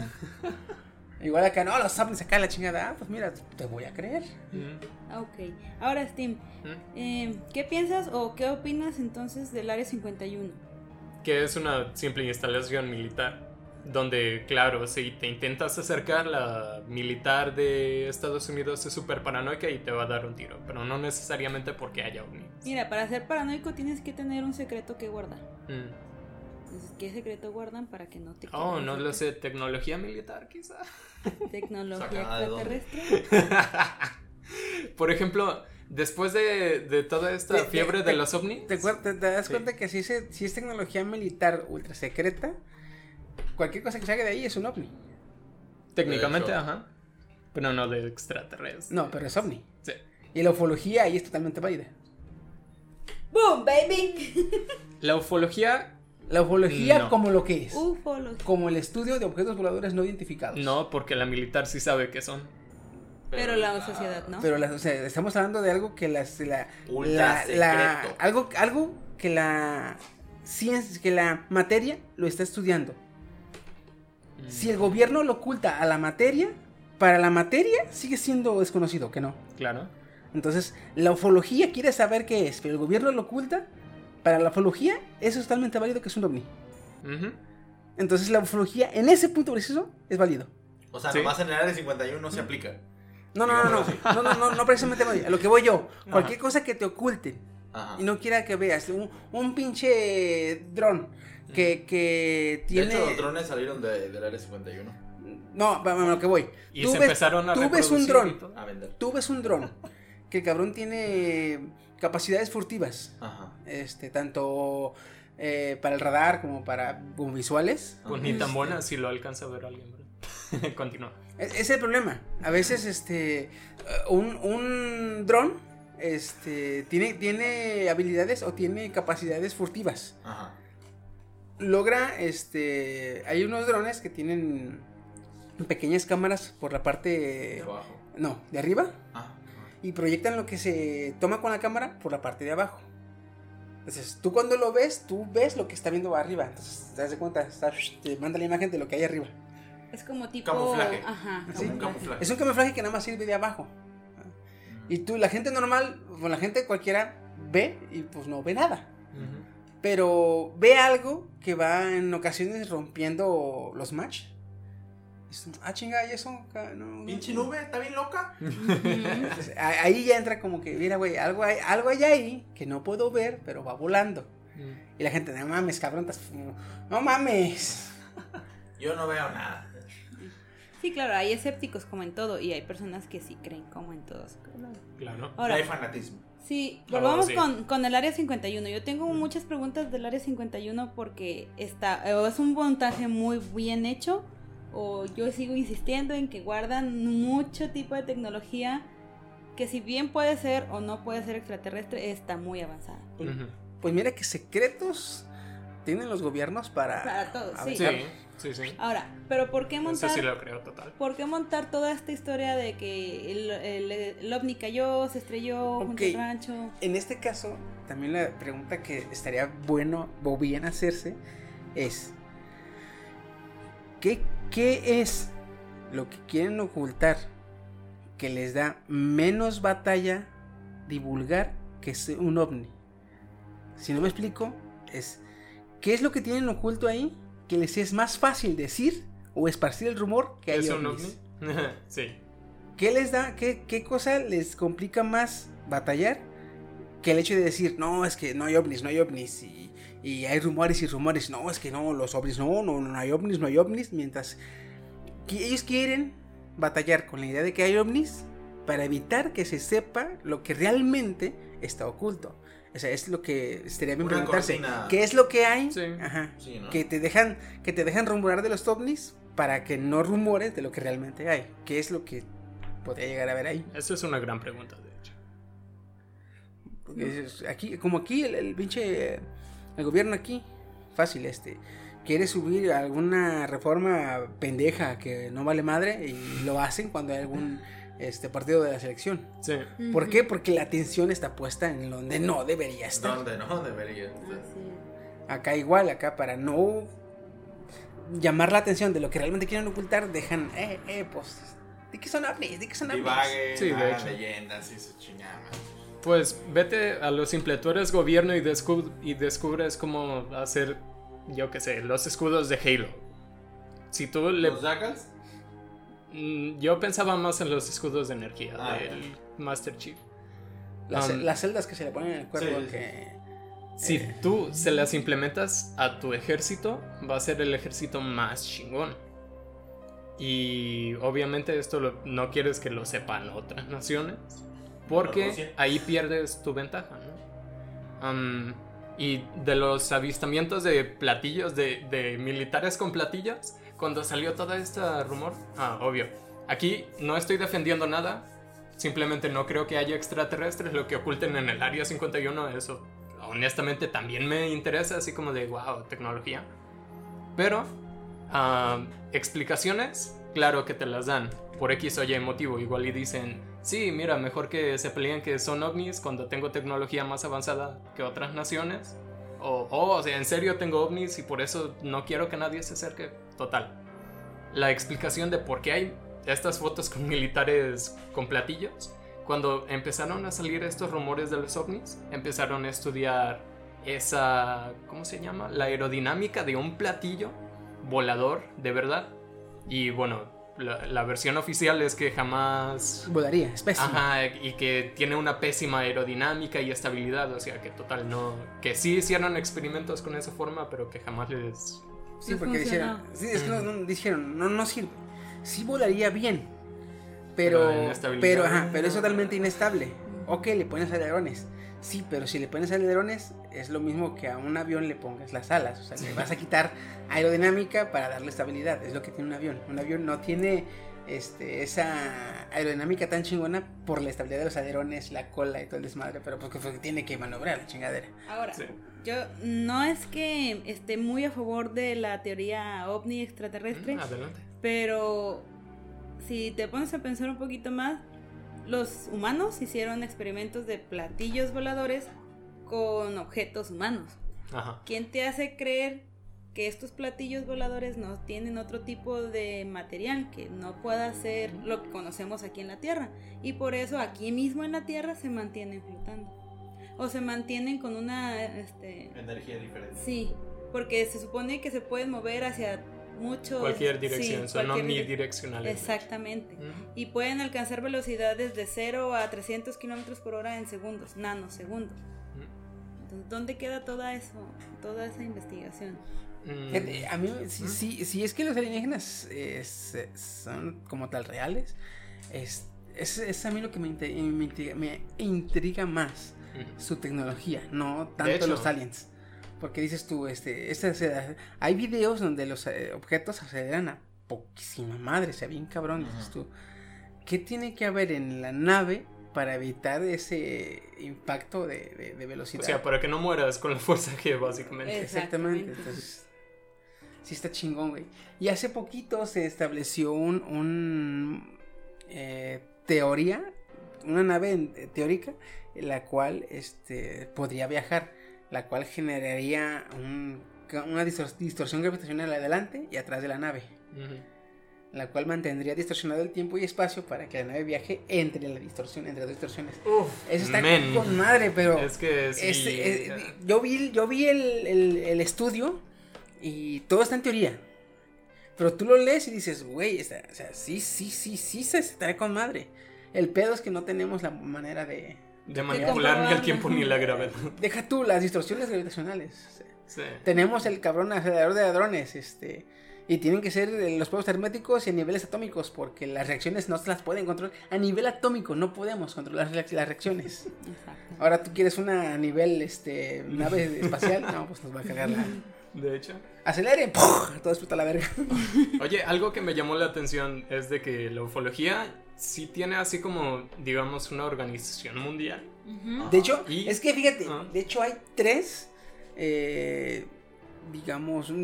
Igual acá, no, los ovnis acá la chingada. Ah, pues mira, te voy a creer. Ujú. Ok. Ahora, Steam, ¿qué piensas o qué opinas entonces del Área 51? Que es una simple instalación militar. Donde, claro, si te intentas acercar, la militar de Estados Unidos es súper paranoica y te va a dar un tiro. Pero no necesariamente porque haya ovnis. Mira, para ser paranoico tienes que tener un secreto que guardar. Mm. Entonces, ¿qué secreto guardan para que no te Oh, quieran no hacer lo sé, tecnología militar quizá. Tecnología Sacada de dónde. extraterrestre. Por ejemplo, después de toda esta fiebre de los ovnis. ¿Te das Sí. cuenta que si es tecnología militar ultra secreta, cualquier cosa que salga de ahí es un ovni? Técnicamente, De hecho. ajá. Pero no de extraterrestres. No, pero es ovni. Sí. Y la ufología ahí es totalmente válida. ¡Boom, baby! La ufología, La ufología No. como lo que es. Ufología. Como el estudio de objetos voladores no identificados. no, porque la militar sí sabe qué son. Pero la sociedad, ¿no? Pero o sea, estamos hablando de algo que Ultra secreto. algo que la ciencia, que la materia lo está estudiando. Si el gobierno lo oculta a la materia, para la materia sigue siendo desconocido, ¿que no? Claro. Entonces, la ufología quiere saber qué es, pero el gobierno lo oculta. Para la ufología, eso es totalmente válido que es un ovni. Ujú. Entonces, la ufología, en ese punto preciso, es válido. O sea, Sí. nomás en el área 51 no se aplica. No precisamente voy. A lo que voy yo. Cualquier cosa que te oculten Ajá. y no quiera que veas, un pinche dron que De tiene... hecho, los drones salieron del área 51. No, a lo que voy. Y se empezaron a tú ves un reproducir y dron. todo. A vender. Tú ves un dron. Que el cabrón tiene capacidades furtivas. Ajá. Tanto para el radar como visuales. Pues ni tan buena si lo alcanza a ver alguien, ¿verdad? Continúa. Ese es el problema. A veces un dron tiene habilidades o tiene capacidades furtivas. Ajá. Logra, hay unos drones que tienen pequeñas cámaras por la parte De abajo. no, de arriba, Ah. y proyectan lo que se toma con la cámara por la parte de abajo. Entonces, tú cuando lo ves, tú ves lo que está viendo arriba. Entonces, te das de cuenta, te manda la imagen de lo que hay arriba. Es como tipo... Camuflaje. Ajá, Sí. Un camuflaje. Es un camuflaje que nada más sirve de abajo. Y tú, la gente normal, o la gente cualquiera, ve y pues no ve nada. Ujú. Pero ve algo que va en ocasiones rompiendo los match. Chinga, ¿y eso? No, Pinche nube, ¿está bien loca? Entonces, ahí ya entra como que, mira, güey, algo hay ahí que no puedo ver, pero va volando. Y la gente, no mames, cabrón, no mames. Yo no veo nada. Sí, claro, hay escépticos como en todo y hay personas que sí creen como en todo. Claro. Ahora, Hay fanatismo. sí, volvamos sí. con el Área 51. Yo tengo muchas preguntas del Área 51 porque o es un montaje muy bien hecho, o yo sigo insistiendo en que guardan mucho tipo de tecnología que si bien puede ser o no puede ser extraterrestre, está muy avanzada. Ujú. Pues mira que secretos tienen los gobiernos para todo, sí. avanzar. Sí, sí. Ahora, pero ¿por qué Eso montar? sí lo creo total. ¿Por qué montar toda esta historia de que el ovni cayó, se estrelló junto Ok. al rancho? En este caso, también la pregunta que estaría bueno o bien hacerse es: ¿qué es lo que quieren ocultar que les da menos batalla divulgar que es un ovni? Si no me explico, ¿qué es lo que tienen oculto ahí que les es más fácil decir o esparcir el rumor que hay ¿Es un ovnis? ovni? Sí. ¿Qué les da, qué cosa les complica más batallar que el hecho de decir, no, es que no hay ovnis, y hay rumores y rumores, no, es que no, los ovnis, no hay ovnis, mientras que ellos quieren batallar con la idea de que hay ovnis para evitar que se sepa lo que realmente está oculto? O sea, es lo que estaría bien Una preguntarse. cortina. ¿Qué es lo que hay? Sí. Ajá. Sí, ¿no? Que te dejan rumorar de los ovnis para que no rumores de lo que realmente hay. ¿Qué es lo que podría llegar a ver ahí? Eso es una gran pregunta, de hecho. Porque aquí el pinche el gobierno aquí fácil quiere subir alguna reforma pendeja que no vale madre y lo hacen cuando hay algún partido de la selección. Sí. ¿Por qué? Porque la atención está puesta en donde no debería estar. ¿Dónde no debería? Acá igual, acá para no llamar la atención de lo que realmente quieren ocultar, dejan pues de que son ovnis, Divague, Sí, de hecho. leyendas y su chingada. Pues vete a lo simple, tú eres gobierno y descubres cómo hacer, yo qué sé, los escudos de Halo. Si tú le... ¿Los Jackals? Yo pensaba más en los escudos de energía Ah, del Master Chief. las celdas que se le ponen en el cuerpo. Sí, sí. Si tú se las implementas a tu ejército, va a ser el ejército más chingón. Y obviamente esto no quieres que lo sepan otras naciones, porque Rusia. ahí pierdes tu ventaja, ¿no? Y de los avistamientos de platillos, de militares con platillos, cuando salió todo este rumor, obvio, aquí no estoy defendiendo nada, simplemente no creo que haya extraterrestres, lo que oculten en el Área 51, eso honestamente también me interesa, así como de wow, tecnología. Pero explicaciones, claro que te las dan por X o Y motivo. Igual y dicen, sí, mira, mejor que se peleen que son ovnis cuando tengo tecnología más avanzada que otras naciones. O sea, en serio tengo ovnis y por eso no quiero que nadie se acerque. Total. La explicación de por qué hay estas fotos con militares con platillos. Cuando empezaron a salir estos rumores de los ovnis, empezaron a estudiar esa, ¿cómo se llama? La aerodinámica de un platillo volador de verdad. Y bueno, la versión oficial es que jamás volaría, es pésimo. Ajá, y que tiene una pésima aerodinámica y estabilidad, o sea que total no, que sí hicieron experimentos con esa forma, pero que jamás les... Sí, No porque funcionó. dijeron, sí, es que dijeron, no sirve. sí volaría bien, Pero pero, inestabilidad. pero es totalmente inestable. Ok, le pones alerones. Sí, pero si le pones alerones es lo mismo que a un avión le pongas las alas. O sea, le vas a quitar aerodinámica para darle estabilidad. Es lo que tiene un avión. Un avión no tiene esa aerodinámica tan chingona por la estabilidad de los alerones, la cola y todo el desmadre. Pero pues que tiene que maniobrar la chingadera. Ahora, Sí. yo no es que esté muy a favor de la teoría ovni extraterrestre, Adelante. pero si te pones a pensar un poquito más, los humanos hicieron experimentos de platillos voladores con objetos humanos. Ajá. ¿Quién te hace creer que estos platillos voladores no tienen otro tipo de material que no pueda ser lo que conocemos aquí en la Tierra? Y por eso aquí mismo en la Tierra se mantienen flotando. O se mantienen con una... Energía diferente. Sí, porque se supone que se pueden mover hacia muchos... Cualquier dirección, sí, son cualquier omnidireccionales. Exactamente. Ujú. Y pueden alcanzar velocidades de 0 a 300 kilómetros por hora en segundos, nanosegundos. Entonces, ¿dónde queda toda esa investigación? Fíjate, a mí, si es que los alienígenas son como tal reales, es a mí lo que me intriga más, su tecnología, no tanto hecho. los aliens. Porque dices tú, hay videos donde los objetos aceleran a poquísima madre, o sea, bien cabrón, dices tú. ¿Qué tiene que haber en la nave para evitar ese impacto de velocidad? O sea, para que no mueras con la fuerza G, básicamente. Exactamente. Entonces, sí está chingón, güey. Y hace poquito se estableció una nave teórica, la cual podría viajar, la cual generaría una distorsión gravitacional adelante y atrás de la nave, la cual mantendría distorsionado el tiempo y espacio para que la nave viaje entre las distorsiones. Uf, Eso está men. con madre, pero Es que sí. yo vi el estudio y todo está en teoría. Pero tú lo lees y dices, güey, o sea, sí se está con madre. El pedo es que no tenemos la manera de manipular ni el tiempo ni la gravedad. Deja tú las distorsiones gravitacionales. Sí. Tenemos el cabrón acelerador de hadrones, y tienen que ser los polvos herméticos y a niveles atómicos, porque las reacciones no se las pueden controlar. A nivel atómico no podemos controlar las reacciones. Exacto. Ahora tú quieres una a nivel nave espacial, no, pues nos va a cagar la... De hecho. Aceleren, ¡puf! Todo explota la verga. Oye, algo que me llamó la atención es de que la ufología sí tiene así como, digamos, una organización mundial. De hecho, Y- es que fíjate, Ah. de hecho hay tres, digamos,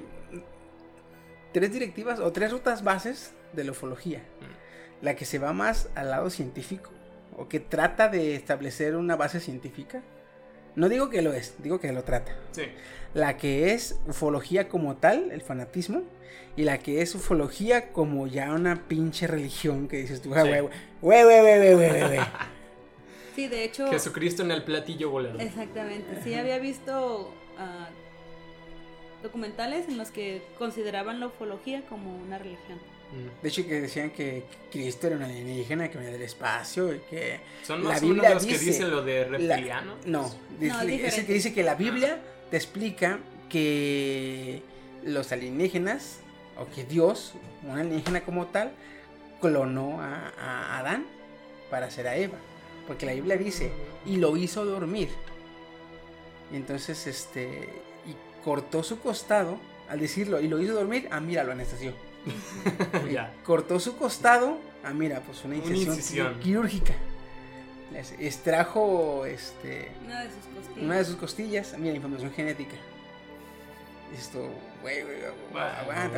tres directivas o tres rutas bases de la ufología. La que se va más al lado científico, o que trata de establecer una base científica. No digo que lo es, digo que lo trata. Sí. La que es ufología como tal, el fanatismo, y la que es ufología como ya una pinche religión que dices tú, Sí. güey. Sí, de hecho... Jesucristo en el platillo volador. Exactamente, sí había visto documentales en los que consideraban la ufología como una religión. De hecho, que decían que Cristo era un alienígena que venía del espacio y que Son la más o menos Biblia los que dice- dicen lo de reptiliano. No, es el diferente. que dice que la Biblia te explica que los alienígenas, o que Dios, un alienígena como tal, clonó a Adán para hacer a Eva. Porque la Biblia dice, y lo hizo dormir. Y entonces, y cortó su costado, al decirlo, y lo hizo dormir, mira, lo anestesió. Ya. Cortó su costado, mira, pues una incisión quirúrgica. Extrajo una de sus costillas, mira, información genética. Esto, güey, aguanta.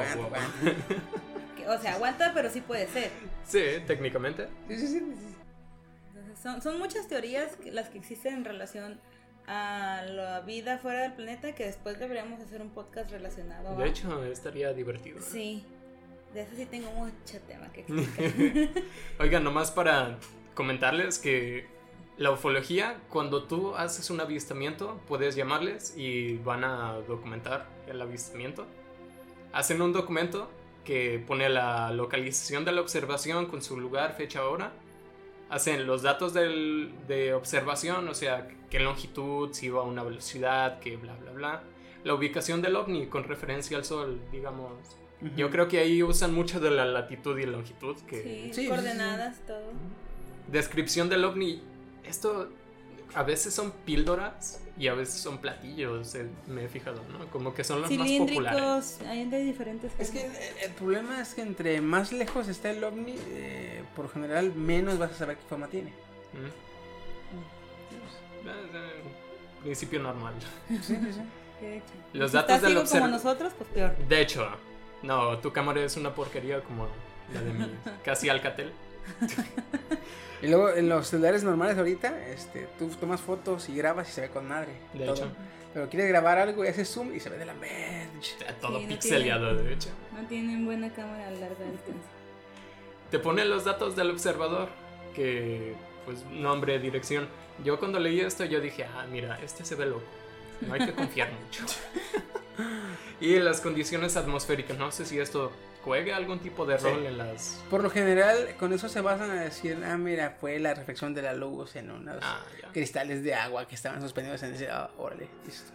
O sea, aguanta, pero sí puede ser. Sí, técnicamente. Sí. Entonces, son muchas teorías las que existen en relación a la vida fuera del planeta, que después deberíamos hacer un podcast relacionado. De hecho, estaría divertido. Sí, de eso sí tengo mucho tema que explicar. Oigan, nomás para comentarles que la ufología, cuando tú haces un avistamiento, puedes llamarles y van a documentar el avistamiento. Hacen un documento que pone la localización de la observación con su lugar, fecha, hora. Hacen los datos de observación, o sea, qué longitud, si iba a una velocidad, que bla, bla, bla. la ubicación del ovni con referencia al sol, digamos. Yo creo que ahí usan mucho de la latitud y longitud. Que... Sí, coordenadas, todo. Descripción del ovni. Esto a veces son píldoras y a veces son platillos, me he fijado, ¿no? Como que son los más populares. Hay de diferentes formas. Es que el problema es que entre más lejos está el ovni, por general menos vas a saber qué forma tiene. Principio normal. Sí. De hecho. Los datos del como nosotros, pues peor. De hecho, no, tu cámara es una porquería como la de mi casi Alcatel. Y luego en los celulares normales ahorita, tú tomas fotos y grabas y se ve con madre. De hecho. Pero quieres grabar algo y haces zoom y se ve de la merda. Todo pixeleado, de hecho. No tienen buena cámara a larga distancia. Te pone los datos del observador, que pues nombre, dirección. Yo cuando leí esto yo dije, mira, se ve loco. No hay que confiar mucho. Y las condiciones atmosféricas, no sé si esto juegue algún tipo de rol en las... Por lo general, con eso se basan a decir, mira, fue la reflexión de la luz en unos cristales de agua que estaban suspendidos en ese... órale, listo.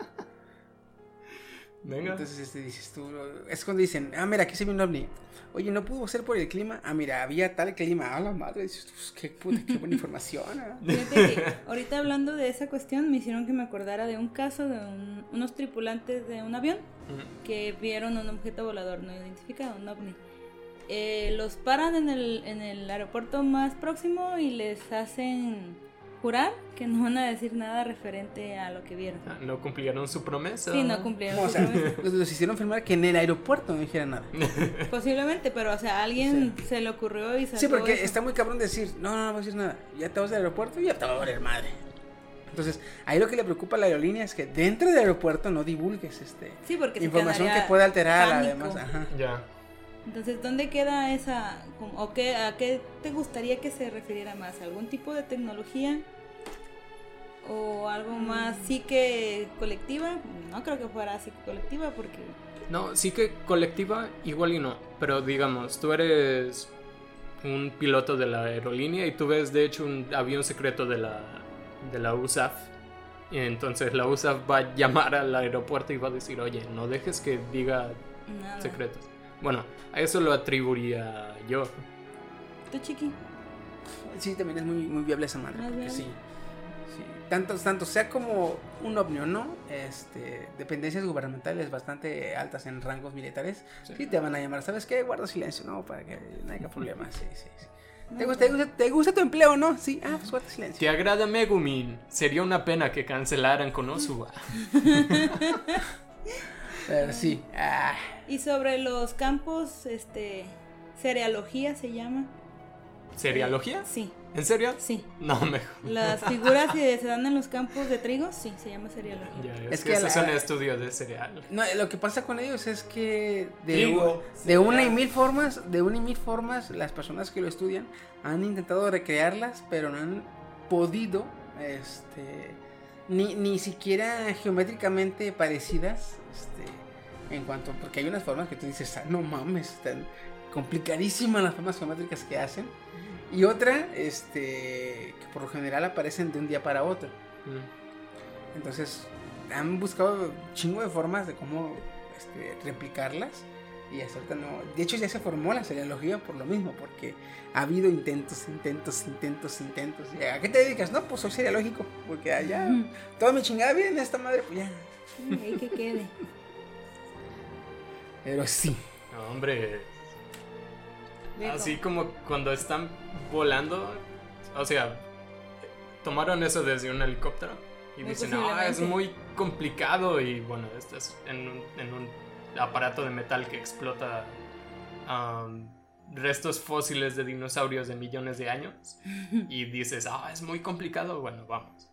Venga. Entonces dices tú, es cuando dicen, mira, aquí se ve un ovni. Oye, ¿no pudo ser por el clima? Mira, había tal clima. La madre, dices, pues, qué buena información. Fíjate que ahorita hablando de esa cuestión me hicieron que me acordara de un caso de unos tripulantes de un avión que vieron un objeto volador no identificado, un ovni. Los paran en el aeropuerto más próximo y les hacen jurar que no van a decir nada referente a lo que vieron. No cumplieron su promesa. Sí, no cumplieron su promesa. Los hicieron firmar que en el aeropuerto no dijeran nada. Posiblemente, pero o sea, a alguien se le ocurrió y sacó. Sí, porque está muy cabrón decir, no voy a decir nada. Ya te vas del aeropuerto y ya te va a valer madre. Entonces, ahí lo que le preocupa a la aerolínea es que dentro del aeropuerto no divulgues sí, porque información que pueda alterar a la demás. Ya. Entonces, ¿dónde queda esa, o a qué te gustaría que se refiriera más? ¿Algún tipo de tecnología? ¿O algo más psique colectiva? No creo que fuera psique colectiva porque... No, psique colectiva igual y no, pero digamos, tú eres un piloto de la aerolínea y tú ves de hecho un avión secreto de la USAF. Y entonces la USAF va a llamar al aeropuerto y va a decir, oye, no dejes que diga nada. Secretos. Bueno, a eso lo atribuiría yo. ¿Tú, Chiqui? Sí, también es muy, muy viable esa madre. Porque sí. Tanto sea como un ovni o no, dependencias gubernamentales bastante altas en rangos militares, sí te van a llamar, ¿sabes qué? Guarda silencio, ¿no? Para que no haya problemas, sí. ¿Te gusta tu empleo, no? Sí, pues guarda silencio. ¿Te agrada Megumin? Sería una pena que cancelaran con Osuba. Pero sí. Y sobre los campos, cerealogía se llama. ¿Cerealogía? Sí. ¿En serio? Sí. No, mejor. Las figuras que se dan en los campos de trigo, sí, se llama cerealogía. Ya, es que eso es un estudio de cereal. No, lo que pasa con ellos es que de una y mil formas, las personas que lo estudian han intentado recrearlas, pero no han podido, ni siquiera geométricamente parecidas, en cuanto, porque hay unas formas que tú dices, no mames, están complicadísimas las formas geométricas que hacen. Y otra, que por lo general aparecen de un día para otro. Entonces, han buscado chingo de formas de cómo replicarlas. Y hasta ahorita no. De hecho, ya se formó la cerealogía por lo mismo, porque ha habido intentos. ¿Y a qué te dedicas? No, pues soy cerealógico, porque allá toda mi chingada viene en esta madre, pues ya. Ahí que quede. Pero sí. No, hombre. Así como cuando están volando, o sea, tomaron eso desde un helicóptero y dicen, es muy complicado y bueno, esto es en un aparato de metal que explota restos fósiles de dinosaurios de millones de años y dices, es muy complicado, bueno, vamos.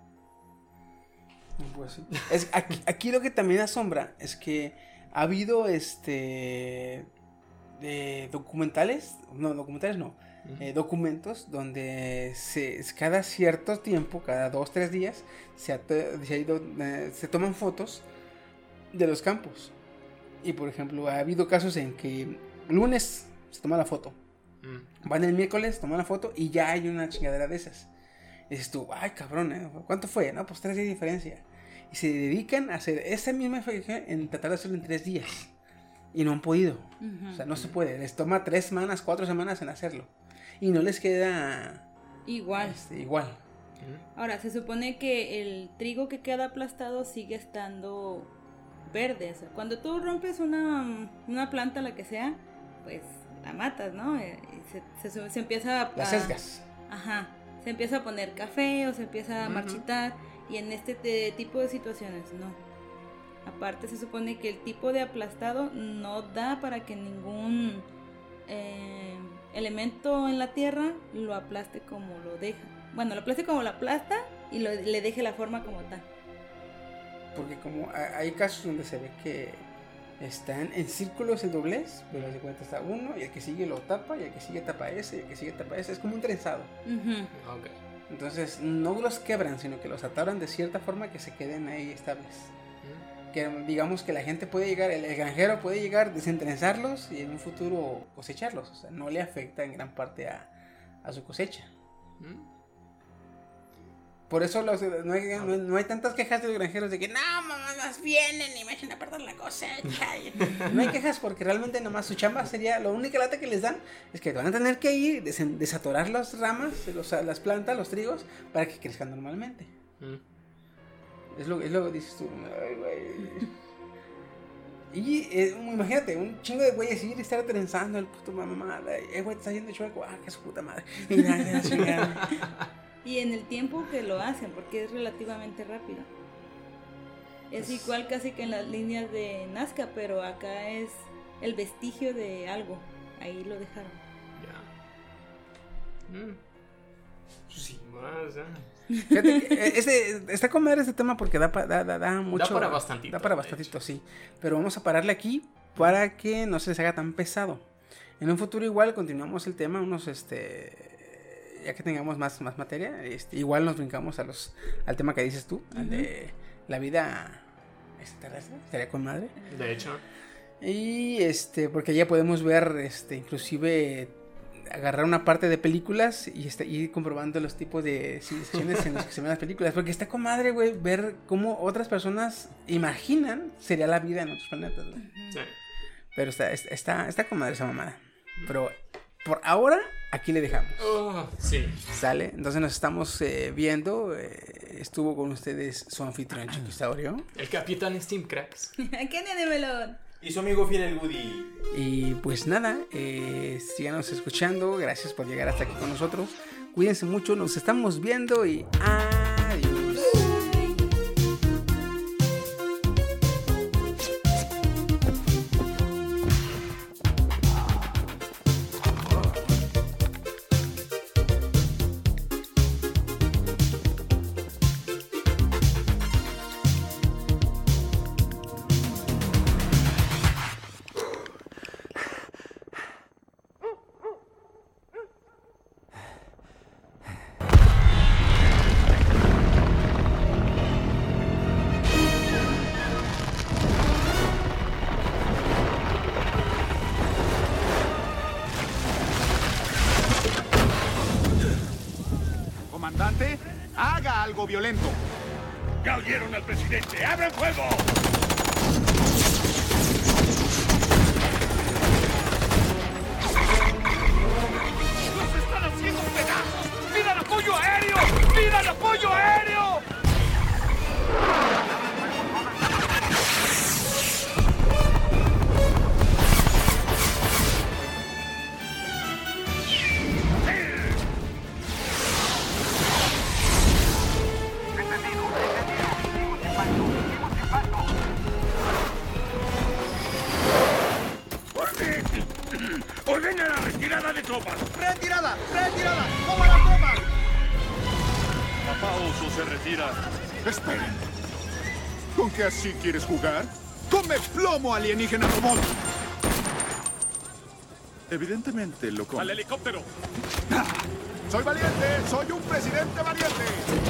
Pues sí. Aquí lo que también asombra es que ha habido documentos donde cada cierto tiempo, cada 2-3 días se toman fotos de los campos. Y por ejemplo, ha habido casos en que lunes se toma la foto, van el miércoles, toman la foto y ya hay una chingadera de esas. Y dices tú, ay cabrón, ¿cuánto fue? No, pues 3 días de diferencia. y se dedican a hacer esa misma fábrica en tratar de hacerlo en 3 días. Y no han podido. O sea, no se puede. Les toma 3 semanas, 4 semanas en hacerlo. Y no les queda igual. Igual. Ahora, se supone que el trigo que queda aplastado sigue estando verde. O sea, cuando tú rompes una planta, la que sea, pues la matas, ¿no? Y se empieza a... Las sesgas. Ajá. Se empieza a poner café o se empieza a marchitar. Y en este tipo de situaciones, no. Aparte, se supone que el tipo de aplastado no da para que ningún elemento en la tierra lo aplaste como lo deja. Bueno, lo aplaste como lo aplasta y le deje la forma como tal. Porque como hay casos donde se ve que están en círculos el doblez, pero haz de cuenta está uno y el que sigue lo tapa y el que sigue tapa ese y el que sigue tapa ese. Es como un trenzado. Okay. Entonces no los quebran, sino que los atoran de cierta forma que se queden ahí estables. Que digamos que la gente puede llegar, el granjero puede llegar, desentrenzarlos y en un futuro cosecharlos. O sea, no le afecta en gran parte a su cosecha. Por eso no hay tantas quejas de los granjeros de que no, mamás vienen y me echan a perder la cosecha. No hay quejas porque realmente nomás su chamba sería, la única lata que les dan es que van a tener que ir, desatorar las ramas, las plantas, los trigos, para que crezcan normalmente. Es lo que dices tú. Ay, güey. Y imagínate, un chingo de güeyes ir y estar trenzando el puto mamada. Güey, te está yendo chueco. Que su puta madre. Y en el tiempo que lo hacen, porque es relativamente rápido. Es igual casi que en las líneas de Nazca, pero acá es el vestigio de algo. Ahí lo dejaron. Sí, más, Fíjate que está con madre este tema porque da mucho. Da para bastantito. Da para bastantito, sí. Pero vamos a pararle aquí para que no se les haga tan pesado. En un futuro igual continuamos el tema, ya que tengamos más materia, igual nos brincamos al tema que dices tú, al de la vida extraterrestre, estaría con madre. De hecho. Y porque ya podemos ver, inclusive agarrar una parte de películas y ir comprobando los tipos de civilizaciones en los que se ven las películas, porque está con madre, güey, ver cómo otras personas imaginan sería la vida en otros planetas, ¿no? Sí. Pero está con madre esa mamada. Pero por ahora, aquí le dejamos. Sí. ¿Sale? Entonces nos estamos viendo. Estuvo con ustedes su anfitrión Chiquisaurio. El capitán Steam Cracks. Kenny de Melón. Y su amigo fiel el Woody. Y pues nada, síganos escuchando. Gracias por llegar hasta aquí con nosotros. Cuídense mucho, nos estamos viendo y adiós. Comandante, haga algo violento. Ya oyeron al presidente. ¡Abran fuego! ¡Nos están haciendo pedazos! ¡Pidan apoyo aéreo! ¡Pidan apoyo aéreo! ¡Ordena la retirada de tropas! ¡Retirada! ¡Retirada! ¡Toma las tropas! Papá Oso se retira. Esperen. ¿Con qué así quieres jugar? ¡Come plomo, alienígena robot! Evidentemente lo come. ¡Al helicóptero! ¡Soy valiente! ¡Soy un presidente valiente!